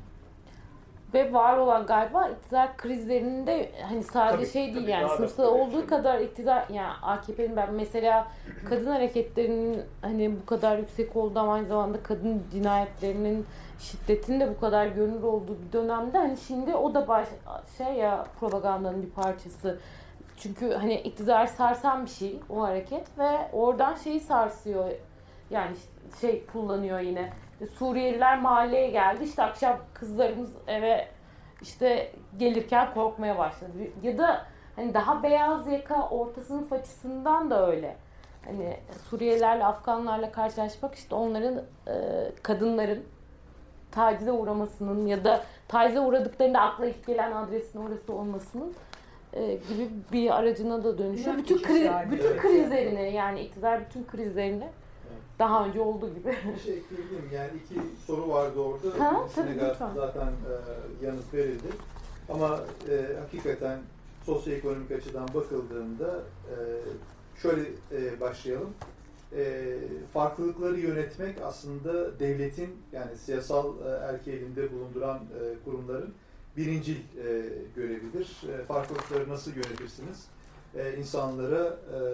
Ve var olan galiba iktidar krizlerinde hani sadece şey değil, yani sınıfsal olduğu kadar iktidar, yani AKP'nin, ben mesela kadın hareketlerinin hani bu kadar yüksek olduğu ama aynı zamanda kadın cinayetlerinin şiddetinin de bu kadar görünür olduğu bir dönemde hani şimdi o da propagandanın bir parçası. Çünkü hani iktidar sarsan bir şey o hareket ve oradan şeyi sarsıyor, yani kullanıyor yine. Suriyeliler mahalleye geldi, işte akşam kızlarımız eve işte gelirken korkmaya başladı. Ya da hani daha beyaz yaka orta sınıf açısından da öyle. Hani Suriyelilerle, Afganlarla karşılaşmak, işte onların kadınların tacize uğramasının ya da tacize uğradıklarında akla ilk gelen adresin orası olmasının gibi bir aracına da dönüşüyor. Bütün krizlerini, yani iktidar bütün krizlerini daha önce olduğu gibi. Bir şey ekleyebilirim. Yani iki soru vardı orada. İkisine zaten yanıt verildi. Ama hakikaten sosyoekonomik açıdan bakıldığında şöyle başlayalım. Farklılıkları yönetmek aslında devletin, yani siyasal erki elinde bulunduran kurumların birincil görevidir. Farklılıkları nasıl yönetirsiniz? İnsanlara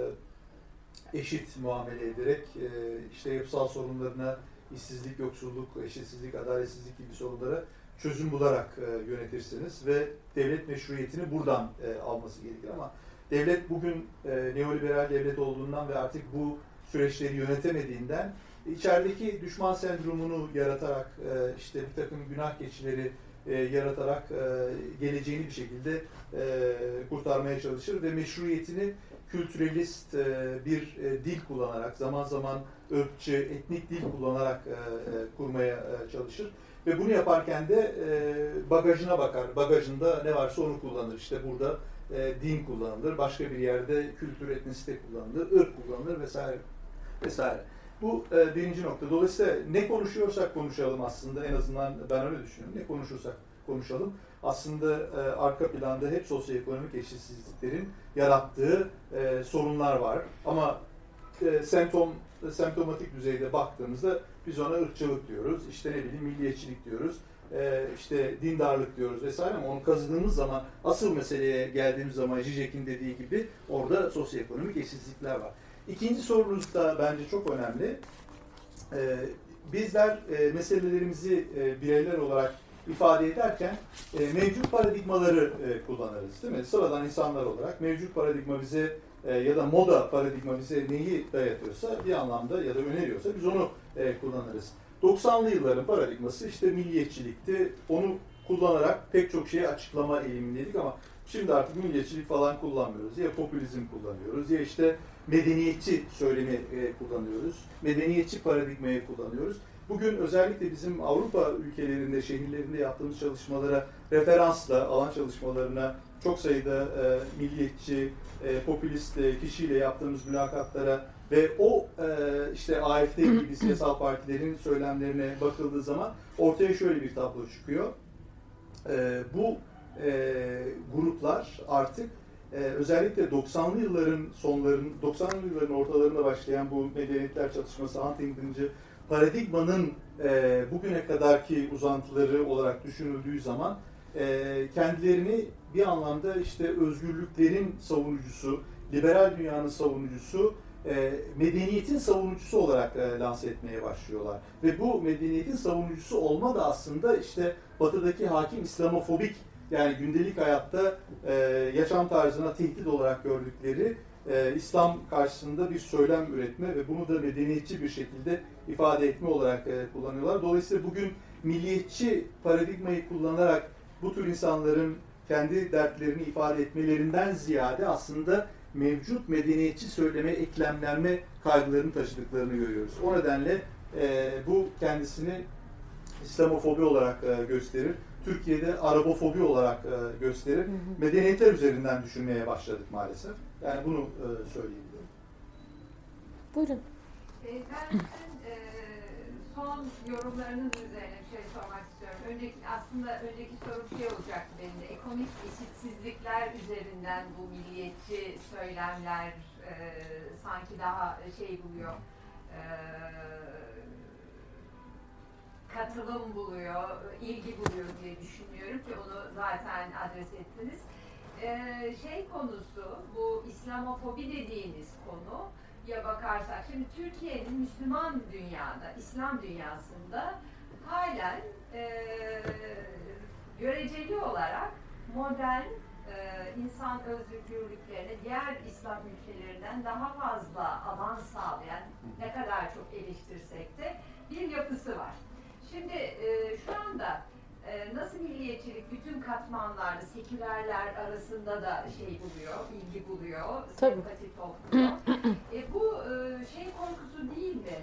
eşit muamele ederek işte yapısal sorunlarına, işsizlik, yoksulluk, eşitsizlik, adaletsizlik gibi sorunlara çözüm bularak yönetirsiniz ve devlet meşruiyetini buradan alması gerekir. Ama devlet bugün neoliberal devlet olduğundan ve artık bu süreçleri yönetemediğinden içerideki düşman sendromunu yaratarak, işte bir takım günah keçileri yaratarak geleceğini bir şekilde kurtarmaya çalışır ve meşruiyetini kültürelist bir dil kullanarak, zaman zaman ırkçı, etnik dil kullanarak kurmaya çalışır. Ve bunu yaparken de bagajına bakar. Bagajında ne varsa onu kullanır. İşte burada din kullanılır, başka bir yerde kültür, etnisite kullanılır, ırk kullanılır vesaire vesaire. Bu birinci nokta. Dolayısıyla ne konuşuyorsak konuşalım aslında, en azından ben öyle düşünüyorum. Ne konuşursak konuşalım. Aslında arka planda hep sosyoekonomik eşitsizliklerin yarattığı sorunlar var. Ama semptomatik düzeyde baktığımızda biz ona ırkçılık diyoruz, işte ne bileyim milliyetçilik diyoruz, işte dindarlık diyoruz vesaire, ama onu kazıdığımız zaman, asıl meseleye geldiğimiz zaman Zizek'in dediği gibi orada sosyoekonomik eşitsizlikler var. İkinci sorunuz da bence çok önemli. Bizler meselelerimizi bireyler olarak ifade ederken mevcut paradigmaları kullanırız, değil mi? Sıradan insanlar olarak mevcut paradigma bize ya da moda paradigma bize neyi dayatıyorsa bir anlamda ya da öneriyorsa biz onu kullanırız. 90'lı yılların paradigması işte milliyetçilikti. Onu kullanarak pek çok şeyi açıklama eğilimindeydik ama şimdi artık milliyetçilik falan kullanmıyoruz. Ya popülizm kullanıyoruz ya işte medeniyetçi söylemi kullanıyoruz. Medeniyetçi paradigmayı kullanıyoruz. Bugün özellikle bizim Avrupa ülkelerinde, şehirlerinde yaptığımız çalışmalara referansla, alan çalışmalarına çok sayıda milliyetçi, popülist kişiyle yaptığımız mülakatlara ve o işte AfD gibi siyasal partilerin söylemlerine bakıldığı zaman ortaya şöyle bir tablo çıkıyor. Bu gruplar artık özellikle 90'lı yılların sonlarının, 90'lı yılların ortalarında başlayan bu medeniyetler çatışması, Huntington'cı paradigmanın bugüne kadarki uzantıları olarak düşünüldüğü zaman kendilerini bir anlamda işte özgürlüklerin savunucusu, liberal dünyanın savunucusu, medeniyetin savunucusu olarak lanse etmeye başlıyorlar. Ve bu medeniyetin savunucusu olma da aslında işte Batı'daki hakim İslamofobik, yani gündelik hayatta yaşam tarzına tehdit olarak gördükleri İslam karşısında bir söylem üretme ve bunu da medeniyetçi bir şekilde ifade etme olarak kullanıyorlar. Dolayısıyla bugün milliyetçi paradigmayı kullanarak bu tür insanların kendi dertlerini ifade etmelerinden ziyade aslında mevcut medeniyetçi söyleme, eklemlenme kaygılarını taşıdıklarını görüyoruz. O nedenle bu kendisini İslamofobi olarak gösterir. Türkiye'de Arabofobi olarak gösterir. Medeniyetler üzerinden düşünmeye başladık maalesef. Yani bunu söyleyebilirim. Buyurun. Ben son yorumlarınız üzerine bir şey sormak istiyorum. Önceki sorum şey olacaktı benim de. Ekonomik eşitsizlikler üzerinden bu milliyetçi söylemler sanki daha şey buluyor, katılım buluyor, ilgi buluyor diye düşünüyorum ki onu zaten adres ettiniz. Şey konusu, bu İslamofobi dediğiniz konu ya bakarsak, şimdi Türkiye'nin Müslüman dünyada, İslam dünyasında halen göreceli olarak modern insan özgürlüklerine diğer İslam ülkelerinden daha fazla alan sağlayan, ne kadar çok eleştirsek de bir yapısı var. Şimdi şu anda nasıl milliyetçilik bütün katmanlarda, sekülerler arasında da şey buluyor, ilgi buluyor, sempati topluyor. Bu şey korkusu değil mi?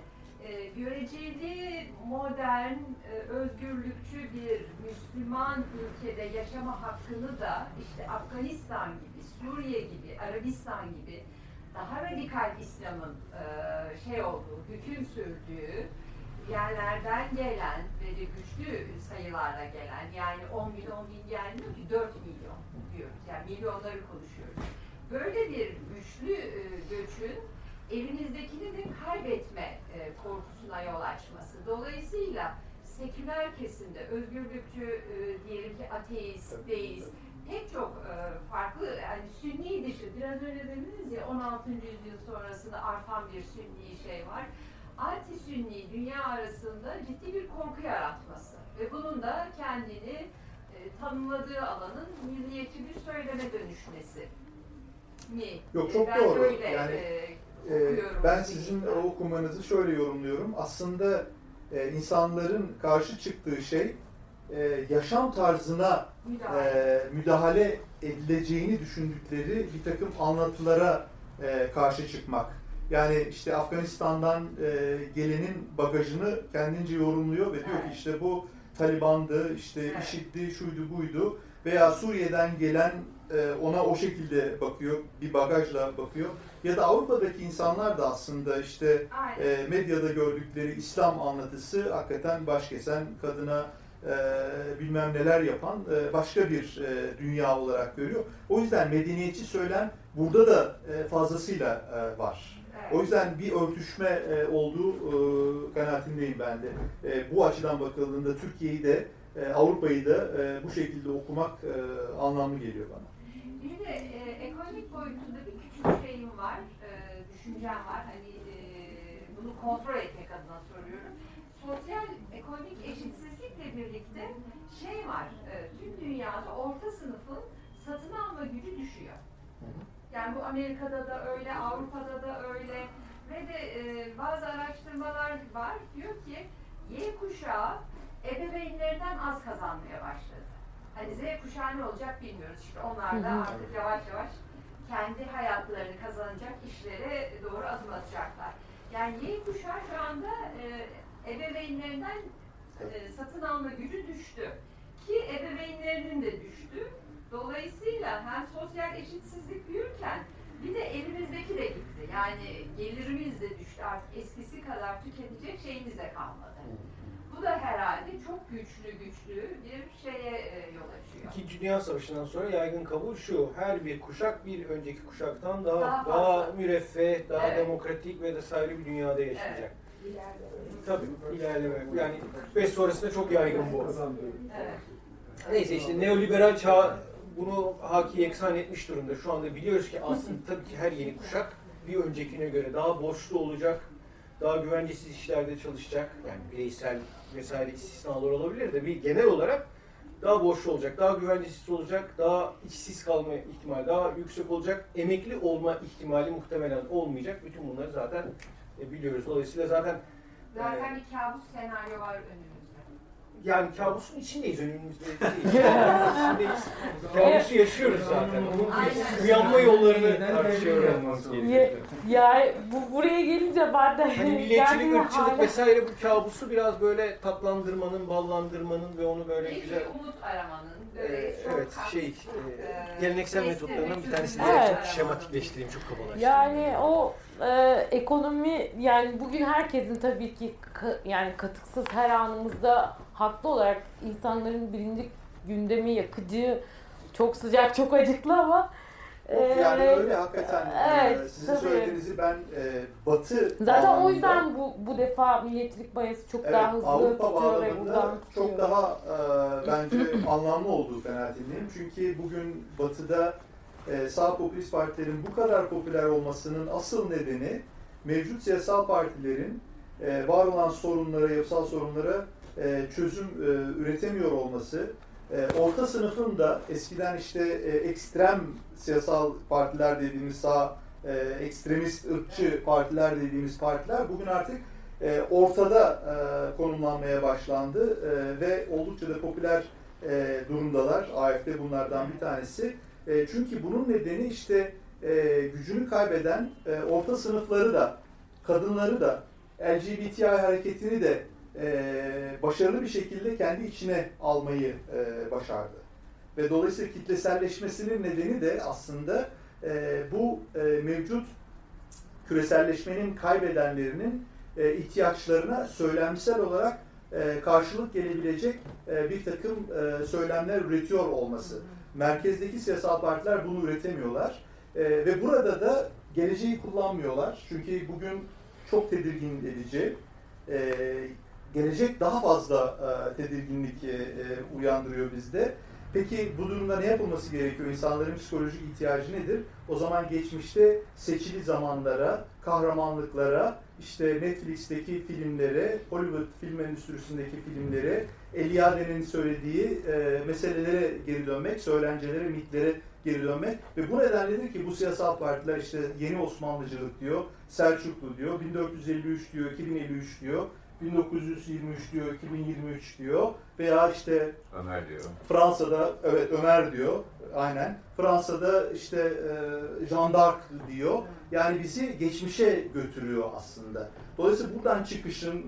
Göreceli, modern, özgürlükçü bir Müslüman ülkede yaşama hakkını da işte Afganistan gibi, Suriye gibi, Arabistan gibi daha radikal İslam'ın şey olduğu, hüküm sürdüğü yerlerden gelen ve de güçlü sayılarla gelen, yani 10 bin gelmiyor ki 4 milyon diyoruz. Yani milyonları konuşuyoruz. Böyle bir güçlü göçün elimizdekini de kaybetme korkusuna yol açması. Dolayısıyla seküler kesimde özgürlükçü, diyelim ki ateist, deist, pek çok farklı, yani Sünni dışı, biraz önce dediniz ya 16. yüzyıl sonrasında artan bir Sünni şey var. Anti-Sünni dünya arasında ciddi bir korku yaratması ve bunun da kendini tanımladığı alanın milliyetçi bir söyleme dönüşmesi mi? Yok, çok ben doğru. Böyle, yani ben sizin okumanızı şöyle yorumluyorum. Aslında insanların karşı çıktığı şey yaşam tarzına müdahale edileceğini düşündükleri bir takım anlatılara karşı çıkmak. Yani işte Afganistan'dan gelenin bagajını kendince yorumluyor ve diyor ki işte bu Taliban'dı, işte IŞİD'di, şuydu buydu veya Suriye'den gelen ona o şekilde bakıyor, bir bagajla bakıyor. Ya da Avrupa'daki insanlar da aslında işte medyada gördükleri İslam anlatısı hakikaten baş kesen, kadına bilmem neler yapan başka bir dünya olarak görüyor. O yüzden medeniyetçi söylem burada da fazlasıyla var. O yüzden bir örtüşme olduğu kanaatindeyim ben de. Bu açıdan bakıldığında Türkiye'yi de Avrupa'yı da bu şekilde okumak anlamlı geliyor bana. Bir de ekonomik boyutunda bir küçük şeyim var, düşüncem var. Hani bunu kontrol etmek adına soruyorum. Sosyal ekonomik eşitsizlikle birlikte şey var, tüm dünyada orta sınıfın satın alma gücü düşüyor. Yani bu Amerika'da da öyle, Avrupa'da da öyle ve de bazı araştırmalar var, diyor ki Y kuşağı ebeveynlerinden az kazanmaya başladı. Hani Z kuşağı ne olacak bilmiyoruz. İşte onlar da artık yavaş yavaş kendi hayatlarını kazanacak işlere doğru adım atacaklar. Yani Y kuşağı şu anda ebeveynlerinden satın alma gücü düştü. Ki ebeveynlerinin de düştü. Dolayısıyla hem sosyal eşitsizlik büyürken bir de elimizdeki de gitti. Yani gelirimiz de düştü. Artık eskisi kadar tüketecek şeyimiz de kalmadı. Bu da herhalde çok güçlü bir şeye yol açıyor. İkinci Dünya Savaşı'ndan sonra yaygın kabul şu: her bir kuşak bir önceki kuşaktan daha müreffeh, daha demokratik ve vesaire bir dünyada yaşayacak. Tabii ilerleme. Yani ve sonrasında çok yaygın bu. Neyse işte neoliberal çağ bunu haki yeksan etmiş durumda. Şu anda biliyoruz ki aslında tabii ki her yeni kuşak bir öncekine göre daha borçlu olacak, daha güvencesiz işlerde çalışacak. Yani bireysel vesaire istisnalar olabilir de bir genel olarak daha borçlu olacak, daha güvencesiz olacak, daha işsiz kalma ihtimali daha yüksek olacak, emekli olma ihtimali muhtemelen olmayacak. Bütün bunları zaten biliyoruz. Dolayısıyla zaten bir kabus senaryo var önümüzde. yani kabusun içindeyiz, önümüzde değil. İçindeyiz. Kabusu yaşıyoruz zaten. Onun bir uyanma yollarını tartışıyoruz. Ya buraya gelince ben de hani milliyetçilik, ırkçılık vesaire bu kabusu biraz böyle tatlandırmanın, ballandırmanın ve onu böyle güzel umut aramanın. Evet, geleneksel metotlarından bir tanesini çok şematikleştireyim, çok kabalaştırayım. Yani o ekonomi, yani bugün herkesin tabii ki yani katıksız her anımızda haklı olarak insanların birinci gündemi yakıcı, çok sıcak, çok acıklı ama yani öyle hakikaten evet, sizin tabii. Söylediğinizi ben Batı zaten bağlamında, o yüzden bu defa milliyetçilik bayası çok daha hızlı Avrupa tutuyor ve buradan çok daha bence anlamlı olduğu kanaatindeyim. Çünkü bugün Batı'da sağ popülist partilerin bu kadar popüler olmasının asıl nedeni mevcut siyasal partilerin var olan sorunlara, yapısal sorunlara çözüm üretemiyor olması. Orta sınıfın da eskiden işte ekstrem siyasal partiler dediğimiz sağ ekstremist, ırkçı partiler dediğimiz partiler bugün artık ortada konumlanmaya başlandı ve oldukça da popüler durumdalar. AfD bunlardan bir tanesi. Çünkü bunun nedeni işte gücünü kaybeden orta sınıfları da, kadınları da, LGBTİ hareketini de başarılı bir şekilde kendi içine almayı başardı. Ve dolayısıyla kitleselleşmesinin nedeni de aslında bu mevcut küreselleşmenin kaybedenlerinin ihtiyaçlarına söylemsel olarak karşılık gelebilecek bir takım söylemler üretiyor olması. Merkezdeki siyasal partiler bunu üretemiyorlar. Ve burada da geleceği kullanmıyorlar. Çünkü bugün çok tedirgin edici. Gelecek daha fazla tedirginlik uyandırıyor bizde. Peki bu durumda ne yapılması gerekiyor? İnsanların psikolojik ihtiyacı nedir? O zaman geçmişte seçili zamanlara, kahramanlıklara, işte Netflix'teki filmlere, Hollywood film endüstrisindeki filmlere, Eliade'nin söylediği meselelere geri dönmek, söylencelere, mitlere geri dönmek ve bu nedenledir ki bu siyasal partiler işte yeni Osmanlıcılık diyor, Selçuklu diyor, 1453 diyor, 2053 diyor, 1923 diyor, 2023 diyor veya işte Ömer diyor. Fransa'da evet Ömer diyor, aynen. Fransa'da işte Jeanne d'Arc diyor. Yani bizi geçmişe götürüyor aslında. Dolayısıyla buradan çıkışın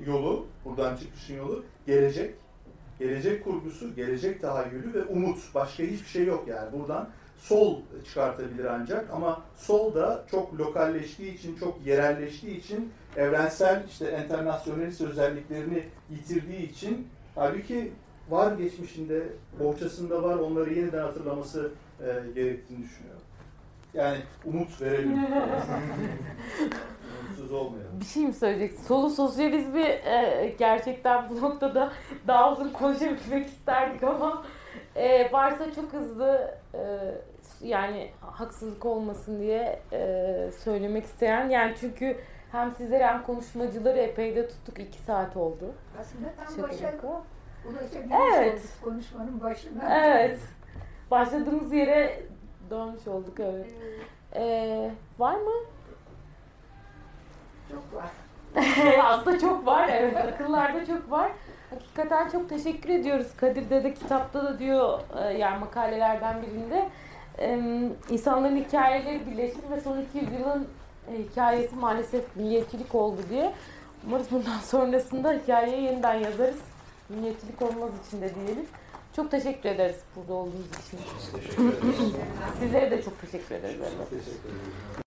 yolu gelecek kurgusu, gelecek tahayyülü ve umut. Başka hiçbir şey yok yani. Buradan sol çıkartabilir ancak ama sol da çok lokalleştiği için, çok yerelleştiği için, evrensel işte enternasyonalist özelliklerini yitirdiği için halbuki var geçmişinde, bohçasında var, onları yeniden hatırlaması gerektiğini düşünüyorum. Yani umut verelim. Umutsuz olmayalım. Bir şey mi söyleyeceksin? Solu sosyalizmi gerçekten bu noktada daha uzun konuşabilmek isterdik ama varsa çok hızlı yani haksızlık olmasın diye söylemek isteyen, yani çünkü hem sizleri hem konuşmacıları epey de tuttuk, 2 saat oldu. Aslında tam başa ulaşabiliriz, evet. Konuşmanın başına. Evet. Başladığımız yere dönmüş olduk, evet. Var mı? Çok var. Aslında çok var, evet. Akıllarda çok var. Hakikaten çok teşekkür ediyoruz. Kadir'de de kitapta da diyor, yani makalelerden birinde insanların hikayeleri birleşir ve son 200 yılın hikayesi maalesef milliyetçilik oldu diye. Umarız bundan sonrasında hikayeyi yeniden yazarız. Milliyetçilik olmaz için de diyelim. Çok teşekkür ederiz burada olduğunuz için. Sizlere de çok teşekkür ederiz. Teşekkür ederim.